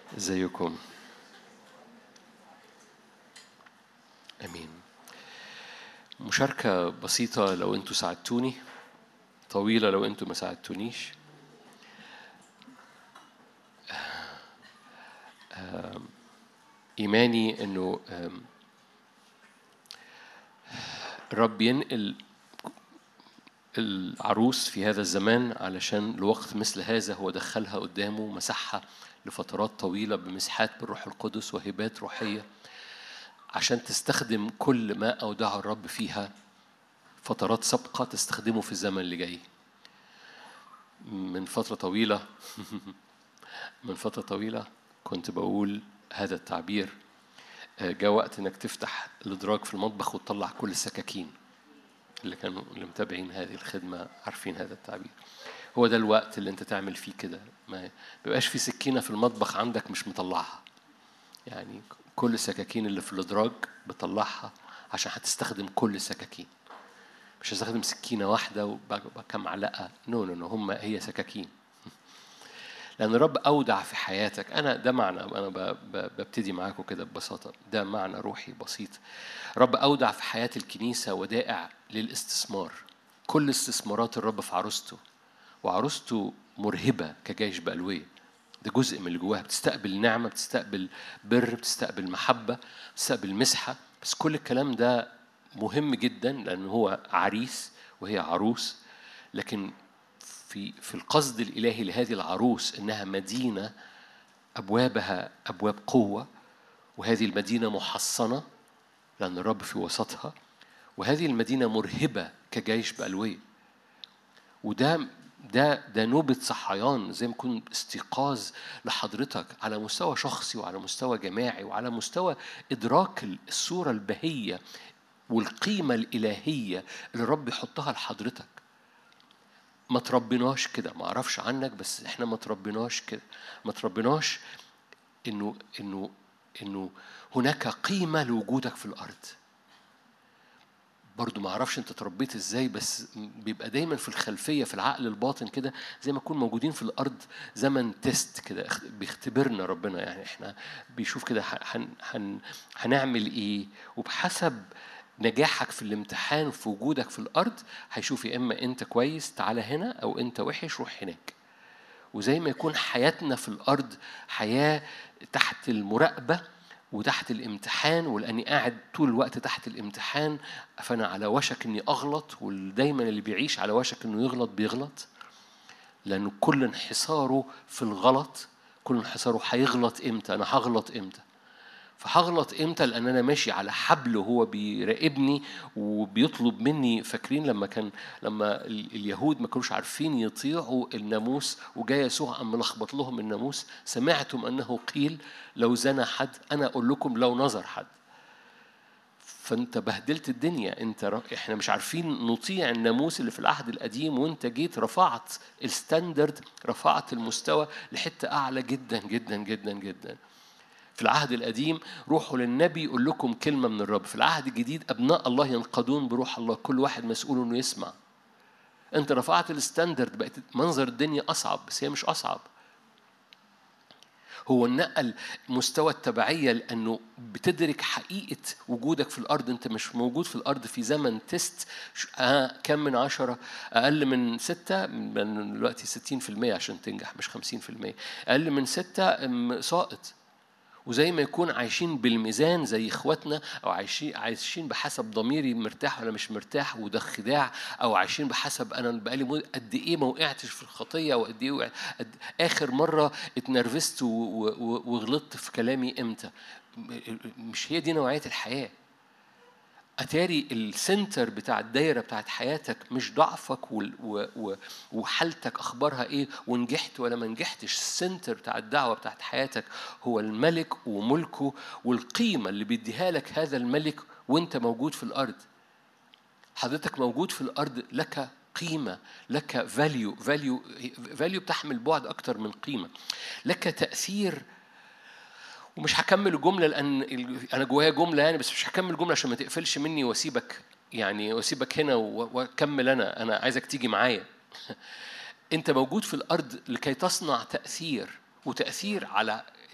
ازيكم؟ امين. مشاركة بسيطة لو انتوا ساعدتوني، طويلة لو انتوا ما ساعدتونيش. ايماني انه الرب ينقل العروس في هذا الزمان علشان لوقت مثل هذا هو دخلها قدامه، مسحها لفترات طويلة بمسحات بالروح القدس وهبات روحية عشان تستخدم كل ما أودع الرب فيها فترات سابقة تستخدمه في الزمن اللي جاي. من فترة طويلة من فترة طويلة كنت بقول هذا التعبير: جاء وقت انك تفتح الادراج في المطبخ وتطلع كل السكاكين. اللي متابعين هذه الخدمة عارفين هذا التعبير. هو ده الوقت اللي انت تعمل فيه كده، ما بيبقاش في سكينة في المطبخ عندك مش مطلعها، يعني كل السكاكين اللي في الادراج بطلعها عشان هتستخدم كل السكاكين. مش هستخدم سكينة واحدة وكم معلقة، نو هي سكاكين. لأن الرب أودع في حياتك. ده معنى، أنا ببتدي معاكم كده ببساطة، ده معنى روحي بسيط. رب أودع في حياة الكنيسة ودائع للاستثمار. كل استثمارات الرب في عروسته، وعروسته مرهبة كجيش بألوية. ده جزء من اللي جواها، بتستقبل نعمة، بتستقبل بر، بتستقبل محبة، بتستقبل مسحة. بس كل الكلام ده مهم جدا لأنه هو عريس وهي عروس. لكن في القصد الإلهي لهذه العروس إنها مدينة أبوابها أبواب قوة، وهذه المدينة محصنة لأن الرب في وسطها، وهذه المدينة مرهبة كجيش بألوية. ده نوبة صحيان، زي ما يكون استيقاظ لحضرتك على مستوى شخصي وعلى مستوى جماعي وعلى مستوى إدراك الصورة البهية والقيمة الإلهية اللي الرب يحطها لحضرتك. ما تربيناش كده، ما أعرفش عنك بس إحنا ما تربيناش كده. ما تربيناش إنه هناك قيمة لوجودك في الأرض. برضو ما أعرفش أنت تربيت إزاي، بس بيبقى دايما في الخلفية في العقل الباطن كده، زي ما نكون موجودين في الأرض زمن تيست كده، بيختبرنا ربنا. يعني إحنا بيشوف كده هنعمل إيه، وبحسب نجاحك في الامتحان وفي وجودك في الأرض هيشوف يا إما أنت كويس تعالى هنا، أو أنت وحش روح هناك. وزي ما يكون حياتنا في الأرض حياة تحت المراقبة وتحت الامتحان، ولأني قاعد طول الوقت تحت الامتحان فأنا على وشك أني أغلط. ودايما اللي بيعيش على وشك أنه يغلط بيغلط، لأنه كل انحصاره في الغلط. كل انحصاره هيغلط إمتى، أنا هغلط إمتى، فهغلط إمتى، لأن أنا ماشي على حبل وهو بيراقبني وبيطلب مني. فاكرين لما اليهود ما كانوش عارفين يطيعوا الناموس، وجاي يسوع قام ملخبط لهم الناموس: سمعتم أنه قيل لو زنى حد، أنا أقول لكم لو نظر حد. فأنت بهدلت الدنيا. إحنا مش عارفين نطيع الناموس اللي في العهد القديم، وأنت جيت رفعت الستاندرد، رفعت المستوى لحتة أعلى جدا جدا جدا جدا. في العهد القديم روحوا للنبي يقول لكم كلمة من الرب. في العهد الجديد أبناء الله ينقضون بروح الله، كل واحد مسؤول إنه يسمع. أنت رفعت الستاندرد، بقت منظر الدنيا أصعب، بس هي مش أصعب. هو نقل مستوى التبعية لأنه بتدرك حقيقة وجودك في الأرض. أنت مش موجود في الأرض في زمن تيست. كم من 10 أقل من 6 من دلوقتي 60% عشان تنجح، مش 50%. أقل من 6 ساقط. وزي ما يكون عايشين بالميزان زي إخواتنا، أو عايشين بحسب ضميري مرتاح ولا مش مرتاح، وده خداع. أو عايشين بحسب أنا بقالي قد إيه ما وقعتش في الخطية، وقد إيه آخر مرة اتنرفزت وغلطت في كلامي إمتى. مش هي دي نوعية الحياة. أتاري السنتر بتاع الدايرة بتاعت حياتك مش ضعفك وحالتك أخبارها إيه ونجحت ولا ما نجحتش. السنتر بتاع الدعوة بتاعت حياتك هو الملك وملكه والقيمة اللي بيديها لك هذا الملك وانت موجود في الأرض. حضرتك موجود في الأرض لك قيمة، لك فاليو بتحمل بعد أكتر من قيمة، لك تأثير. ومش هكمل الجملة لأن أنا جوايا جملة يعني، بس مش هكمل الجملة عشان ما تقفلش مني واسيبك، يعني واسيبك هنا واكمل. أنا عايزك تيجي معايا. أنت موجود في الأرض لكي تصنع تأثير، وتأثير على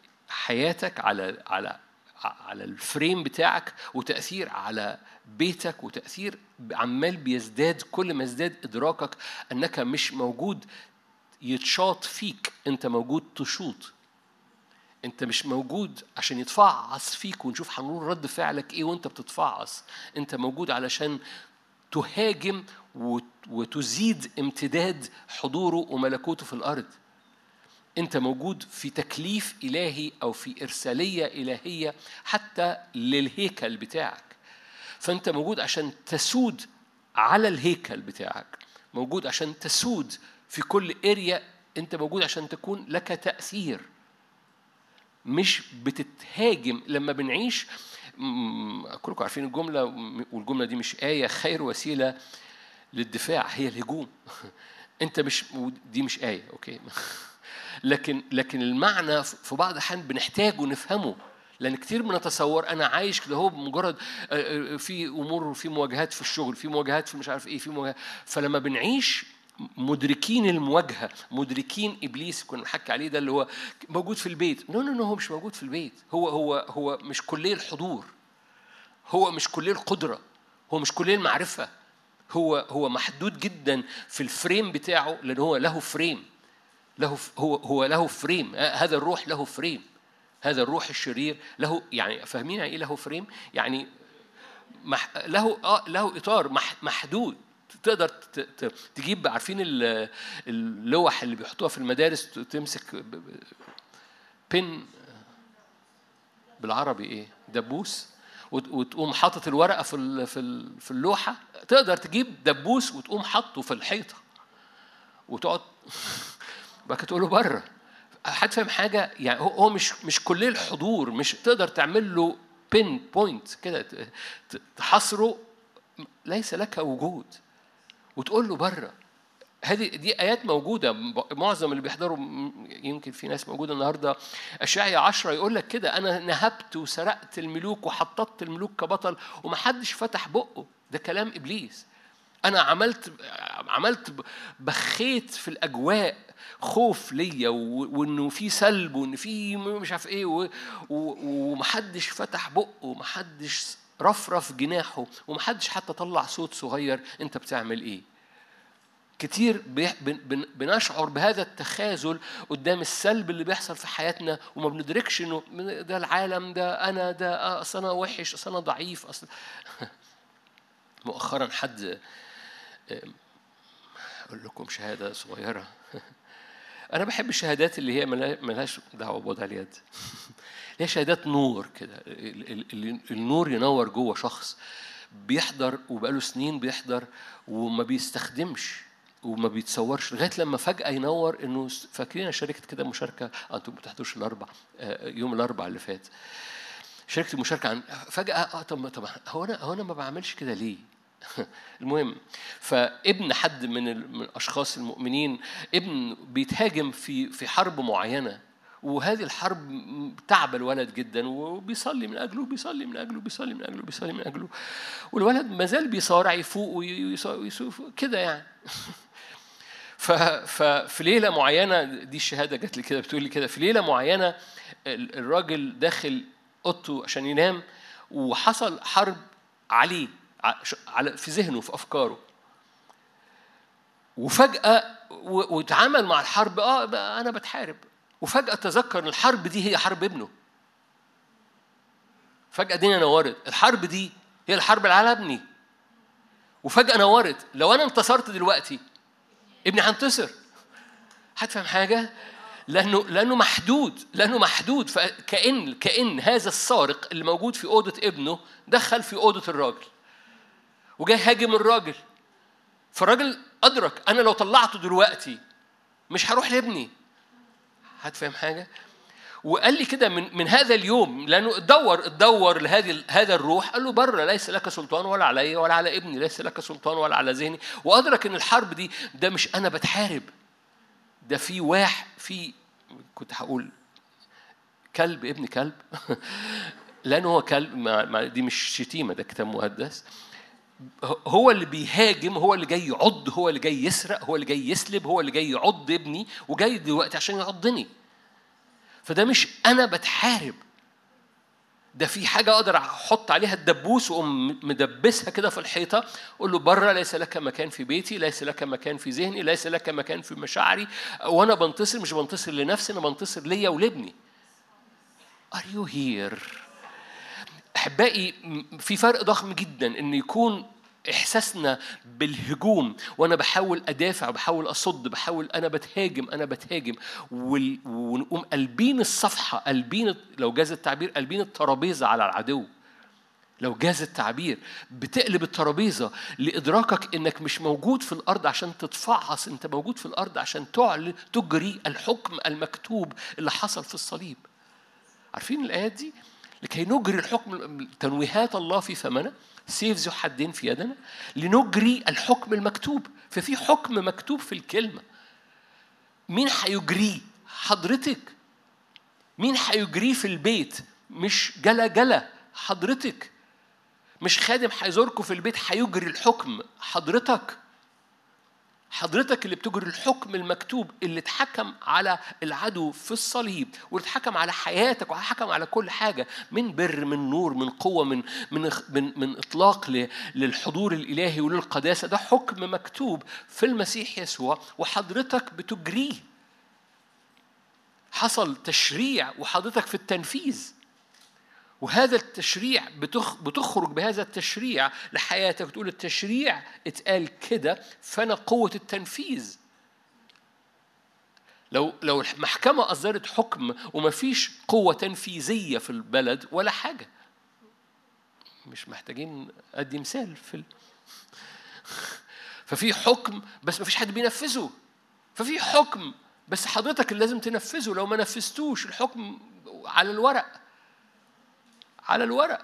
حياتك، على الفريم بتاعك، وتأثير على بيتك، وتأثير عمال بيزداد. كل ما يزداد إدراكك أنك مش موجود يتشاط فيك، أنت موجود تشوط. أنت مش موجود عشان يتفعص فيك ونشوف هنقول رد فعلك إيه وأنت بتتفعص. أنت موجود علشان تهاجم وتزيد امتداد حضوره وملكوته في الأرض. أنت موجود في تكليف إلهي أو في إرسالية إلهية حتى للهيكل بتاعك. فأنت موجود عشان تسود على الهيكل بتاعك، موجود عشان تسود في كل إريا. أنت موجود عشان تكون لك تأثير، مش بتتهاجم. لما بنعيش كلكم عارفين الجملة، والجملة دي مش آية، خير وسيلة للدفاع هي الهجوم. أنت مش، دي مش آية أوكي. لكن المعنى في بعض الأحيان بنحتاجه نفهمه، لأن كتير بنتصور أنا عايش كده هو بمجرد في أمور، في مواجهات في الشغل، في مواجهات في مش عارف إيه، في مواجهات. فلما بنعيش مدركين المواجهة، مدركين إبليس كنا بنحكي عليه، ده اللي هو موجود في البيت. نو هو مش موجود في البيت. هو مش كلية الحضور، هو مش كلية القدرة، هو مش كلية المعرفة. هو محدود جدا في الفريم بتاعه، لأن هو له فريم، هو له فريم. هذا الروح له فريم، هذا الروح الشرير له، يعني فاهمين يعني ايه له فريم؟ يعني له اطار محدود. تقدر تجيب، عارفين اللوح اللي بيحطوها في المدارس، تمسك بن بالعربي ايه، دبوس، وتقوم حاطط الورقه في اللوحه. تقدر تجيب دبوس وتقوم حاطه في الحيطه وتقعد بقى تقول له بره. حد فاهم حاجه؟ يعني هو مش كل الحضور، مش تقدر تعمل له بين بوينت كده تحصره، ليس لك وجود، وتقول له بره. دي آيات موجودة. معظم اللي بيحضروا، يمكن في ناس موجودة النهاردة، أشعياء 10 يقول لك كده: أنا نهبت وسرقت الملوك وحطت الملوك كبطل ومحدش فتح بقه. ده كلام إبليس. أنا عملت بخيت في الأجواء خوف ليا، وإنه في سلب، وإن في مش عارف إيه، ومحدش فتح بقه، ومحدش رفرف جناحه، ومحدش حتى طلع صوت صغير. أنت بتعمل إيه؟ كتير بنشعر بهذا التخاذل قدام السلب اللي بيحصل في حياتنا، وما بندركش إنه ده العالم، ده أنا، ده أصل أنا وحش، أصل أنا ضعيف، أصل مؤخرا حد، أقول لكم شهادة صغيرة. أنا بحب الشهادات اللي هي ملهاش دعوة بوضع اليد. هي شهادات نور كده، النور ينور جوه شخص بيحضر وبقاله سنين بيحضر وما بيستخدمش وما بيتصورش، لغاية لما فجأة ينور. إنه فاكرين أنا شاركت كده مشاركة، أنتم ما بتحضروش الأربع، يوم الأربع اللي فات شاركت المشاركة عن فجأة طب هو أنا ما بعملش كده ليه؟ المهم، فابن حد من الأشخاص المؤمنين، ابن بيتهاجم في حرب معينة، وهذه الحرب تعب الولد جدا، وبيصلي من أجله، بيصلي من أجله، بيصلي من أجله، بيصلي من أجله، والولد مازال بيصارع، يفوق ويسوق كده يعني. ففي ليلة معينة، دي الشهادة جات لي كده، بتقول لي كده: في ليلة معينة الراجل داخل أوضته عشان ينام، وحصل حرب عليه، في ذهنه، في أفكاره، وفجأة واتعامل مع الحرب. أنا بتحارب، وفجأة تذكر إن الحرب دي هي حرب ابنه. فجأة الدنيا نورت، الحرب دي هي الحرب اللي على ابني. وفجأة نورت، لو أنا انتصرت دلوقتي ابني هينتصر. هتفهم حاجة؟ لأنه محدود. فكأن هذا السارق اللي موجود في أوضة ابنه دخل في أوضة الراجل وجاي هاجم الراجل. فالراجل أدرك أنا لو طلعته دلوقتي مش هروح لابني. هتفهم حاجة؟ وقال لي كده من هذا اليوم، لأنه اتدور هذا الروح، قال له: بره، ليس لك سلطان ولا علي ولا على ابني، ليس لك سلطان ولا على ذهني. وأدرك إن الحرب دي، ده مش أنا بتحارب، ده في واحد، كنت هقول كلب، ابن كلب. لأنه هو كلب، دي مش شتيمة، ده كتاب مقدس. هو اللي بيهاجم، هو اللي جاي يعض، هو اللي جاي يسرق، هو اللي جاي يسلب، هو اللي جاي يعض ابني، وجاي دلوقتي عشان يعضني. فده مش أنا بتحارب، ده في حاجة أقدر أحط عليها الدبوس وأقوم مدبسها كده في الحيطة، أقول له بره ليس لك مكان في بيتي، ليس لك مكان في ذهني، ليس لك مكان في مشاعري. وأنا بنتصر، مش بنتصر لنفسي، أنا بنتصر ليا ولابني. Are you here؟ أحبائي، في فرق ضخم جدا إن يكون إحساسنا بالهجوم وأنا بحاول أدافع، بحاول أصد، بحاول أنا بتهاجم ونقوم قلبين الصفحة، قلبين، لو جاز التعبير، قلبين الترابيزة على العدو. لو جاز التعبير بتقلب الترابيزة لإدراكك إنك مش موجود في الأرض عشان تتفعص، أنت موجود في الأرض عشان تجري الحكم المكتوب اللي حصل في الصليب. عارفين الآيات دي؟ لكي نجري الحكم، تنويهات الله في فمنا، سيف ذو حدين في يدنا، لنجري الحكم المكتوب. ففي حكم مكتوب في الكلمة. مين هيجريه؟ حضرتك. مين هيجريه في البيت؟ مش جلا حضرتك. مش خادم هيزوركم في البيت هيجري الحكم، حضرتك اللي بتجري الحكم المكتوب اللي اتحكم على العدو في الصليب، واللي اتحكم على حياتك وحكم على كل حاجة، من بر، من نور، من قوة، من إطلاق للحضور الإلهي وللقداسة. ده حكم مكتوب في المسيح يسوع وحضرتك بتجريه. حصل تشريع وحضرتك في التنفيذ، وهذا التشريع بتخرج بهذا التشريع لحياتك، تقول التشريع اتقال كده فأنا قوة التنفيذ. لو المحكمة أصدرت حكم ومفيش قوة تنفيذية في البلد ولا حاجة، مش محتاجين أدي مثال ففي حكم بس مفيش حد بينفذه. ففي حكم بس حضرتك اللي لازم تنفذه. لو ما نفذتوش الحكم على الورق، على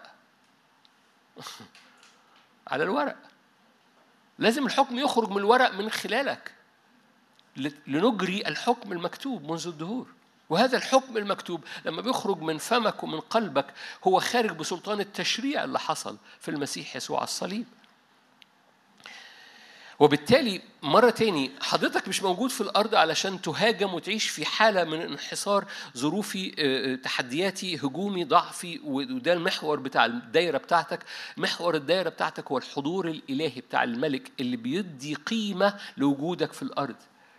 الورق لازم الحكم يخرج من الورق من خلالك لنجري الحكم المكتوب منذ الدهور. وهذا الحكم المكتوب لما بيخرج من فمك ومن قلبك هو خارج بسلطان التشريع اللي حصل في المسيح يسوع على الصليب. وبالتالي مرة تاني حضرتك مش موجود في الأرض علشان تهاجم وتعيش في حالة من انحصار ظروفي، تحدياتي، هجومي، ضعفي. وده المحور بتاع الدايرة بتاعتك. محور الدايرة بتاعتك هو الحضور الإلهي بتاع الملك اللي بيدي قيمة لوجودك في الأرض.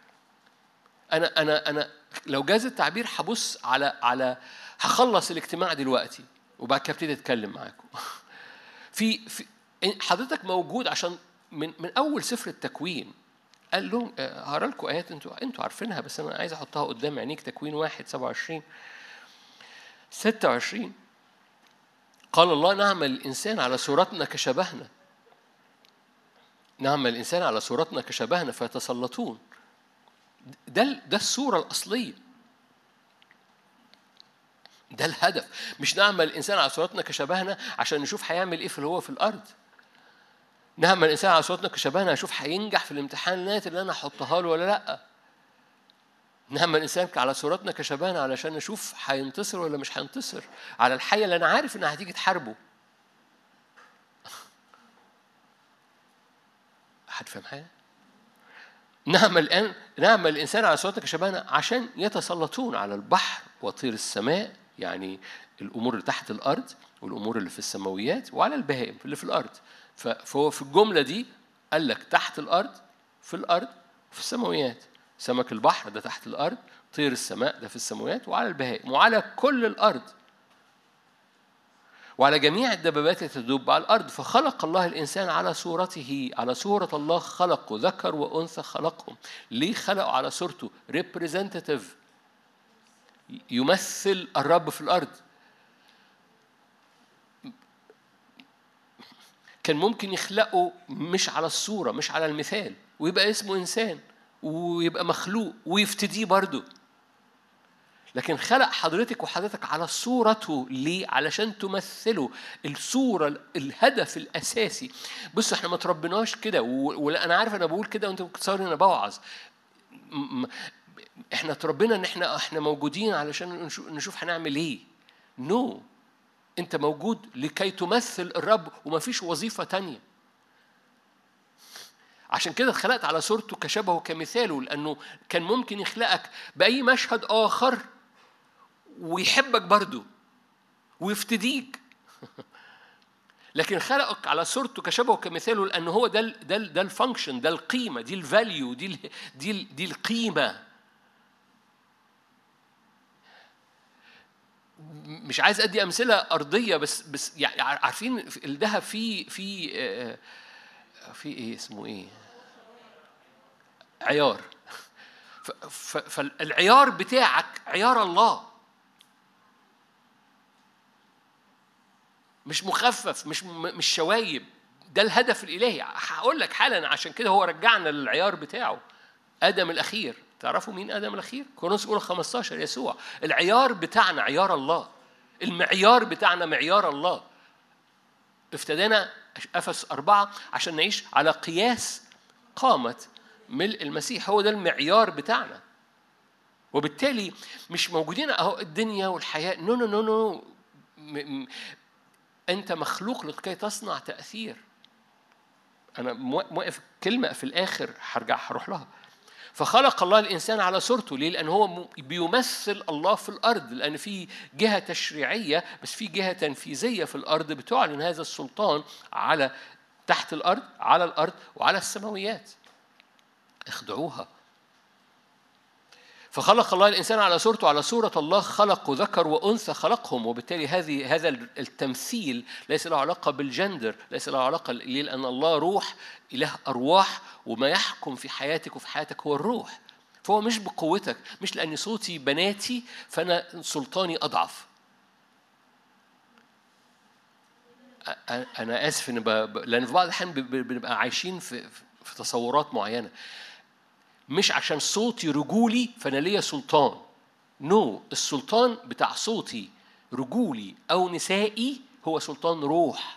أنا لو جاز التعبير هبص على هخلص الاجتماع دلوقتي وبعد كده ابتدي أتكلم معاكم. في حضرتك موجود عشان من أول سفر التكوين قال لهم، هقرا لكم آيات أنتوا عارفينها بس أنا عايز أحطها قدام عينيك. تكوين 1:27-26. قال الله نعمل الإنسان على صورتنا كشبهنا، نعمل الإنسان على صورتنا كشبهنا فيتسلطون. ده الصورة الأصلية، ده الهدف. مش نعمل الإنسان على صورتنا كشبهنا عشان نشوف هيعمل إيه في الأرض. نعمل الإنسان على صورتنا كشبهنا أشوف هينجح في الامتحانات اللي أنا أحطها له ولا لأ. نعمل الإنسان على صورتنا كشبهنا علشان نشوف هينتصر ولا مش هينتصر على الحية اللي أنا عارف إنها هتيجي تحاربه. حد فاهم حاجة؟ نعمل الإنسان على صورتنا كشبهنا عشان يتسلطون على البحر وطير السماء، يعني الأمور اللي تحت الأرض والأمور اللي في السماويات، وعلى البهائم اللي في الأرض. فهو في الجملة دي قال لك تحت الأرض، في الأرض، في السماويات. سمك البحر ده تحت الأرض، طير السماء ده في السماوات، وعلى البهائم وعلى كل الأرض وعلى جميع الدبابات التي تدب على الأرض. فخلق الله الإنسان على صورته، على صورة الله خلقه، ذكر وأنثى خلقهم. ليه خلقوا على صورته؟ representative، يمثل الرب في الأرض. كان ممكن يخلقه مش على الصورة، مش على المثال، ويبقى اسمه إنسان ويبقى مخلوق ويفتديه برضه. لكن خلق حضرتك وحضرتك على صورته. ليه؟ علشان تمثله الصورة، الهدف الأساسي. بصوا احنا ما تربناش كده، وأنا عارف أنا بقول كده وأنت بتصور أنا بوعظ. احنا تربينا ان احنا موجودين علشان نشوف هنعمل ايه. نو، انت موجود لكي تمثل الرب وما فيش وظيفة تانية. عشان كده اتخلقت على صورته كشبهه كمثاله، لأنه كان ممكن يخلقك بأي مشهد آخر ويحبك برضو ويفتديك. لكن خلقك على صورته كشبهه وكمثاله، لأنه هو ده الفانكشن، ده القيمة، دي الفاليو، دي القيمة. مش عايز أدي أمثلة أرضية، بس يعني عارفين الذهب في إيه اسمه إيه؟ عيار. فالعيار بتاعك عيار الله، مش مخفف، مش شوايب. ده الهدف الإلهي. هقول لك حالا، عشان كده هو رجعنا للعيار بتاعه. آدم الأخير، تعرفوا مين آدم الأخير؟ كورنثوس الأولى 15 يسوع. العيار بتاعنا عيار الله، المعيار بتاعنا معيار الله. افتدانا أفسس 4 عشان نعيش على قياس قامة ملء المسيح. هو ده المعيار بتاعنا. وبالتالي مش موجودين أهو الدنيا والحياة. نو نو نو نو. أنت مخلوق لكي تصنع تأثير. أنا موقف كلمة في الآخر هروح لها. فخلق الله الإنسان على صورته. ليه؟ لأن هو بيمثل الله في الأرض، لأن في جهة تشريعية بس في جهة تنفيذية في الأرض بتعلن هذا السلطان على تحت الأرض، على الأرض وعلى السماويات. اخضعوها. فخلق الله الإنسان على صورته، على صورة الله خلقه، ذكر وأنثى خلقهم. وبالتالي هذا التمثيل ليس له علاقة بالجندر، ليس له علاقة، لأن الله روح، إله أرواح، وما يحكم في حياتك وفي حياتك هو الروح. فهو مش بقوتك، مش لأن صوتي بناتي فأنا سلطاني أضعف. أنا آسف إن لأن في بعض الأحيان بنبقى عايشين في تصورات معينة. مش عشان صوتي رجولي فأنا ليا سلطان. نو، السلطان بتاع صوتي رجولي أو نسائي هو سلطان روح.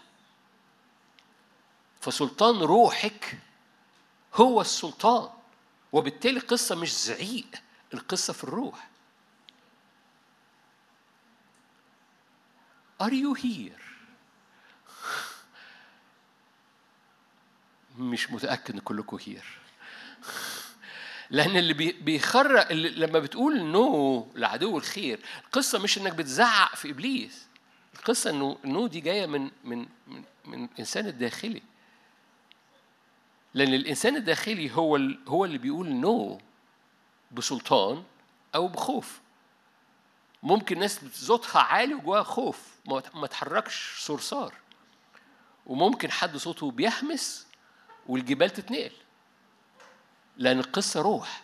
فسلطان روحك هو السلطان. وبالتالي القصة مش زعيق، القصة في الروح. Are you here؟ مش متأكد إن كلكم here. لأن اللي بيخرق لما بتقول نو لعدو الخير، القصة مش إنك بتزعق في إبليس. القصة إنه النو دي جاية من الإنسان الداخلي. لأن الإنسان الداخلي هو اللي بيقول نو بسلطان أو بخوف. ممكن ناس صوتها عالي وجواها خوف ما تحركش صرصار، وممكن حد صوته بيحمس والجبال تتنقل، لأن القصة روح.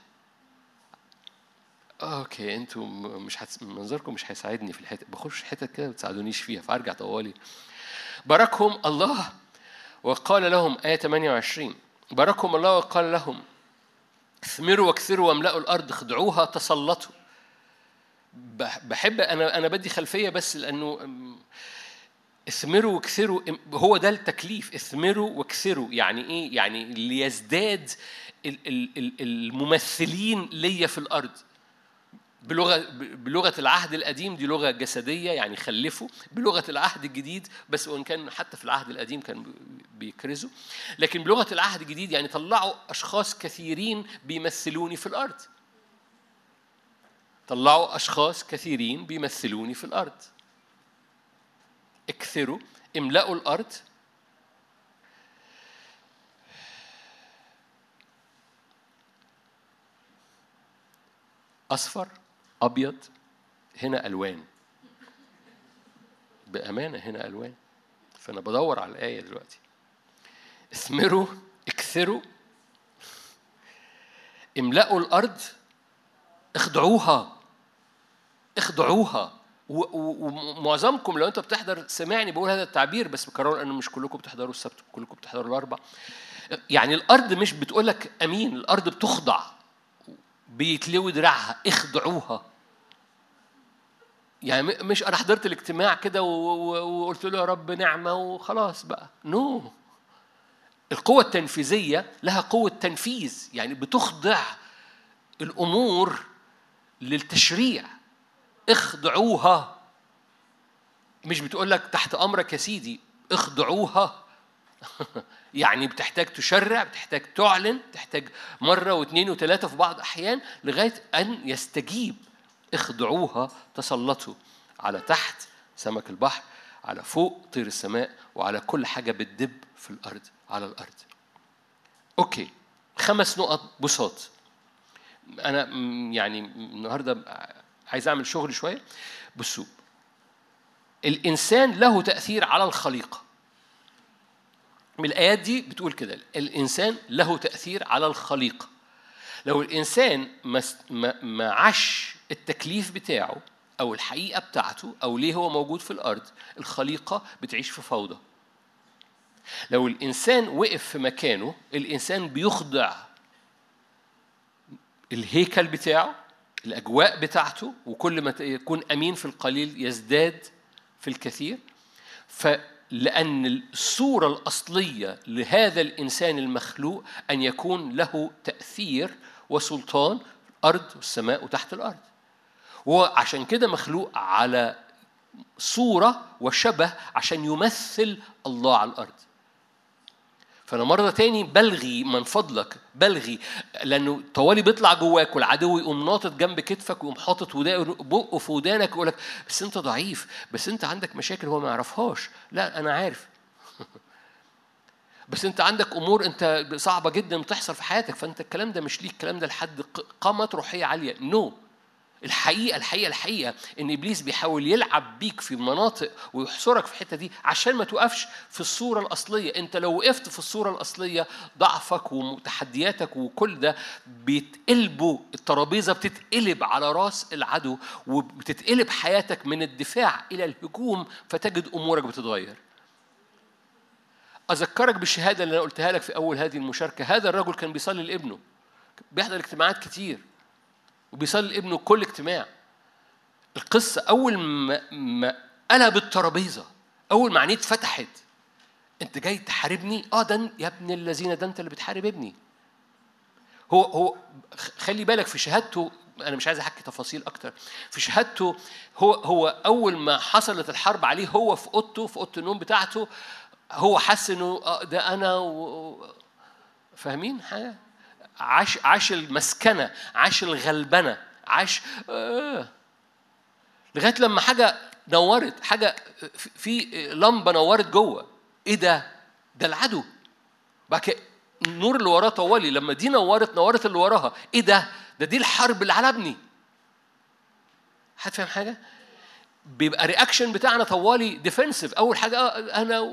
أوكي، أنتوا مش منظركم مش هيساعدني في الحتة. بخش حتة كده ما بتساعدونيش فيها، فأرجع طوالي. باركهم الله وقال لهم، آية 28، باركهم الله وقال لهم اثمروا واكثروا واملأوا الأرض، خضعوها تسلطوا. بحب أنا بدي خلفية بس، لأنه اثمروا واكثروا هو ده التكليف. اثمروا واكثروا يعني إيه؟ يعني ليزداد الممثلين ليا في الأرض. بلغة العهد القديم دي لغة جسدية، يعني خلفوا. بلغة العهد الجديد، بس وإن كان حتى في العهد القديم كان بيكرزوا، لكن بلغة العهد الجديد يعني طلعوا أشخاص كثيرين بيمثلوني في الأرض. طلعوا أشخاص كثيرين بيمثلوني في الأرض. اكثروا، املأوا الأرض. أصفر، أبيض، هنا ألوان. بأمانة هنا ألوان. فأنا بدور على الآية دلوقتي. اثمروا، اكثروا، املأوا الأرض، اخضعوها. اخضعوها. ومعظمكم لو أنت بتحضر سمعني بقول هذا التعبير، بس بكرر لأنه مش كلكم بتحضروا السبت، كلكم بتحضروا الأربع. يعني الأرض مش بتقولك أمين، الأرض بتخضع، بيتلوي دراعها. اخضعوها. يعني مش أنا حضرت الاجتماع كده وقلت له يا رب نعمة وخلاص بقى. نو، القوة التنفيذية لها قوة تنفيذ، يعني بتخضع الأمور للتشريع. اخضعوها. مش بتقولك تحت أمرك يا سيدي، اخضعوها. يعني بتحتاج تشرع، بتحتاج تعلن، بتحتاج مرة واثنين وثلاثة في بعض أحيان لغاية أن يستجيب. اخضعوها تسلطوا على تحت سمك البحر، على فوق طير السماء، وعلى كل حاجة بتدب في الأرض على الأرض. أوكي، 5 نقط بساط. أنا يعني النهاردة عايز أعمل شغل شوية. بصوا، الإنسان له تأثير على الخليقة. من الآيات دي بتقول كده، الإنسان له تأثير على الخليقة. لو الإنسان ما عاش التكليف بتاعه أو الحقيقة بتاعته أو ليه هو موجود في الأرض، الخليقة بتعيش في فوضى. لو الإنسان وقف في مكانه، الإنسان بيخضع الهيكل بتاعه، الأجواء بتاعته، وكل ما يكون أمين في القليل يزداد في الكثير. فلأن الصورة الأصلية لهذا الإنسان المخلوق أن يكون له تأثير وسلطان في الأرض والسماء وتحت الأرض. وعشان كده مخلوق على صورة وشبه عشان يمثل الله على الأرض. فأنا مرة تاني بلغي من فضلك، بلغي، لأنه طوالي بيطلع جواك والعدو يقوم ناطط جنب كتفك ويقوم حاطط بقه في ودانك ويقولك بس أنت ضعيف، بس أنت عندك مشاكل هو ما يعرفهاش. لا أنا عارف. بس أنت عندك أمور أنت صعبة جدا بتحصل في حياتك، فأنت الكلام ده مش ليك، الكلام ده لحد قامة روحية عالية. نو. الحقيقة إن إبليس بيحاول يلعب بيك في مناطق ويحصرك في الحتة دي عشان ما توقفش في الصورة الأصلية. أنت لو وقفت في الصورة الأصلية، ضعفك وتحدياتك وكل ده بيتقلبوا، الترابيزة بتتقلب على راس العدو، وبتتقلب حياتك من الدفاع إلى الهجوم، فتجد أمورك بتتغير. أذكرك بالشهادة اللي أنا قلتها لك في أول هذه المشاركة. هذا الرجل كان بيصلي لابنه، بيحضر اجتماعات كتير وبيصلي لابنه كل اجتماع. القصة أول ما قلب الترابيزة، أول ما عينيه اتفتحت، أنت جاي تحاربني؟ ده يا ابن الذين، ده أنت اللي بتحارب ابني. هو خلي بالك في شهادته، أنا مش عايز أحكي تفاصيل أكتر. في شهادته هو أول ما حصلت الحرب عليه، هو في أوضته، في أوضة النوم بتاعته، هو حس إنه ده أنا فاهمين حاجة؟ عاش المسكنة، عاش الغلبنة، عاش لغاية لما حاجة نورت، حاجة في لمبة نورت جوه. إيه ده العدو. بعد كده النور اللي وراه طوالي، لما دي نورت اللي وراها. إيه ده دي الحرب اللي على ابني. حد فاهم حاجة؟ بيبقى رياكشن بتاعنا طوالي ديفنسيف. أول حاجة أنا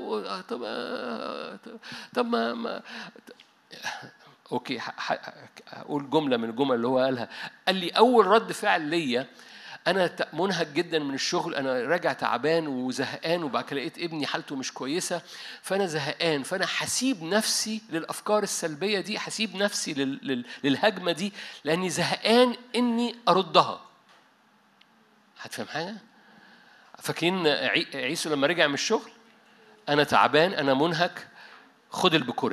طب ما أوكي، هقول جملة من الجمل اللي هو قالها. قال لي أول رد فعل ليا، أنا منهك جدا من الشغل، أنا راجع تعبان وزهقان، وبعد كده لقيت ابني حالته مش كويسة، فأنا زهقان، فأنا حسيب نفسي للأفكار السلبية دي، حسيب نفسي للهجمة دي، لأني زهقان إني أردها. هتفهم حاجة؟ فاكرين عيسو لما رجع من الشغل؟ أنا تعبان، أنا منهك، خد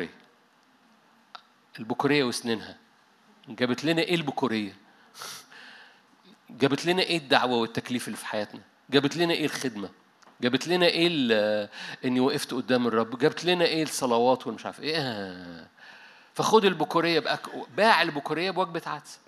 البكورية وسنينها. جابت لنا إيه البكورية؟ جابت لنا إيه الدعوة والتكليف اللي في حياتنا؟ جابت لنا إيه الخدمة؟ جابت لنا إيه إني وقفت قدام الرب؟ جابت لنا إيه الصلوات والمش عارف إيه؟ فخد البكورية باع البكورية بوجبة عدس.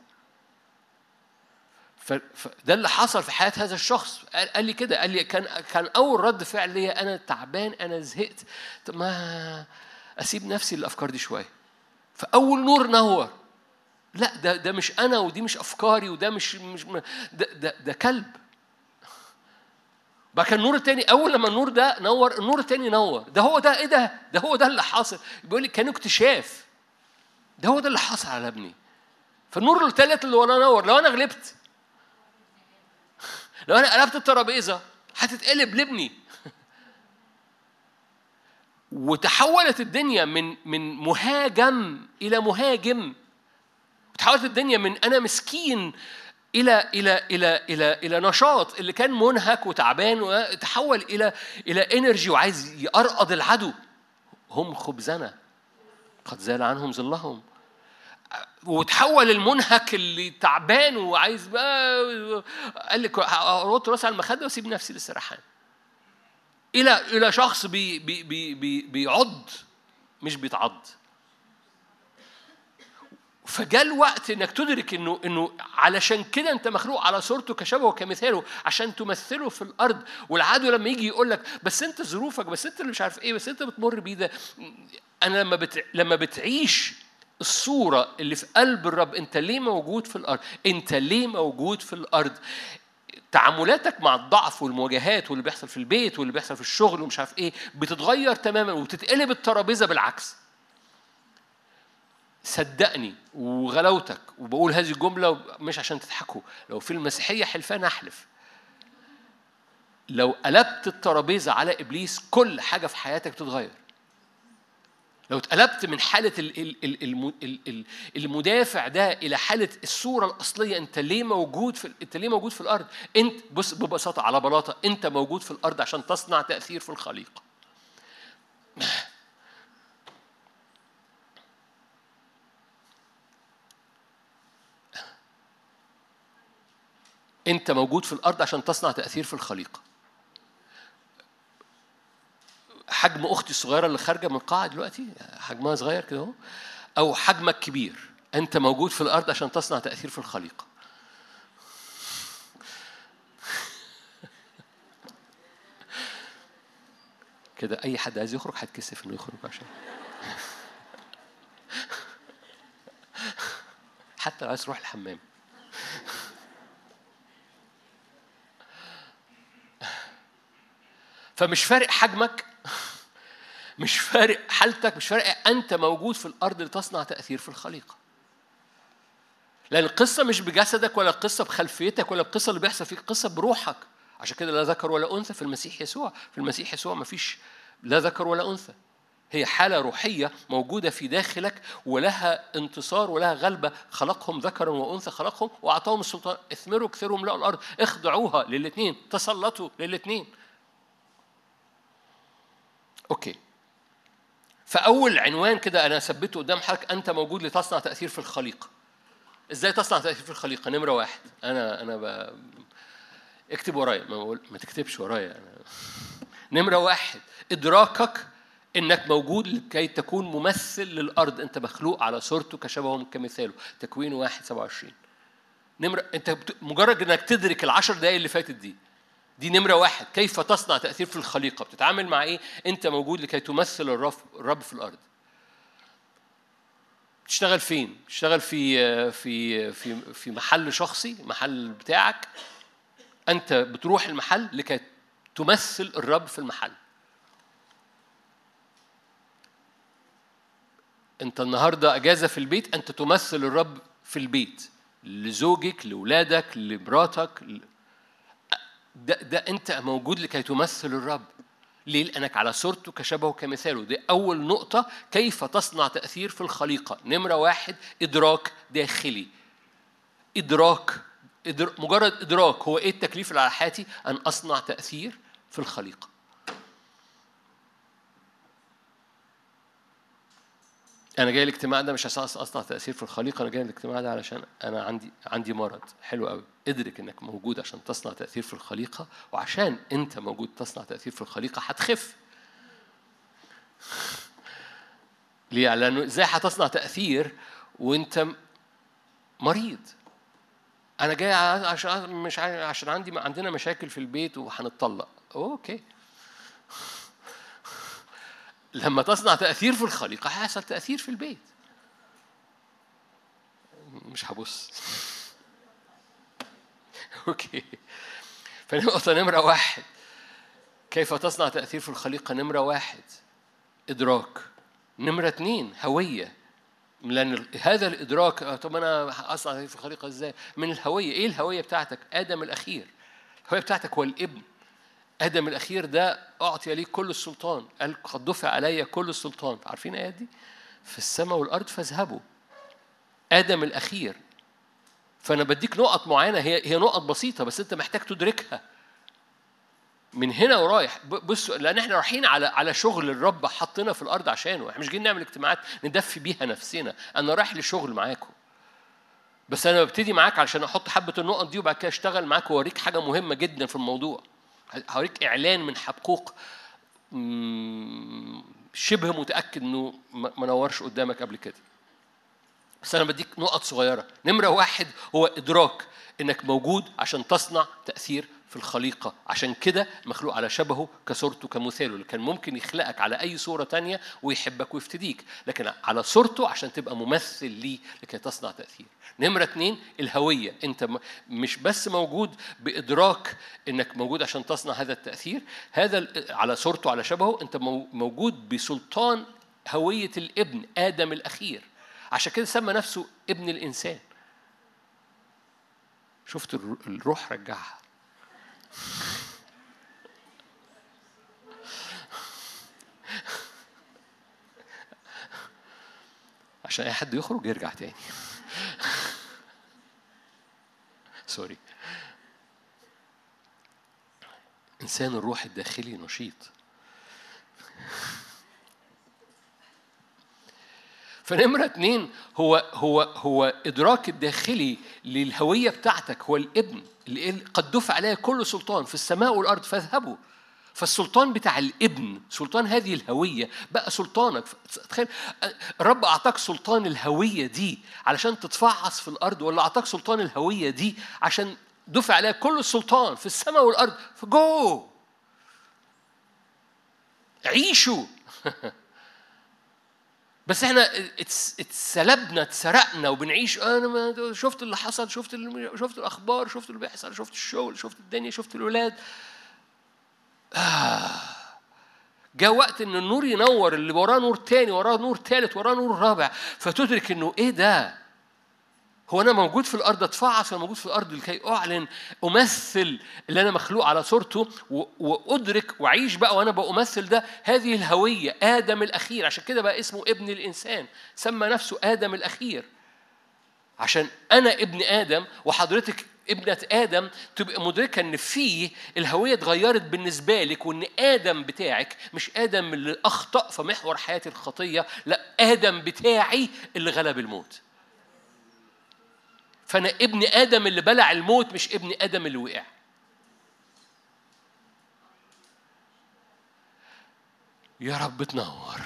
فده اللي حصل في حياة هذا الشخص. قال لي كده، قال لي كان أول رد فعل ليا، أنا تعبان، أنا زهقت، طب ما أسيب نفسي للأفكار دي شوية. فأول نور نور، لا ده مش أنا، ودي مش أفكاري، وده مش ده كلب. بقى كان النور التاني، أول لما النور ده نور، النور التاني نور. ده هو ده، إيه ده هو ده اللي حاصل. بيقول لي كان اكتشاف، ده هو ده اللي حصل على ابني. فالنور الثالث اللي وانا نور، لو أنا غلبت، لو أنا قلبت الترابيزة، هتتقلب لابني. وتحولت الدنيا من مهاجم إلى مهاجم. تحولت الدنيا من أنا مسكين إلى نشاط. اللي كان منهك وتعبان وتحول إلى إنرجي وعايز يأرقض العدو. هم خبزنا قد زال عنهم ظلهم. وتحول المنهك اللي تعبان وعايز بقى، قال لك أرد راسي على المخدة وأسيب نفسي للسرحان، إلى شخص بيعض مش بيتعض. فجاء الوقت انك تدرك انه علشان كده انت مخلوق على صورته كشبهه وكمثاله عشان تمثله في الارض. والعدو لما يجي يقول لك بس انت ظروفك، بس انت اللي مش عارف ايه، بس انت بتمر بيه ده. انا لما بتعيش الصورة اللي في قلب الرب، انت ليه موجود في الارض؟ انت ليه موجود في الارض؟ تعاملاتك مع الضعف والمواجهات واللي بيحصل في البيت واللي بيحصل في الشغل ومش عارف ايه بتتغير تماما وبتتقلب الترابيزة بالعكس. صدقني وغلاوتك، وبقول هذه الجملة مش عشان تضحكوا، لو في المسيحية حلفان أحلف، لو قلبت الترابيزة على إبليس كل حاجة في حياتك تتغير. لو اتقلبت من حالة المدافع ده إلى حالة الصورة الأصلية، أنت ليه موجود في الأرض؟ أنت بص ببساطة على بلاطة، أنت موجود في الأرض عشان تصنع تأثير في الخليقة. أنت موجود في الأرض عشان تصنع تأثير في الخليقة. حجم أختي الصغيرة اللي خارجة من القاعة دلوقتي حجمها صغير كده اهو، أو حجمك كبير، أنت موجود في الأرض عشان تصنع تأثير في الخليقة. كده أي حد عايز يخرج هتكسف إنه يخرج عشان حتى لو عايز تروح الحمام. فمش فارق حجمك، مش فارق حالتك، مش فارق، أنت موجود في الأرض لتصنع تأثير في الخليقة. لأن القصة مش بجسدك ولا القصة بخلفيتك ولا القصة اللي بيحصل فيك، القصة بروحك. عشان كده لا ذكر ولا أنثى في المسيح يسوع. في المسيح يسوع ما فيش لا ذكر ولا أنثى، هي حالة روحية موجودة في داخلك ولها انتصار ولها غلبة. خلقهم ذكرا وأنثى خلقهم وأعطاهم السلطان، اثمروا كثروا ملأوا الأرض، اخضعوها للاثنين، تسلطوا للاثنين. أوكي، فأول عنوان كده أنا ثبته قدام حضرتك، أنت موجود لتصنع تأثير في الخليقة. إزاي تصنع تأثير في الخليقة؟ نمرة واحد، اكتب ورايا، ما تكتبش ورايا. نمرة واحد، إدراكك إنك موجود لكي تكون ممثل للأرض. أنت مخلوق على صورته كشبهه كمثاله. تكوين 1:27. أنت مجرد إنك تدرك 10 دقايق اللي فاتت دي نمرة واحد. كيف تصنع تأثير في الخليقة؟ بتتعامل مع إيه؟ أنت موجود لكي تمثل الرب في الأرض. تشتغل فين؟ تشتغل في محل شخصي، محل بتاعك. أنت بتروح المحل لكي تمثل الرب في المحل. أنت النهاردة أجازة في البيت، أنت تمثل الرب في البيت، لزوجك، لأولادك، لمراتك. ده أنت موجود لكي تمثل الرب. ليه؟ لأنك على صورته كشبهه كمثاله. دي أول نقطة، كيف تصنع تأثير في الخليقة. نمرة واحد، إدراك داخلي. مجرد إدراك. هو إيه التكليف اللي على حياتي؟ أن أصنع تأثير في الخليقة. أنا جاي الاجتماع ده مش عشان أصنع تأثير في الخليقة، أنا جاي الاجتماع ده علشان أنا عندي مرض. حلو قوي. ادرك إنك موجود عشان تصنع تأثير في الخليقة، وعشان أنت موجود تصنع تأثير في الخليقة هتخف. ليه؟ لأنه إزاي هتصنع تأثير وأنت مريض؟ أنا جاي عشان مش عشان عندنا مشاكل في البيت وهنتطلق. أوكي. لما تصنع تأثير في الخليقة هيحصل تأثير في البيت. مش هبص. أوكي. فنقطة نمرة واحد، كيف تصنع تأثير في الخليقة. نمرة واحد، إدراك. نمرة اتنين، هوية. لأن هذا الإدراك، طب أنا أصنع تأثير في الخليقة إزاي؟ من الهوية. إيه الهوية بتاعتك؟ آدم الأخير. الهوية بتاعتك هو الابن. آدم الأخير ده أعطي لي كل السلطان. قال قد دفع علي كل السلطان. عارفين الآيات دي؟ في السماء والأرض فاذهبوا. آدم الأخير. فأنا بديك نقط معينة، هي نقط بسيطة بس أنت محتاج تدركها من هنا ورايح. بصوا، لأن إحنا رايحين على شغل الرب حطنا في الأرض عشانه. إحنا مش جايين نعمل اجتماعات ندفي بيها نفسنا. أنا رايح لشغل معاكم، بس أنا ببتدي معاك علشان أحط حبة النقط دي وبعد كده أشتغل معاك وأوريك حاجة مهمة جدا في الموضوع. هوريك إعلان من حبقوق شبه متأكد إنه ما نورش قدامك قبل كده. بس أنا بديك نقط صغيرة. نمرة واحد هو إدراك إنك موجود عشان تصنع تأثير في الخليقة. عشان كده مخلوق على شبهه كصورته كمثاله، اللي كان ممكن يخلقك على أي صورة تانية ويحبك ويفتديك، لكن على صورته عشان تبقى ممثل ليه لكي تصنع تأثير. نمرة 2 الهوية. أنت مش بس موجود بإدراك إنك موجود عشان تصنع هذا التأثير، هذا على صورته على شبهه، أنت موجود بسلطان هوية الابن آدم الأخير. عشان كده سمى نفسه ابن الإنسان. شفت الروح رجعها. عشان أي حد يخرج يرجع تاني. سوري. إنسان الروح الداخلي نشيط. فنمرة 2 هو إدراك الداخلي للهوية بتاعتك. هو الابن اللي قد دفع عليه كل سلطان في السماء والأرض فاذهبوا. فالسلطان بتاع الابن، سلطان هذه الهوية بقى سلطانك. تخيل الرب أعطاك سلطان الهوية دي علشان تتفعص في الأرض، ولا أعطاك سلطان الهوية دي عشان دفع عليها كل السلطان في السماء والأرض. فجو عيشوا. بس احنا اتسرقنا وبنعيش. انا شفت اللي حصل، شفت الاخبار، شفت اللي بيحصل، شفت الشغل، شفت الدنيا، شفت الولاد. جاء وقت ان النور ينور، اللي وراه نور تاني، وراه نور تالت، وراه نور رابع، فتدرك انه ايه ده؟ هو انا موجود في الارض اتفعص، انا موجود في الارض لكي اعلن امثل اللي انا مخلوق على صورته، وادرك واعيش بقى وانا بامثل ده هذه الهويه ادم الاخير. عشان كده بقى اسمه ابن الانسان، سمى نفسه ادم الاخير. عشان انا ابن ادم وحضرتك ابنة آدم، تبقى مدركة إن فيه الهوية اتغيرت بالنسبة لك، وإن آدم بتاعك مش آدم اللي أخطأ في محور حياة الخطية، لا، آدم بتاعي اللي غلب الموت. فأنا ابن آدم اللي بلع الموت، مش ابن آدم اللي وقع. يا رب تنور.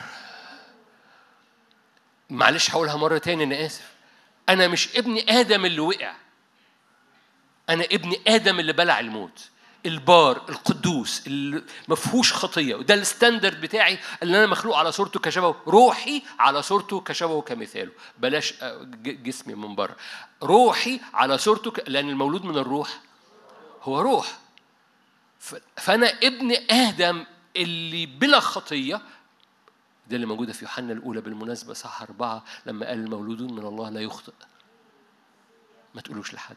معلش هقولها مرة تاني، أنا آسف. أنا مش ابن آدم اللي وقع، أنا ابن آدم اللي بلع الموت، البار القدوس اللي مفهوش خطية. وده الستاندرد بتاعي، اللي أنا مخلوق على صورته كشبهه، روحي على صورته كشبهه كمثاله. بلاش جسمي من بره، روحي على صورته لأن المولود من الروح هو روح. فأنا ابن آدم اللي بلا خطية. ده اللي موجودة في يوحنا الأولى بالمناسبة صح 4 لما قال المولودون من الله لا يخطئ. ما تقولوش لحد.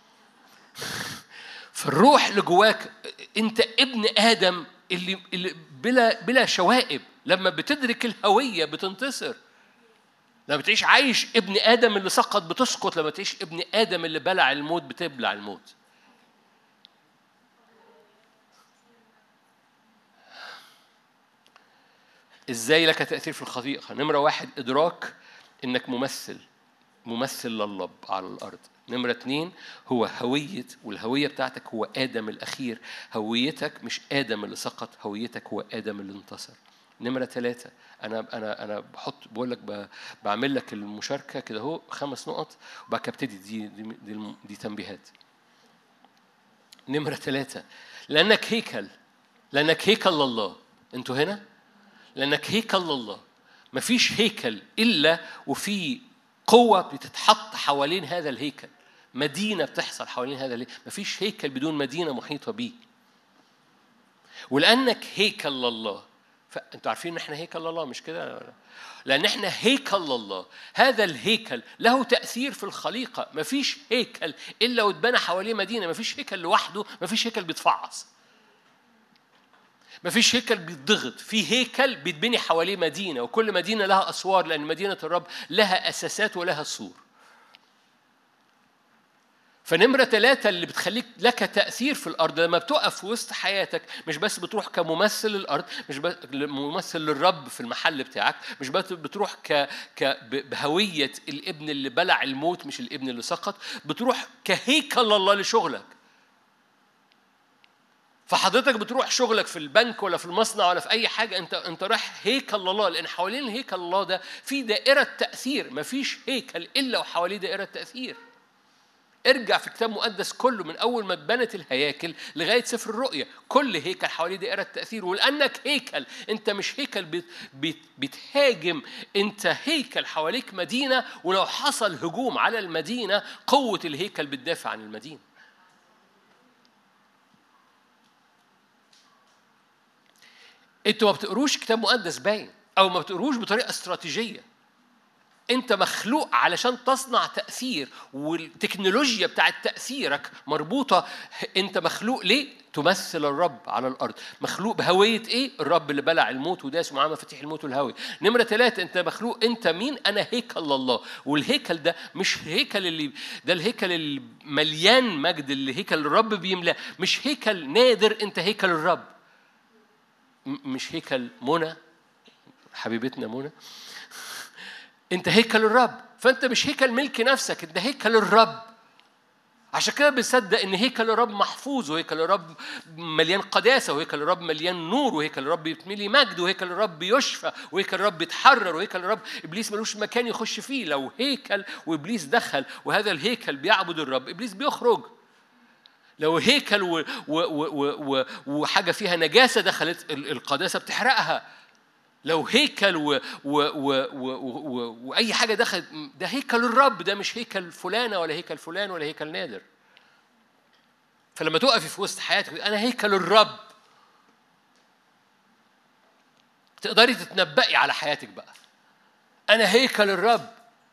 فالروح اللي جواك انت ابن آدم اللي بلا شوائب. لما بتدرك الهوية بتنتصر. لما بتعيش عايش ابن آدم اللي سقط بتسقط. لما تعيش ابن آدم اللي بلع الموت بتبلع الموت. ازاي لك تأثير في الخليقة؟ نمرة 1 إدراك إنك ممثل لله على الأرض. نمرة 2 هو هوية، والهوية بتاعتك هو آدم الأخير. هويتك مش آدم اللي سقط، هويتك هو آدم اللي انتصر. نمرة 3 أنا بقول لك بعمل لك المشاركة كده هو 5 نقط وبعد كده ابتدي دي تنبيهات. نمرة 3 لأنك هيكل لله. أنتوا هنا لأنك هيكل لله. مفيش هيكل إلا وفي قوة بتتحط حوالين هذا الهيكل، مدينة بتحصل حوالين هذا الهيكل. مفيش هيكل بدون مدينة محيطة بيه. ولأنك هيكل لله، فأنتوا عارفين إن إحنا هيكل لله مش كده؟ لأن إحنا هيكل لله. هذا الهيكل له تأثير في الخليقة. مفيش هيكل إلا واتبنى حواليه مدينة. مفيش هيكل لوحده، مفيش هيكل بيتفعص، مفيش هيكل بيتضغط. في هيكل بيتبني حواليه مدينة، وكل مدينة لها أسوار، لأن مدينة الرب لها أساسات ولها سور. فنمرة 3 اللي بتخليك لك تأثير في الأرض، لما بتقف في وسط حياتك مش بس بتروح كممثل للأرض، مش بس ممثل للرب في المحل بتاعك، مش بس بتروح بهوية الابن اللي بلع الموت مش الابن اللي سقط، بتروح كهيكل الله لشغلك. فحضرتك بتروح شغلك في البنك ولا في المصنع ولا في اي حاجه، انت رايح هيكل الله، لان حوالين الهيكل الله ده في دائره تاثير. مفيش هيكل الا وحواليه دائره تاثير. ارجع في كتاب مقدس كله من اول ما اتبنت الهياكل لغايه سفر الرؤيا، كل هيكل حواليه دائره تاثير. ولانك هيكل، انت مش هيكل بتهاجم، انت هيكل حواليك مدينه، ولو حصل هجوم على المدينه قوه الهيكل بتدافع عن المدينه. انتوا ما بتقروش كتاب مقدس باين، او ما بتقروش بطريقه استراتيجيه. انت مخلوق علشان تصنع تأثير، والتكنولوجيا بتاعت تأثيرك مربوطة. انت مخلوق ليه؟ تمثل الرب على الأرض. مخلوق بهوية ايه؟ الرب اللي بلع الموت وداس معاه مفاتيح الموت والهوية. نمرة 3، انت مخلوق، انت مين؟ انا هيكل الله. والهيكل ده مش هيكل اللي ده الهيكل اللي مليان مجد، اللي هيكل الرب بيملاه، مش هيكل نادر، انت هيكل الرب. مش هيكل منى حبيبتنا منى، انت هيكل الرب. فانت مش هيكل ملك نفسك، انت هيكل الرب. عشان كده بنصدق ان هيكل الرب محفوظ، وهيكل الرب مليان قداسه، وهيكل الرب مليان نور، وهيكل الرب يتملي مجد، وهيكل الرب يشفى، وهيكل الرب يتحرر، وهيكل الرب ابليس ملوش مكان يخش فيه. لو هيكل وابليس دخل وهذا الهيكل بيعبد الرب، ابليس بيخرج. لو هيكل وحاجه فيها نجاسه دخلت، القداسه بتحرقها. لو هيكل وأي حاجة دخلت، ده هيكل الرب، ده مش هيكل فلانة ولا هيكل فلان ولا هيكل نادر. فلما تقفي في وسط حياتك أنا هيكل الرب، تقدري تتنبئي على حياتك بقى. أنا هيكل الرب.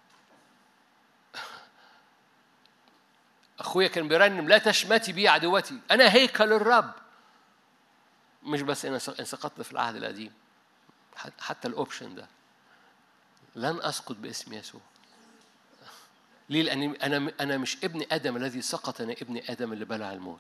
أخويا كان بيرنم لا تشمتي بي عدوتي، أنا هيكل الرب. مش بس أنا سقطت في العهد القديم، حتى الأوبشن ده لن أسقط باسم يسوع. ليه؟ لأن أنا مش ابن آدم الذي سقط، أنا ابن آدم اللي بلع الموت.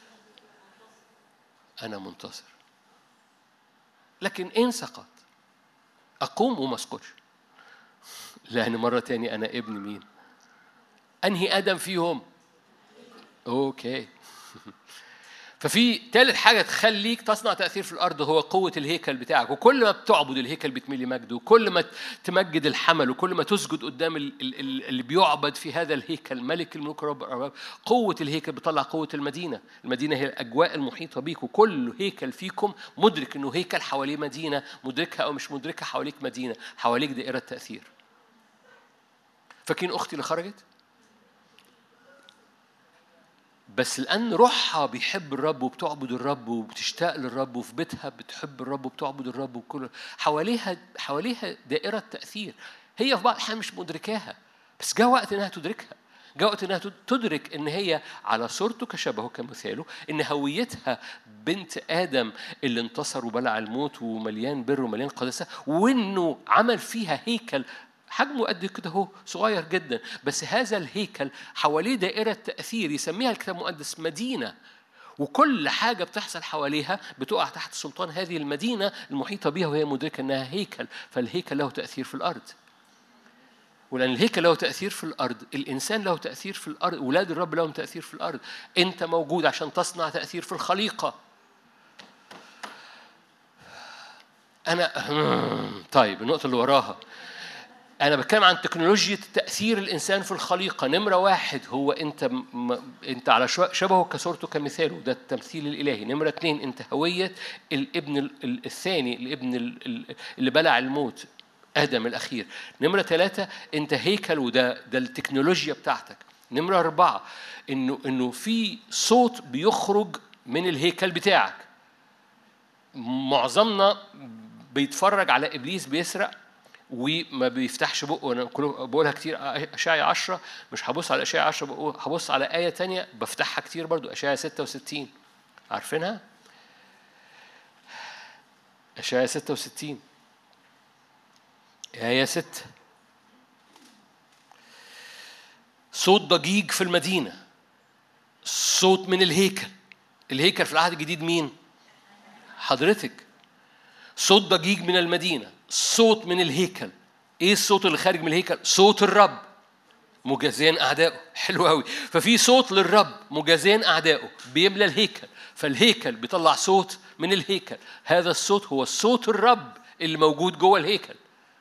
أنا منتصر. لكن إن سقط أقوم وما أسقطش، لأن مرة تاني أنا ابن مين؟ أنهي آدم فيهم؟ أوكي. ففي ثالث حاجة تخليك تصنع تأثير في الأرض هو قوة الهيكل بتاعك. وكل ما بتعبد الهيكل بتميلي مجد، وكل ما تمجد الحمل، وكل ما تسجد قدام اللي بيعبد في هذا الهيكل ملك الملوك رب الأرباب، قوة الهيكل بتطلع قوة المدينة. المدينة هي الأجواء المحيطة بيك، وكل هيكل فيكم مدرك إنه هيكل حواليه مدينة، مدركها أو مش مدركها، حواليك مدينة، حواليك دائرة تأثير. فاكرين أختي اللي خرجت؟ بس لأن روحها بيحب الرب وبتعبد الرب وبتشتاق للرب، وفي بيتها بتحب الرب وبتعبد الرب، وكل حواليها دائرة تأثير. هي في بعض الأحيان مش مدركاها، بس جاء وقت إنها تدركها. جاء وقت إنها تدرك إن هي على صورته كشبهه كمثاله، إن هويتها بنت آدم اللي انتصر وبلع الموت ومليان بر ومليان قداسة، وإنه عمل فيها هيكل حجمه قد كده، هو صغير جدا، بس هذا الهيكل حواليه دائرة تأثير يسميها الكتاب المقدس مدينة. وكل حاجة بتحصل حواليها بتقع تحت سلطان هذه المدينة المحيطة بها، وهي مدركة أنها هيكل. فالهيكل له تأثير في الأرض، ولأن الهيكل له تأثير في الأرض، الإنسان له تأثير في الأرض، أولاد الرب لهم تأثير في الأرض. أنت موجود عشان تصنع تأثير في الخليقة. طيب النقطة اللي وراها، أنا بتكلم عن تكنولوجيا تأثير الإنسان في الخليقة. نمرة 1 هو أنت على شبهه كصورته كمثاله، ده التمثيل الإلهي. نمرة 2 أنت هوية الابن الثاني، الابن اللي بلع الموت، آدم الأخير. نمرة 3 أنت هيكل، وده التكنولوجيا بتاعتك. نمرة 4 إنه في صوت بيخرج من الهيكل بتاعك. معظمنا بيتفرج على إبليس بيسرق وما بيفتحش بقه. أنا بقولها كتير، أشعياء 10، مش هبص على أشعياء 10، هبص على آية تانية بفتحها كتير برضو، أشعياء 66. عارفينها؟ أشعياء 66 آية 6. صوت ضجيج في المدينة، صوت من الهيكل. الهيكل في العهد الجديد مين؟ حضرتك. صوت ضجيج من المدينة، صوت من الهيكل. ايه الصوت اللي خارج من الهيكل؟ صوت الرب مجازين أعدائه. حلو قوي. ففي صوت للرب مجازين أعدائه بيملى الهيكل. فالهيكل بيطلع صوت من الهيكل. هذا الصوت هو صوت الرب اللي موجود جوه الهيكل.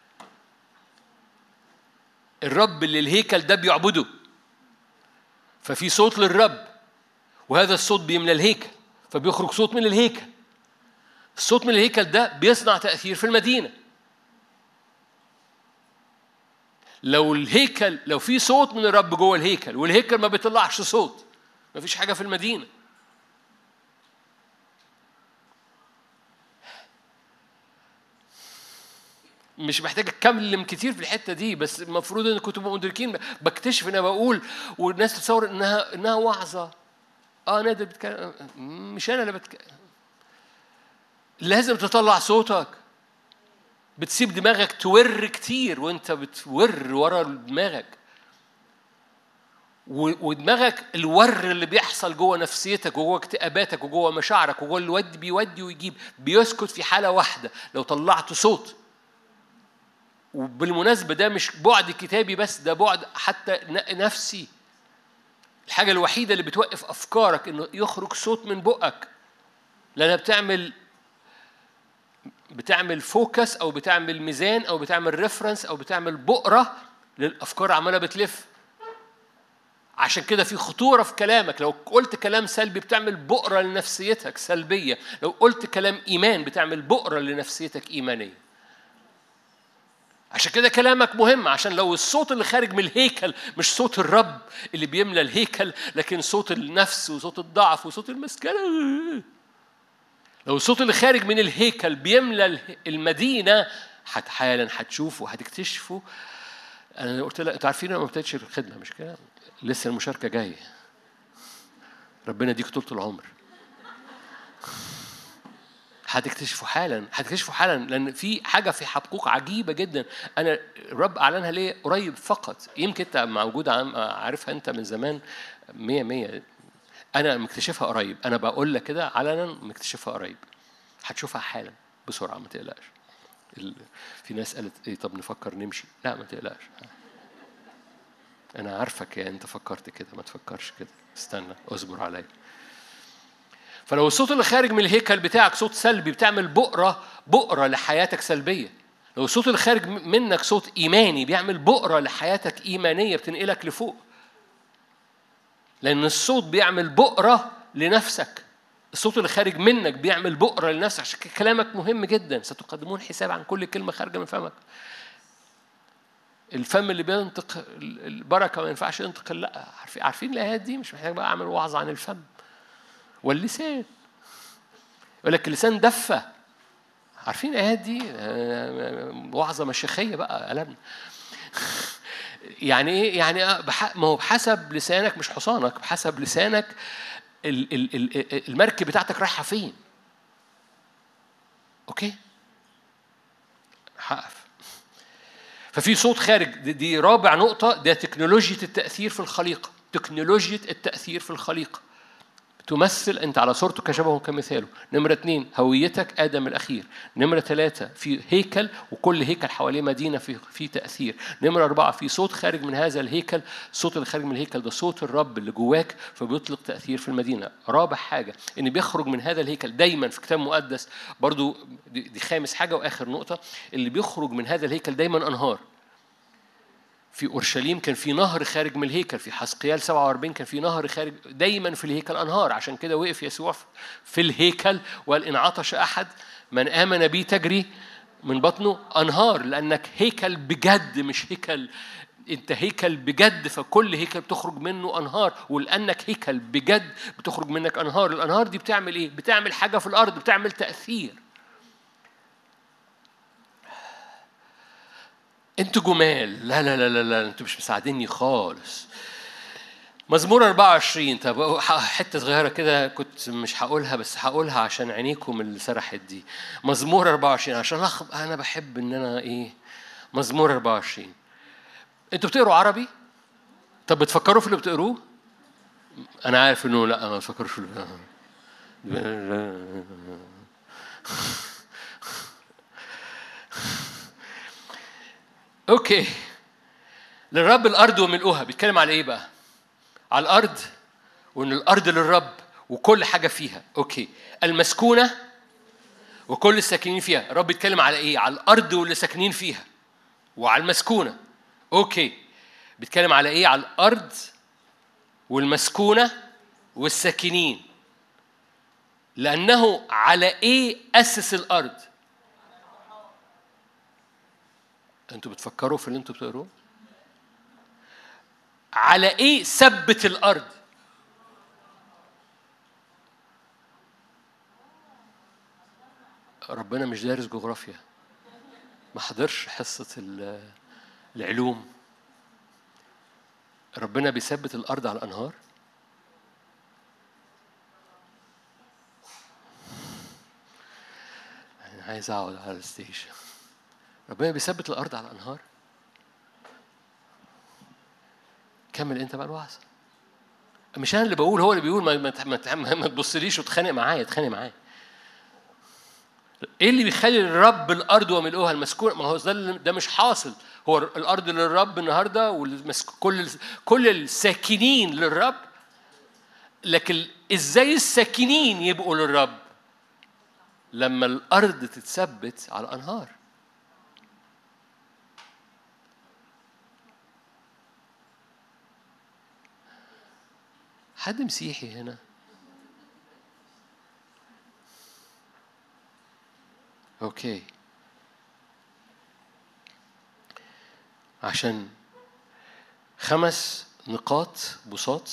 الرب اللي الهيكل ده بيعبده، ففي صوت للرب، وهذا الصوت بيملى الهيكل، فبيخرج صوت من الهيكل. الصوت من الهيكل ده بيصنع تأثير في المدينة. لو في صوت من الرب جوه الهيكل والهيكل ما بيطلعش صوت، ما فيش حاجة في المدينة. مش محتاج اتكلم كتير في الحته دي، بس المفروض ان كنتوا مدركين. بكتشف ان انا بقول والناس تتصور انها وعظه. نادر بتكلم، مش انا اللي بتكلم. لازم تطلع صوتك. بتسيب دماغك تور كتير وانت بتور ورا دماغك، ودماغك الور اللي بيحصل جوه نفسيتك وجوه اكتئاباتك وجوه مشاعرك وجوه الود بيودي ويجيب، بيسكت في حاله واحده لو طلعت صوت. وبالمناسبة ده مش بعد كتابي بس، ده بعد حتى نفسي. الحاجة الوحيدة اللي بتوقف أفكارك إنه يخرج صوت من بقك، لأنها بتعمل فوكس أو بتعمل ميزان أو بتعمل ريفرنس أو بتعمل بؤرة للأفكار عمالة بتلف. عشان كده في خطورة في كلامك. لو قلت كلام سلبي بتعمل بؤرة لنفسيتك سلبية، لو قلت كلام إيمان بتعمل بؤرة لنفسيتك إيمانية. عشان كده كلامك مهم، عشان لو الصوت اللي خارج من الهيكل مش صوت الرب اللي بيملى الهيكل، لكن صوت النفس وصوت الضعف وصوت المسكنة، لو الصوت اللي خارج من الهيكل بيملى المدينة، حالا هتشوفوا وهتكتشفوا. أنا قلت لك، أنتوا عارفين أنا ما ابتديتش الخدمة مش كده؟ لسه المشاركة جاية. ربنا يديك طولة العمر. هتكتشفوا حالا، لأن في حاجة في حبقوق عجيبة جدا. أنا الرب أعلنها لي قريب فقط، يمكن أنت موجود عارفها أنت من زمان 100. أنا مكتشفها قريب. أنا بقول لك كده علنا، مكتشفها قريب. هتشوفها حالا بسرعة، ما تقلقش. في ناس قالت إيه طب نفكر نمشي. لا ما تقلقش، أنا عارفك يعني أنت فكرت كده، ما تفكرش كده، استنى اصبر عليا. فلو الصوت اللي خارج من الهيكل بتاعك صوت سلبي بتعمل بؤرة لحياتك سلبية. لو الصوت اللي خارج منك صوت إيماني بيعمل بؤرة لحياتك إيمانية بتنقلك لفوق، لأن الصوت بيعمل بؤرة لنفسك. الصوت اللي خارج منك بيعمل بؤرة لنفسك. عشان كلامك مهم جدا. ستقدمون حساب عن كل كلمة خارجة من فمك. الفم اللي بينطق البركة ما ينفعش ينطق لا. عارفين الآيات دي؟ مش محتاج بقى أعمل وعظ عن الفم. واللسان يقول لك اللسان دفة. عارفين الآيات دي؟ وعظة مشيخية بقى قلبنا. يعني إيه؟ يعني ما هو بحسب لسانك مش حصانك، بحسب لسانك المركب بتاعتك رايحة فين. أوكي؟ هقف. ففي صوت خارج. دي رابع نقطة، ده تكنولوجيا التأثير في الخليقة. تكنولوجيا التأثير في الخليقة تمثل أنت على صورته كشبهه كمثاله. نمرة 2 هويتك آدم الأخير. نمرة 3 في هيكل، وكل هيكل حواليه مدينة في تأثير. نمرة 4 في صوت خارج من هذا الهيكل. الصوت اللي خارج من الهيكل ده صوت الرب اللي جواك، فبيطلق تأثير في المدينة. رابع حاجة إن بيخرج من هذا الهيكل دايما في كتاب مقدس برضو. دي خامس حاجة وآخر نقطة، اللي بيخرج من هذا الهيكل دايما أنهار. في أورشليم كان في نهر خارج من الهيكل، في حزقيال 47 كان في نهر خارج، دايما في الهيكل أنهار. عشان كده وقف يسوع في الهيكل وقال إن عطش أحد من آمن بي تجري من بطنه أنهار. لأنك هيكل بجد، مش هيكل، أنت هيكل بجد، فكل هيكل بتخرج منه أنهار. ولأنك هيكل بجد بتخرج منك أنهار. الأنهار دي بتعمل إيه؟ بتعمل حاجة في الأرض، بتعمل تأثير. انتوا جمال. لا لا لا لا لا، انتوا مش مساعديني خالص. مزمور 24. طب حته صغيره كده كنت مش هقولها، بس هقولها عشان عينيكم اللي سرحت دي. مزمور 24 عشان انا بحب ان انا ايه. مزمور 24. انتوا بتقروا عربي؟ طب بتفكروا في اللي بتقروه؟ انا عارف انه لا، ما بتفكروش في اوكي. للرب الارض وملؤها. بيتكلم على ايه بقى؟ على الارض، وان الارض للرب وكل حاجة فيها. أوكي. المسكونة وكل الساكنين فيها. الرب بيتكلم على إيه؟ على الأرض واللي ساكنين فيها وعلى المسكونة. أوكي. بيتكلم على إيه؟ على الأرض والمسكونة والساكنين. لأنه على إيه أسس الأرض؟ أنتوا بتفكروا في اللي أنتوا بتقروه؟ على إيه ثبت الأرض؟ ربنا مش دارس جغرافيا، ما حضرش حصة العلوم. ربنا بيثبت الأرض على الأنهار. أنا عايز أقعد على الستيج. ربنا بيثبت الأرض على الأنهار. كمل أنت بقى الوعظ. مش أنا اللي بقول، هو اللي بيقول. ما تبصليش وتخانق معايا. اتخانق معايا. ايه اللي بيخلي الرب الارض وملؤها المسكون؟ ما هو ده مش حاصل. هو الارض للرب النهارده، كل الساكنين للرب. لكن ازاي الساكنين يبقوا للرب؟ لما الارض تتثبت على الانهار. حد مسيحي هنا؟ اوكي. عشان 5 نقاط بساط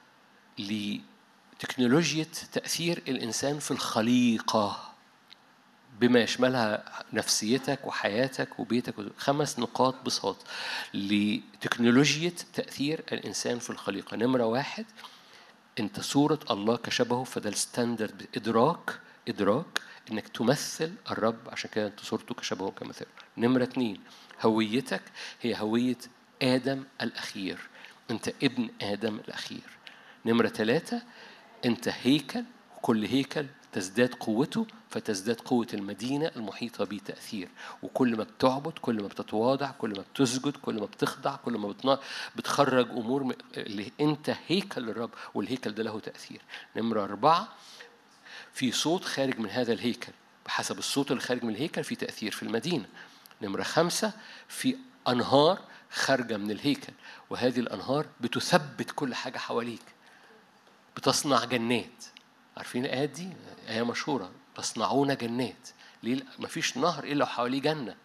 لتكنولوجيا تأثير الإنسان في الخليقة بما يشملها نفسيتك وحياتك وبيتك. 5 نقاط بساط لتكنولوجيا تأثير الإنسان في الخليقة. نمرة 1، أنت صورة الله كشبهه، فده الستاندرد. إدراك إنك تمثل الرب، عشان كده أنت صورته كشبهه كمثله. نمرة 2، هويتك هي هوية آدم الأخير. أنت ابن آدم الأخير. نمرة 3، أنت هيكل، وكل هيكل تزداد قوته فتزداد قوة المدينة المحيطة به تأثير. وكل ما بتعبد، كل ما بتتواضع، كل ما بتسجد، كل ما بتخضع، كل ما بتخرج أمور اللي أنت هيكل للرب، والهيكل ده له تأثير. نمرة 4، في صوت خارج من هذا الهيكل، بحسب الصوت اللي خارج من الهيكل في تأثير في المدينة. نمرة 5، في أنهار خارجة من الهيكل، وهذه الأنهار بتثبت كل حاجة حواليك، بتصنع جنات. عارفين الآيات دي؟ آية مشهورة، تصنعون جنات. ليه؟ مفيش نهر إلا وحواليه جنة.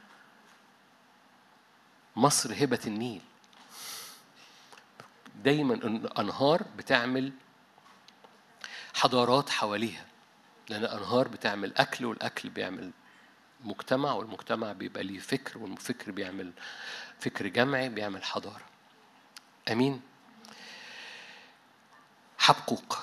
مصر هبة النيل. دايما الأنهار بتعمل حضارات حواليها، لأن الأنهار بتعمل أكل، والأكل بيعمل مجتمع، والمجتمع بيبقى ليه فكر، والفكر بيعمل فكر جمعي، بيعمل حضارة. أمين. حبقوق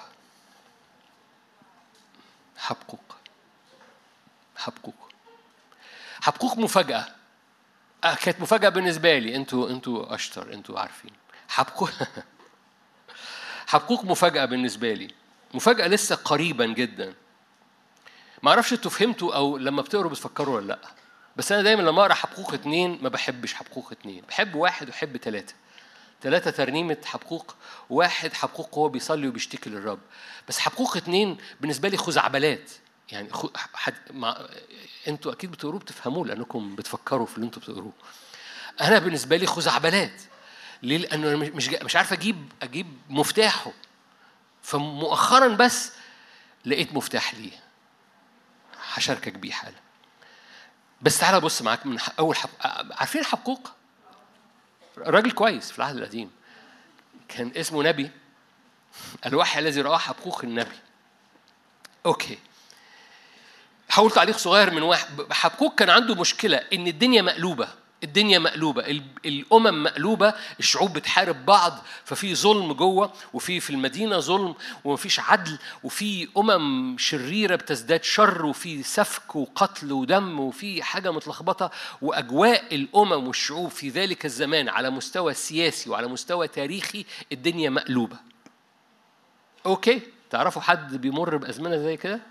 مفاجأة. كانت مفاجأة بالنسبة لي. انتوا أشطر، انتوا عارفين. حبقوق مفاجأة بالنسبة لي، مفاجأة لسه قريبا جدا. ما أعرفش انتوا فهمتوا أو لما بتقروا بتفكروا ولا لأ. بس أنا دايما لما أقرأ حبقوق 2 ما بحبش حبقوق 2، بحب 1 وحب 3. 3 ترنيمة حبقوق، 1 حبقوق هو بيصلي وبيشتكي للرب. بس حبقوق 2 بالنسبة لي خزعبلات. يعني انتوا أكيد بتقروه بتفهموه لأنكم بتفكروا في اللي انتوا بتقروه. أنا بالنسبة لي خزعبلات. ليه؟ لأنه مش عارف أجيب مفتاحه. فمؤخرا بس لقيت مفتاح ليه، هشاركك بيه حالا. بس تعالى بص معاك من أول عارفين حبقوق؟ راجل كويس في العهد القديم، كان اسمه نبي. الوحي الذي رآه حبقوق النبي. أوكي. حاول تعليق صغير من واحد. حبقوق كان عنده مشكلة إن الدنيا مقلوبة، الأمم مقلوبة، الشعوب بتحارب بعض، ففي ظلم جوه، وفي المدينة ظلم، ومفيش عدل، وفي أمم شريرة بتزداد شر، وفي سفك وقتل ودم، وفي حاجة متلخبطة. وأجواء الأمم والشعوب في ذلك الزمان على مستوى سياسي وعلى مستوى تاريخي الدنيا مقلوبة. أوكي. تعرفوا حد بيمر بأزمنة زي كده؟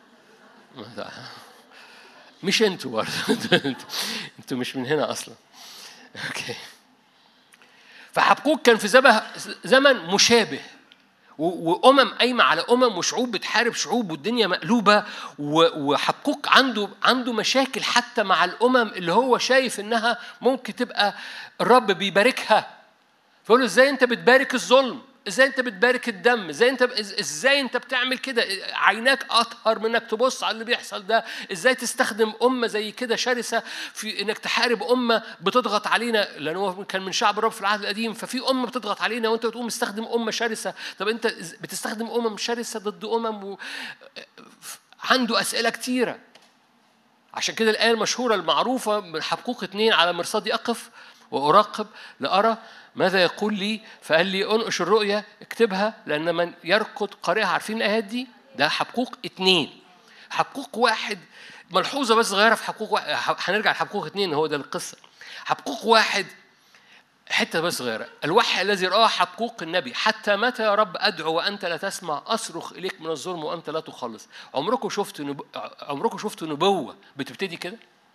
مش انتوا برضه. انتوا مش من هنا أصلا. أوكي. فحبقوق كان في زمن مشابه، وأمم قايمة على أمم، وشعوب بتحارب شعوب، والدنيا مقلوبة، وحقوق عنده مشاكل حتى مع الأمم اللي هو شايف إنها ممكن تبقى الرب بيباركها. فقول له ازاي انت بتبارك الظلم؟ ازاي انت بتبارك الدم؟ ازاي انت بتعمل كده؟ عيناك اطهر من انك تبص على اللي بيحصل ده. ازاي تستخدم امه زي كده شرسه في انك تحارب امه بتضغط علينا؟ لانه كان من شعب الرب في العهد القديم، ففي امه بتضغط علينا وانت بتقوم تستخدم امه شرسه. طب انت بتستخدم شرسه ضد عنده اسئله كتيره. عشان كده الآية المشهورة المعروفة من حبقوق 2: على مرصدي أقف وأراقب لأرى ماذا يقول لي، فقال لي أنقش الرؤية اكتبها لأن من يركض قارئها. عارفين الآيات دي؟ ده حبقوق 2. حبقوق 1 ملحوظة بس صغيرة في حبقوق 1، هنرجع لحبقوق 2 هو ده القصة. حبقوق 1 حتة بس صغيرة: الوحي الذي رآه حبقوق النبي: حتى متى يا رب أدعو وأنت لا تسمع، أصرخ إليك من الظلم وأنت لا تخلص. عمركم شفتوا نبوة بتبتدي كده؟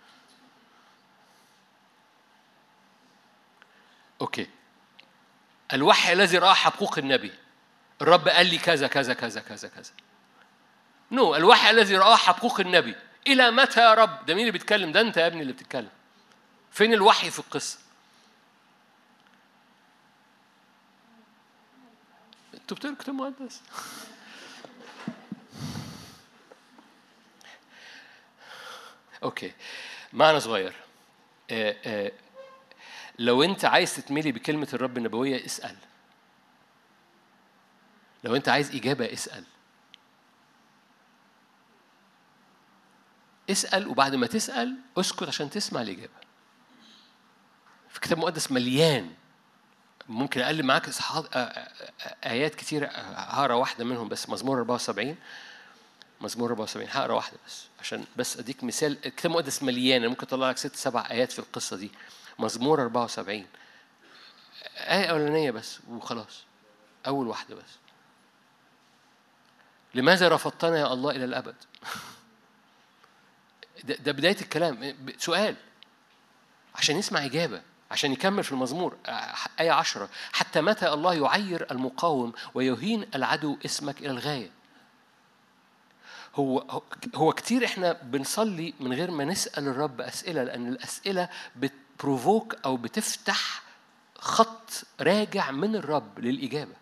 أوكي. الوحي الذي رآه حبقوق النبي: الرب قال لي كذا كذا كذا كذا كذا. الوحي الذي رآه حبقوق النبي: إلى متى يا رب؟ ده مين اللي بيتكلم؟ ده أنت يا ابني اللي بتتكلم. فين الوحي في القصة؟ أنتوا بتقروا كتاب مقدس. أوكي، معنى صغير. لو أنت عايز تتملي بكلمة الرب النبوية اسأل. لو أنت عايز إجابة اسأل، وبعد ما تسأل اسكت عشان تسمع الإجابة. في كتاب مقدس مليان، ممكن أقلب معاك آيات كتير، هقرا واحدة منهم بس. مزمور 74 هقرا واحدة بس عشان بس أديك مثال. الكتاب المقدس مليان، ممكن أطلع لك 6-7 آيات في القصة دي. مزمور 74 آية أولانية بس وخلاص، أول واحدة بس: لماذا رفضتنا يا الله إلى الأبد؟ ده بداية الكلام، سؤال عشان يسمع إجابة، عشان يكمل في المزمور. آية 10: حتى متى الله يعير المقاوم ويهين العدو اسمك إلى الغاية؟ هو كتير إحنا بنصلي من غير ما نسأل الرب أسئلة، لأن الأسئلة بتبروفوك أو بتفتح خط راجع من الرب للإجابة.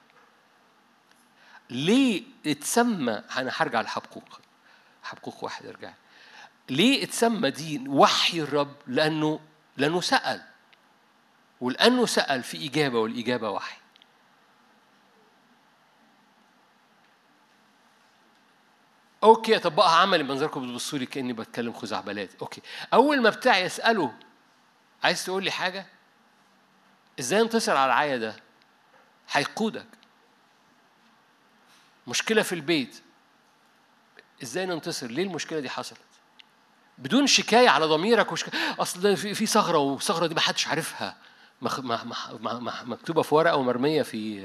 ليه اتسمى؟ أنا هرجع لحبقوق 1. ارجع. ليه اتسمى دي وحي الرب؟ لأنه سأل، ولأنه سأل في إجابة، والإجابة وحي. أوكي، أطبقها عملي. منظركم بتبصوا لي كأني بتكلم خزعبلات. أوكي، أول ما بتاع يسأله: عايز تقول لي حاجة؟ إزاي انتصر على العيا ده؟ هيقودك. مشكلة في البيت، إزاي ننتصر؟ ليه المشكلة دي حصلت؟ بدون شكاية على ضميرك أصل في ثغرة، والثغرة دي ما حدش عارفها، مكتوبة في ورقة ومرمية في.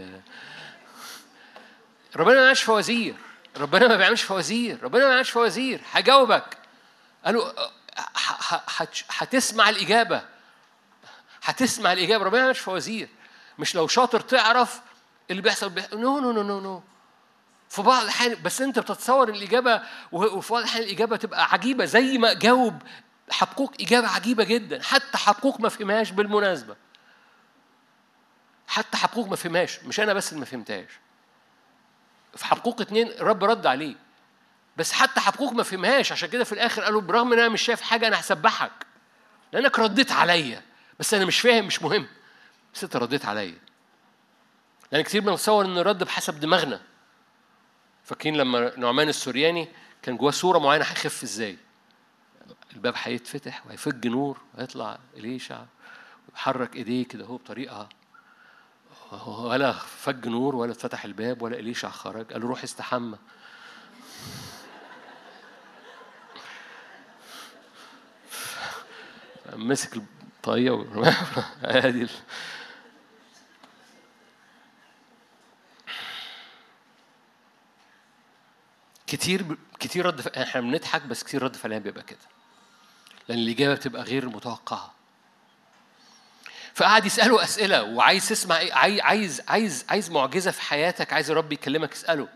ربنا ما بيعملش فوازير. ربنا ما بيعملش فوازير. هجاوبك. قالوا هتسمع الإجابة. ربنا ما بيعملش فوازير. مش لو شاطر تعرف اللي بيحصل نو نو نو نو نو. في بعض الأحيان بس أنت بتتصور الإجابة، وفي بعض الأحيان الإجابة تبقى عجيبة، زي ما جاوب حبقوق إجابة عجيبة جدا. حتى حبقوق ما فهمهاش بالمناسبة. حتى حبقوق ما فهمهاش، مش أنا بس اللي ما فهمتهاش. في حبقوق 2 الرب رد عليه، بس حتى حبقوق ما فهمهاش. عشان كده في الآخر قالوا: برغم إن أنا مش شايف حاجة أنا هسبحك لأنك رديت عليا، بس أنا مش فاهم، مش مهم، بس أنت رديت عليا. لأن كتير بنتصور إن الرد بحسب دماغنا. فاكرين لما نعمان السورياني كان جواه صورة معينة هيخف إزاي؟ الباب هيتفتح وهيفج نور وهيطلع إليشع ويحرك إيديه كده هو بطريقة، ولا فج نور ولا اتفتح الباب ولا إليشع خرج. قال له: روح استحمى. مسك الطاقية ادي كتير رد احنا بنضحك، بس كتير رد فعلنا بيبقى كده، لأن الإجابة بتبقى غير متوقعة. فقعد يسأله أسئلة وعايز تسمع إيه، عايز معجزة في حياتك، عايز الرب يكلمك، اسأله.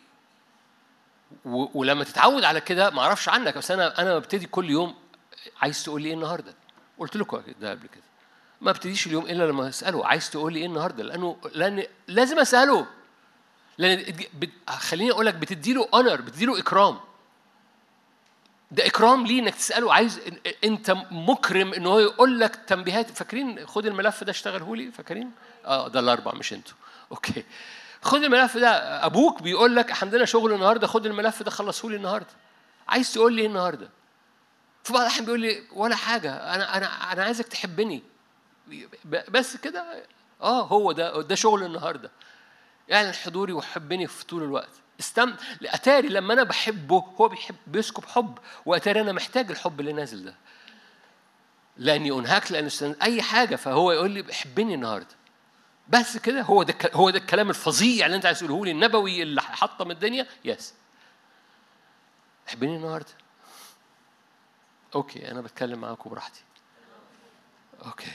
ولما تتعود على كده، ما اعرفش عنك بس انا ببتدي كل يوم عايز تقول لي ايه النهارده. قلت لكم ده قبل كده، ما ابتديش اليوم الا لما اساله عايز تقول لي ايه النهارده، لان لازم اساله. لان خليني اقول لك، بتدي له اونر، بتدي له اكرام. ده اكرام ليه انك تساله. عايز انت مكرم ان هو يقول لك تنبيهات. فاكرين خد الملف ده اشتغله لي، فاكرين؟ ده الاربع مش انتوا. اوكي، خد الملف ده. ابوك بيقول لك عندنا شغل النهارده، خد الملف ده خلصه لي النهارده. عايز تقول لي ايه النهارده؟ في بعض الاحيان بيقول لي ولا حاجه، انا عايزك تحبني بس كده. هو ده شغل النهارده، يعني حضوري وحبني في طول الوقت. اتاري لما انا بحبه هو بيسكب حب، واتاري انا محتاج الحب اللي نازل ده، لاني انهك، لان اي حاجه. فهو يقول لي بحبني النهارده بس كده. هو ده الكلام الفظيع اللي انت عايز تقوله لي، النبوي اللي حطم الدنيا. يس، حبني النهارده. اوكي، انا بتكلم معاكم براحتي. اوكي،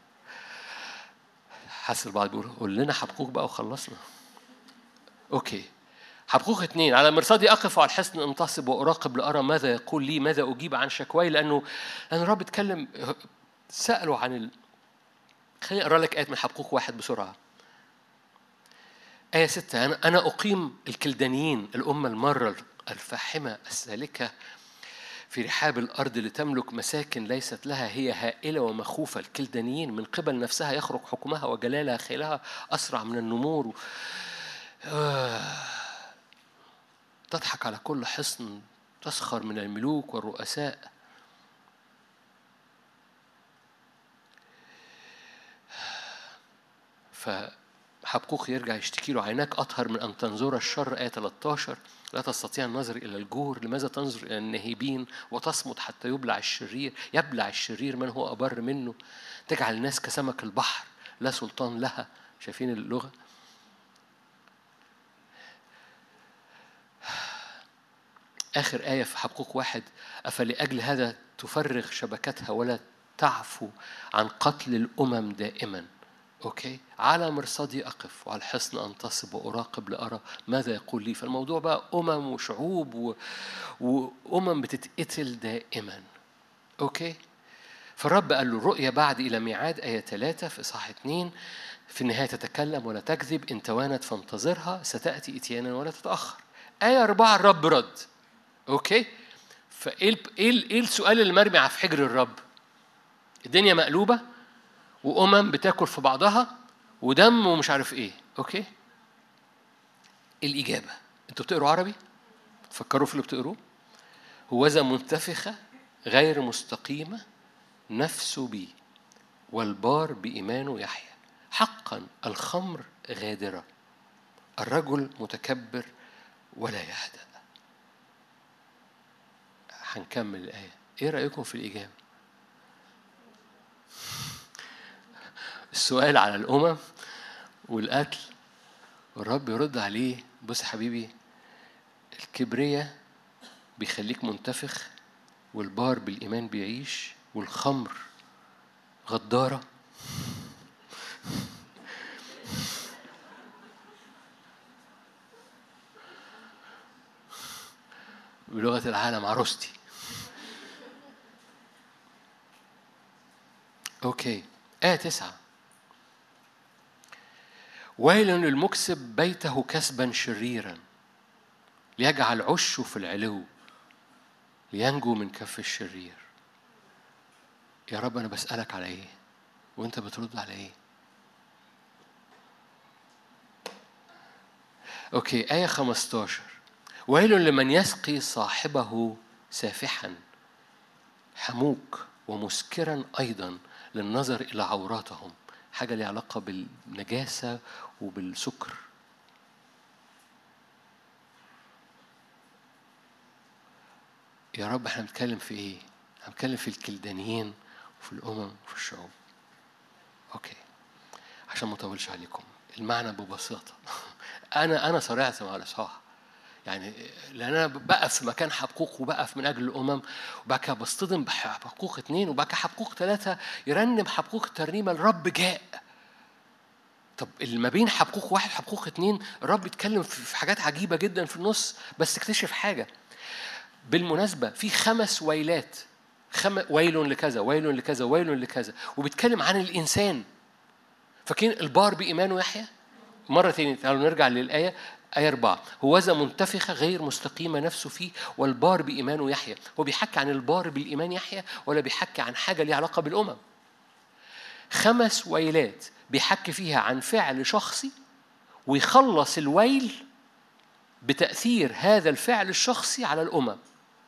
حاسس البعض بيقول قول لنا حبقوق بقى وخلصنا. اوكي، حبقوق 2. على مرصدي أقف وعلى الحصن أنتصب وأراقب لأرى ماذا يقول لي، ماذا أجيب عن شكواي. لأن الرب اتكلم، سألوا عن خليني أقرأ لك آية من حبقوق 1 بسرعة. آية 6. أنا أقيم الكلدانيين، الأمة المارة الفاحمة السالكة في رحاب الأرض لتملك مساكن ليست لها، هي هائلة ومخوفة. الكلدانيين من قبل نفسها يخرج حكمها وجلالها، خيلها أسرع من النمور. تضحك على كل حصن، تسخر من الملوك والرؤساء. فحبقوق يرجع يشتكي له، عيناك أطهر من أن تنظر الشر. آية 13. لا تستطيع النظر إلى الجور، لماذا تنظر إلى النهيبين وتصمت حتى يبلع الشرير من هو أبر منه. تجعل الناس كسمك البحر، لا سلطان لها. شايفين اللغة؟ آخر آية في حبقوق 1. أفلأجل هذا تفرغ شبكتها ولا تعفو عن قتل الأمم دائما. أوكي، على مرصدي أقف وعلى الحصن أنتصب وأراقب لأرى ماذا يقول لي. فالموضوع بقى وشعوب وأمم بتتقتل دائما. أوكي، فالرب قال له رؤيا بعد إلى ميعاد. آية 3 في إصحاح 2. في النهاية تتكلم ولا تكذب، إن توانت فانتظرها، ستأتي إتيانا ولا تتأخر. آية 4 الرب رد. أوكي، فإيه السؤال اللي مرمي في حجر الرب؟ الدنيا مقلوبة وأمم بتاكل في بعضها ودم ومش عارف إيه. أوكي، الإجابة، أنتوا بتقروا عربي؟ فكروا في اللي بتقروه. هوذا منتفخة غير مستقيمة نفس بي، والبار بإيمانه يحيى. حقا الخمر غادرة، الرجل متكبر ولا يهدأ. هنكمل الآية. إيه رأيكم في الإجابة؟ السؤال على الأمم والقتل، والرب يرد عليه. بص حبيبي، الكبرياء بيخليك منتفخ، والبار بالإيمان بيعيش، والخمر غدارة. بلغة العالم عروستي. أوكي، آية 9. ويل للمكسب بيته كسبا شريرا، ليجعل عشه في العلو، لينجو من كف الشرير. يا رب أنا بسألك على إيه وأنت بترد على إيه؟ أوكي، آية 15. ويل لمن يسقي صاحبه سافحا، حموك ومسكرا أيضا للنظر إلى عوراتهم. حاجة لها علاقة بالنجاسة وبالسكر. يا رب احنا بنتكلم في ايه؟ هنتكلم في الكلدانيين وفي الأمم وفي الشعوب. أوكي، عشان ما أطولش عليكم، المعنى ببساطة. أنا صرعت مع الإصحاح. يعني لأن أنا بقف في مكان حبقوق وبقف من أجل الأمم، وبعد كده بصطدم بحبقوق 2، وبعد كده حبقوق 3 يرنم حبقوق الترنيمة الرب جاء. طب اللي ما بين حبقوق 1 وحبقوق 2 الرب يتكلم في حاجات عجيبة جدا في النص. بس اكتشف حاجة بالمناسبة، في 5 ويلات، ويل لكذا ويل لكذا ويل لكذا، وبيتكلم عن الإنسان. فاكرين البار بإيمانه يحيى؟ مرة تانية تعالوا نرجع للآية، آية 4. هوذا منتفخة غير مستقيمة نفسه فيه والبار بإيمانه يحيى. هو بيحكي عن البار بالإيمان يحيى ولا بيحكي عن حاجة ليها علاقة بالأمم؟ 5 ويلات بيحكي فيها عن فعل شخصي، ويخلص الويل بتأثير هذا الفعل الشخصي على الأمم.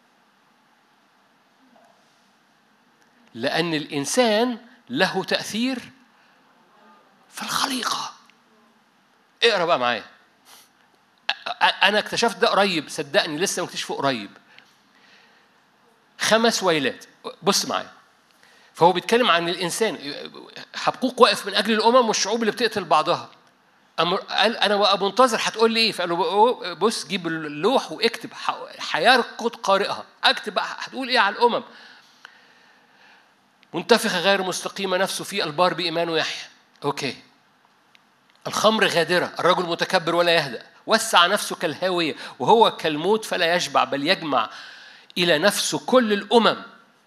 لأن الإنسان له تأثير في الخليقة. اقرأ بقى معايا. أنا اكتشفت ده قريب، صدقني لسه مكتشفه قريب. 5 ويلات، بص معايا. فهو بيتكلم عن الإنسان. حبقوق واقف من أجل الأمم والشعوب اللي بتقتل بعضها. قال أنا بقى منتظر هتقول لي إيه؟ فقال له بص جيب اللوح واكتب، هيركض قارئها. أكتب بقى هتقول إيه على الأمم. منتفخة غير مستقيمة نفسه فيه البار بإيمانه يحيى. أوكي. الخمر غادرة، الرجل متكبر ولا يهدأ، وسع نفسه كالهاوية وهو كالموت فلا يشبع، بل يجمع إلى نفسه كل الأمم.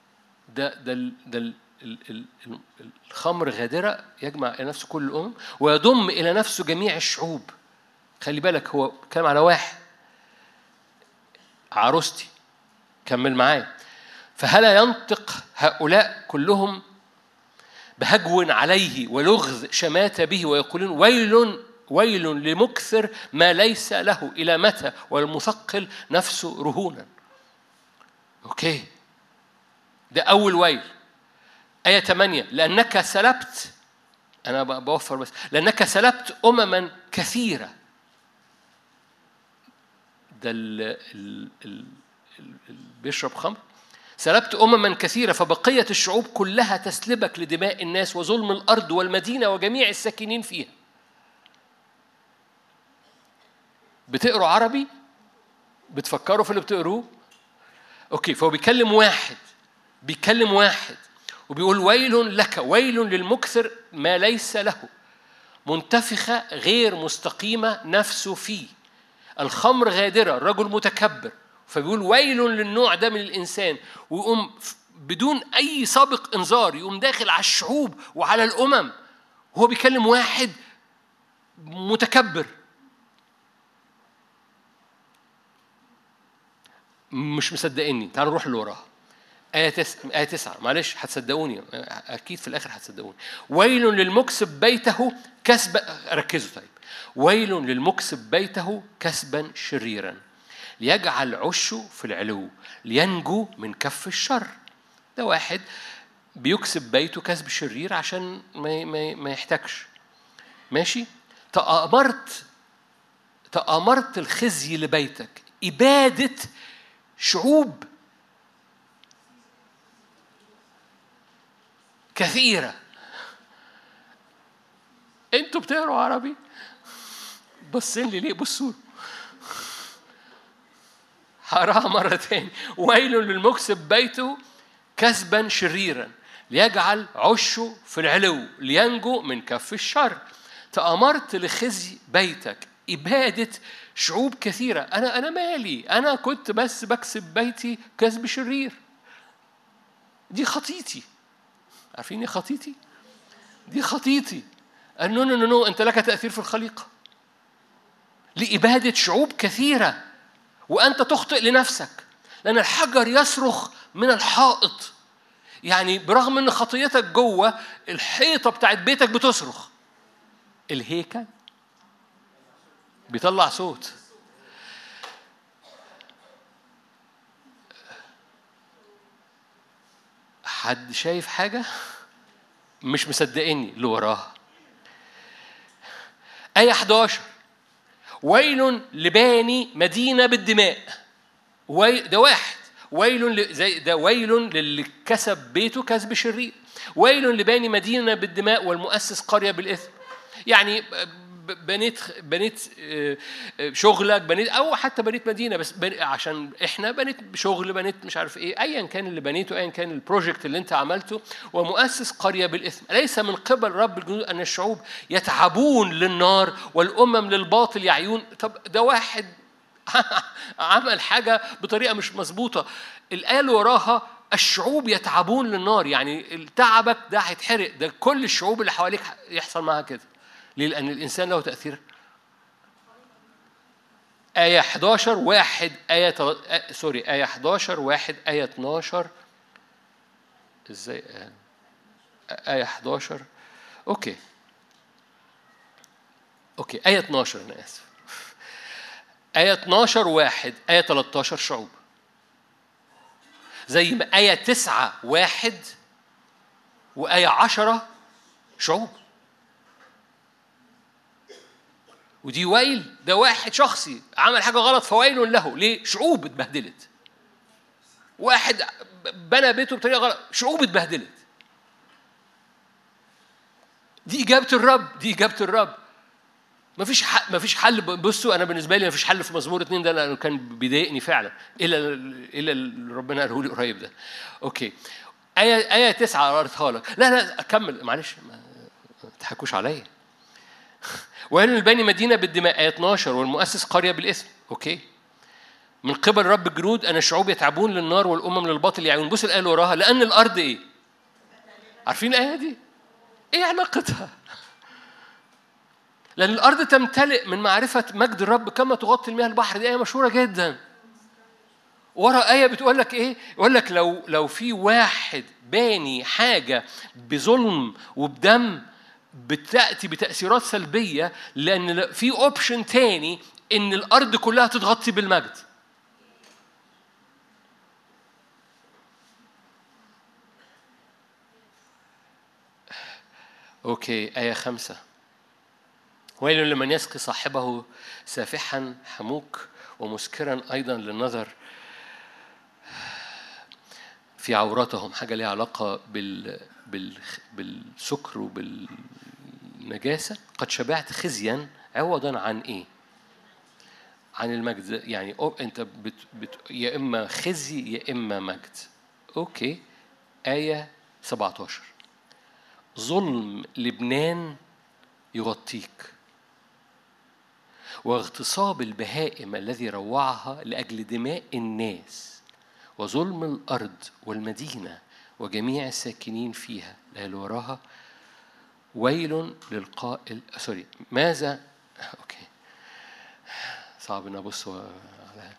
ده الخمر غادرة، يجمع إلى نفسه كل الأمم ويضم إلى نفسه جميع الشعوب. خلي بالك هو كلام على واحد، عروستي. كمل معايا. فهلا ينطق هؤلاء كلهم بهجو عليه ولغز شمات به ويقولون ويل لمكثر ما ليس له إلى متى والمثقل نفسه رهونا. أوكي، ده أول ويل. آية 8. لأنك سلبت، أنا بوفر بس، لأنك سلبت أمما كثيرة. ده بيشرب خمر. سلبت أمما كثيرة فبقية الشعوب كلها تسلبك لدماء الناس وظلم الأرض والمدينة وجميع الساكنين فيها. بتقروا عربي؟ بتفكروا في اللي بتقروه؟ أوكي. فهو بيكلم واحد وبيقول ويل لك، ويل للمكثر ما ليس له، منتفخة غير مستقيمة نفسه فيه، الخمر غادرة، الرجل متكبر. فبيقول ويل للنوع ده من الإنسان، ويقوم بدون أي سابق إنذار يقوم داخل على الشعوب وعلى الأمم. هو بيكلم واحد متكبر. مش مصدقيني؟ تعالوا نروح لوراها. آية 9. معلش هتصدقوني، أكيد في الآخر هتصدقوني. ويل للمكسب بيته كسب، ركزوا طيب. ويل للمكسب بيته كسبا شريرا ليجعل عشه في العلو لينجو من كف الشر. ده واحد بيكسب بيته كسب شرير عشان ما يحتاجش. ماشي. تآمرت الخزي لبيتك، إبادة شعوب كثيرة. انتوا بتقروا عربي؟ بصين لي ليه؟ بصوا هقراها مرة تاني. ويل للمكسب بيته كسبا شريرا ليجعل عشه في العلو لينجو من كف الشر. تأمرت لخزي بيتك، إبادة شعوب كثيرة. أنا مالي، أنا كنت بس بكسب بيتي كسب شرير. دي خطيتي. عارفين ايه خطيتي؟ دي خطيتي. نو أنت لك تأثير في الخليقة لإبادة شعوب كثيرة، وأنت تخطئ لنفسك. لأن الحجر يصرخ من الحائط. يعني برغم أن خطيتك جوه الحيطة بتاعت بيتك بتصرخ، الهيكل بيطلع صوت. حد شايف حاجة؟ مش مصدقيني اللي وراها. آية 11. ويل لباني مدينة بالدماء. ده واحد. ويل للي كسب بيته كسب شرير. ويل لباني مدينة بالدماء والمؤسس قرية بالإثم. يعني بنيت شغلك، بنيت او حتى بنيت مدينه، بس عشان احنا بنيت شغل، بنيت مش عارف ايه، ايا كان اللي بنيته، ايا كان البروجكت اللي انت عملته. ومؤسس قريه بالاثم، ليس من قبل رب الجنود ان الشعوب يتعبون للنار والامم للباطل يعيون. طب ده واحد عمل حاجه بطريقه مش مظبوطه. الايه اللي وراها الشعوب يتعبون للنار، يعني تعبك ده هيتحرق، ده كل الشعوب اللي حواليك يحصل معها كده. ليه؟ لأن الإنسان له تأثير. آية 11 واحد آية 11 واحد آية 12. إزاي آية 11؟ أوكي آية 12، أنا آسف. آية 12 واحد آية 13 شعوب، زي ما آية 9 واحد وآية 10 شعوب. ودي ويل، ده واحد شخصي عمل حاجة غلط فويل له. ليه؟ شعوب اتبهدلت. واحد بنى بيته بطريقة غلط، شعوب اتبهدلت. دي إجابة الرب، دي إجابة الرب. مفيش حل. بصوا، أنا بالنسبة لي مفيش حل في مزمور 2 ده، لأنه كان بيضايقني فعلا، إلا اللي ربنا قاله لي قريب ده. أوكي، آية 9 قرأتها لك. لا أكمل، معلش ما تضحكوش عليا. وقال الباني مدينة بالدماء، آية 12، والمؤسس قرية بالإثم. أوكي، من قبل رب الجنود أن الشعوب يتعبون للنار والأمم للباطل يعيون. بص الآية اللي وراها، لأن الأرض إيه؟ عارفين الآية دي؟ إيه علاقتها؟ لأن الأرض تمتلئ من معرفة مجد الرب كما تغطي المياه البحر. دي آية مشهورة جدا. ورا آية بتقول لك إيه؟ يقول لك لو في واحد باني حاجة بظلم وبدم بتأتي بتأثيرات سلبية، لأن في أوبشن تاني، إن الأرض كلها تتغطي بالمجد. أوكي، آية 5، ويل لمن يسقي صاحبه سافحا حموك ومسكرا أيضا للنظر في عوراتهم. حاجة ليها علاقة بالسكر وبالنجاسة. قد شبعت خزيا عوضا عن إيه؟ عن المجد. يعني أنت يا إما خزي يا إما مجد. أوكي، آية 17، ظلم لبنان يغطيك، واغتصاب البهائم الذي روعها لأجل دماء الناس، وظلم الأرض والمدينة وجميع الساكنين فيها. اللي وراها ويل للقائل. ماذا؟ أوكي، صعب إن أبص على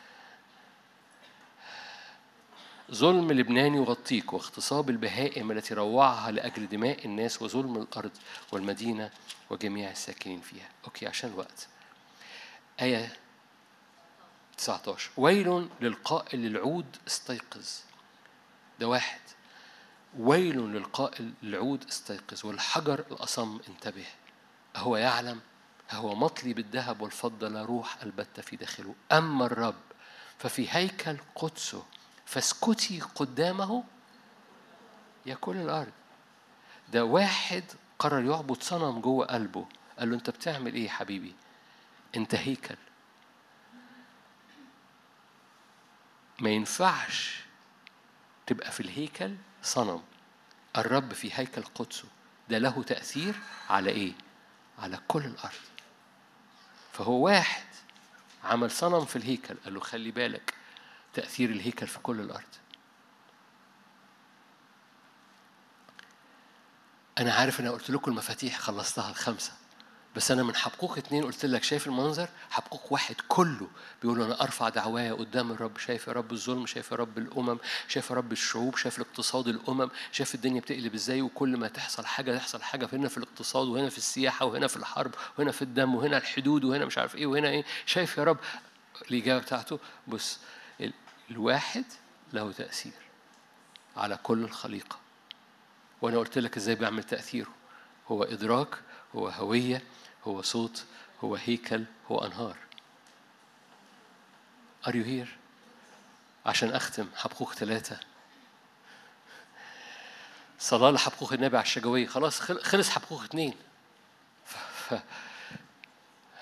ظلم لبنان يغطيك، واغتصاب البهائم التي روعها لأجل دماء الناس، وظلم الأرض والمدينة وجميع الساكنين فيها. أوكي، عشان الوقت. آية 19، ويل للقائل للعود استيقظ. ده واحد. ويل للقائل للعود استيقظ، والحجر الأصم انتبه. هو يعلم، هو مطلي بالذهب والفضة، لا روح البتة في داخله. أما الرب ففي هيكل قدسه، فاسكتي قدامه يا كل الأرض. ده واحد قرر يعبد صنم جوه قلبه. قال له أنت بتعمل إيه يا حبيبي؟ أنت هيكل. ما ينفعش تبقى في الهيكل صنم. الرب في هيكل قدسه، ده له تأثير على إيه؟ على كل الأرض. فهو واحد عمل صنم في الهيكل، قال له خلي بالك تأثير الهيكل في كل الأرض. أنا عارف أنا قلت لكم المفاتيح خلصتها ال5، بس أنا من حبقوق 2 قلت لك شايف المنظر. حبقوق 1 كله بيقول أنا أرفع دعوايا قدام الرب. شايف يا رب الظلم، شايف يا رب الأمم، شايف يا رب الشعوب، شايف الاقتصاد الأمم، شايف الدنيا بتقلب إزاي، وكل ما تحصل حاجة يحصل حاجة، هنا في الاقتصاد وهنا في السياحة وهنا في الحرب وهنا في الدم وهنا الحدود وهنا مش عارف إيه وهنا إيه. شايف يا رب. الإجابة بتاعته بص، الواحد له تأثير على كل الخليقة. وأنا قلت لك إزاي بيعمل تأثيره. هو إدراك، هو هوية، هو صوت، هو هيكل، هو أنهار. Are you here؟ عشان أختم حبقوق 3، صلاة لحبقوق النبي على الشجوية. خلاص خلص حبقوق 2.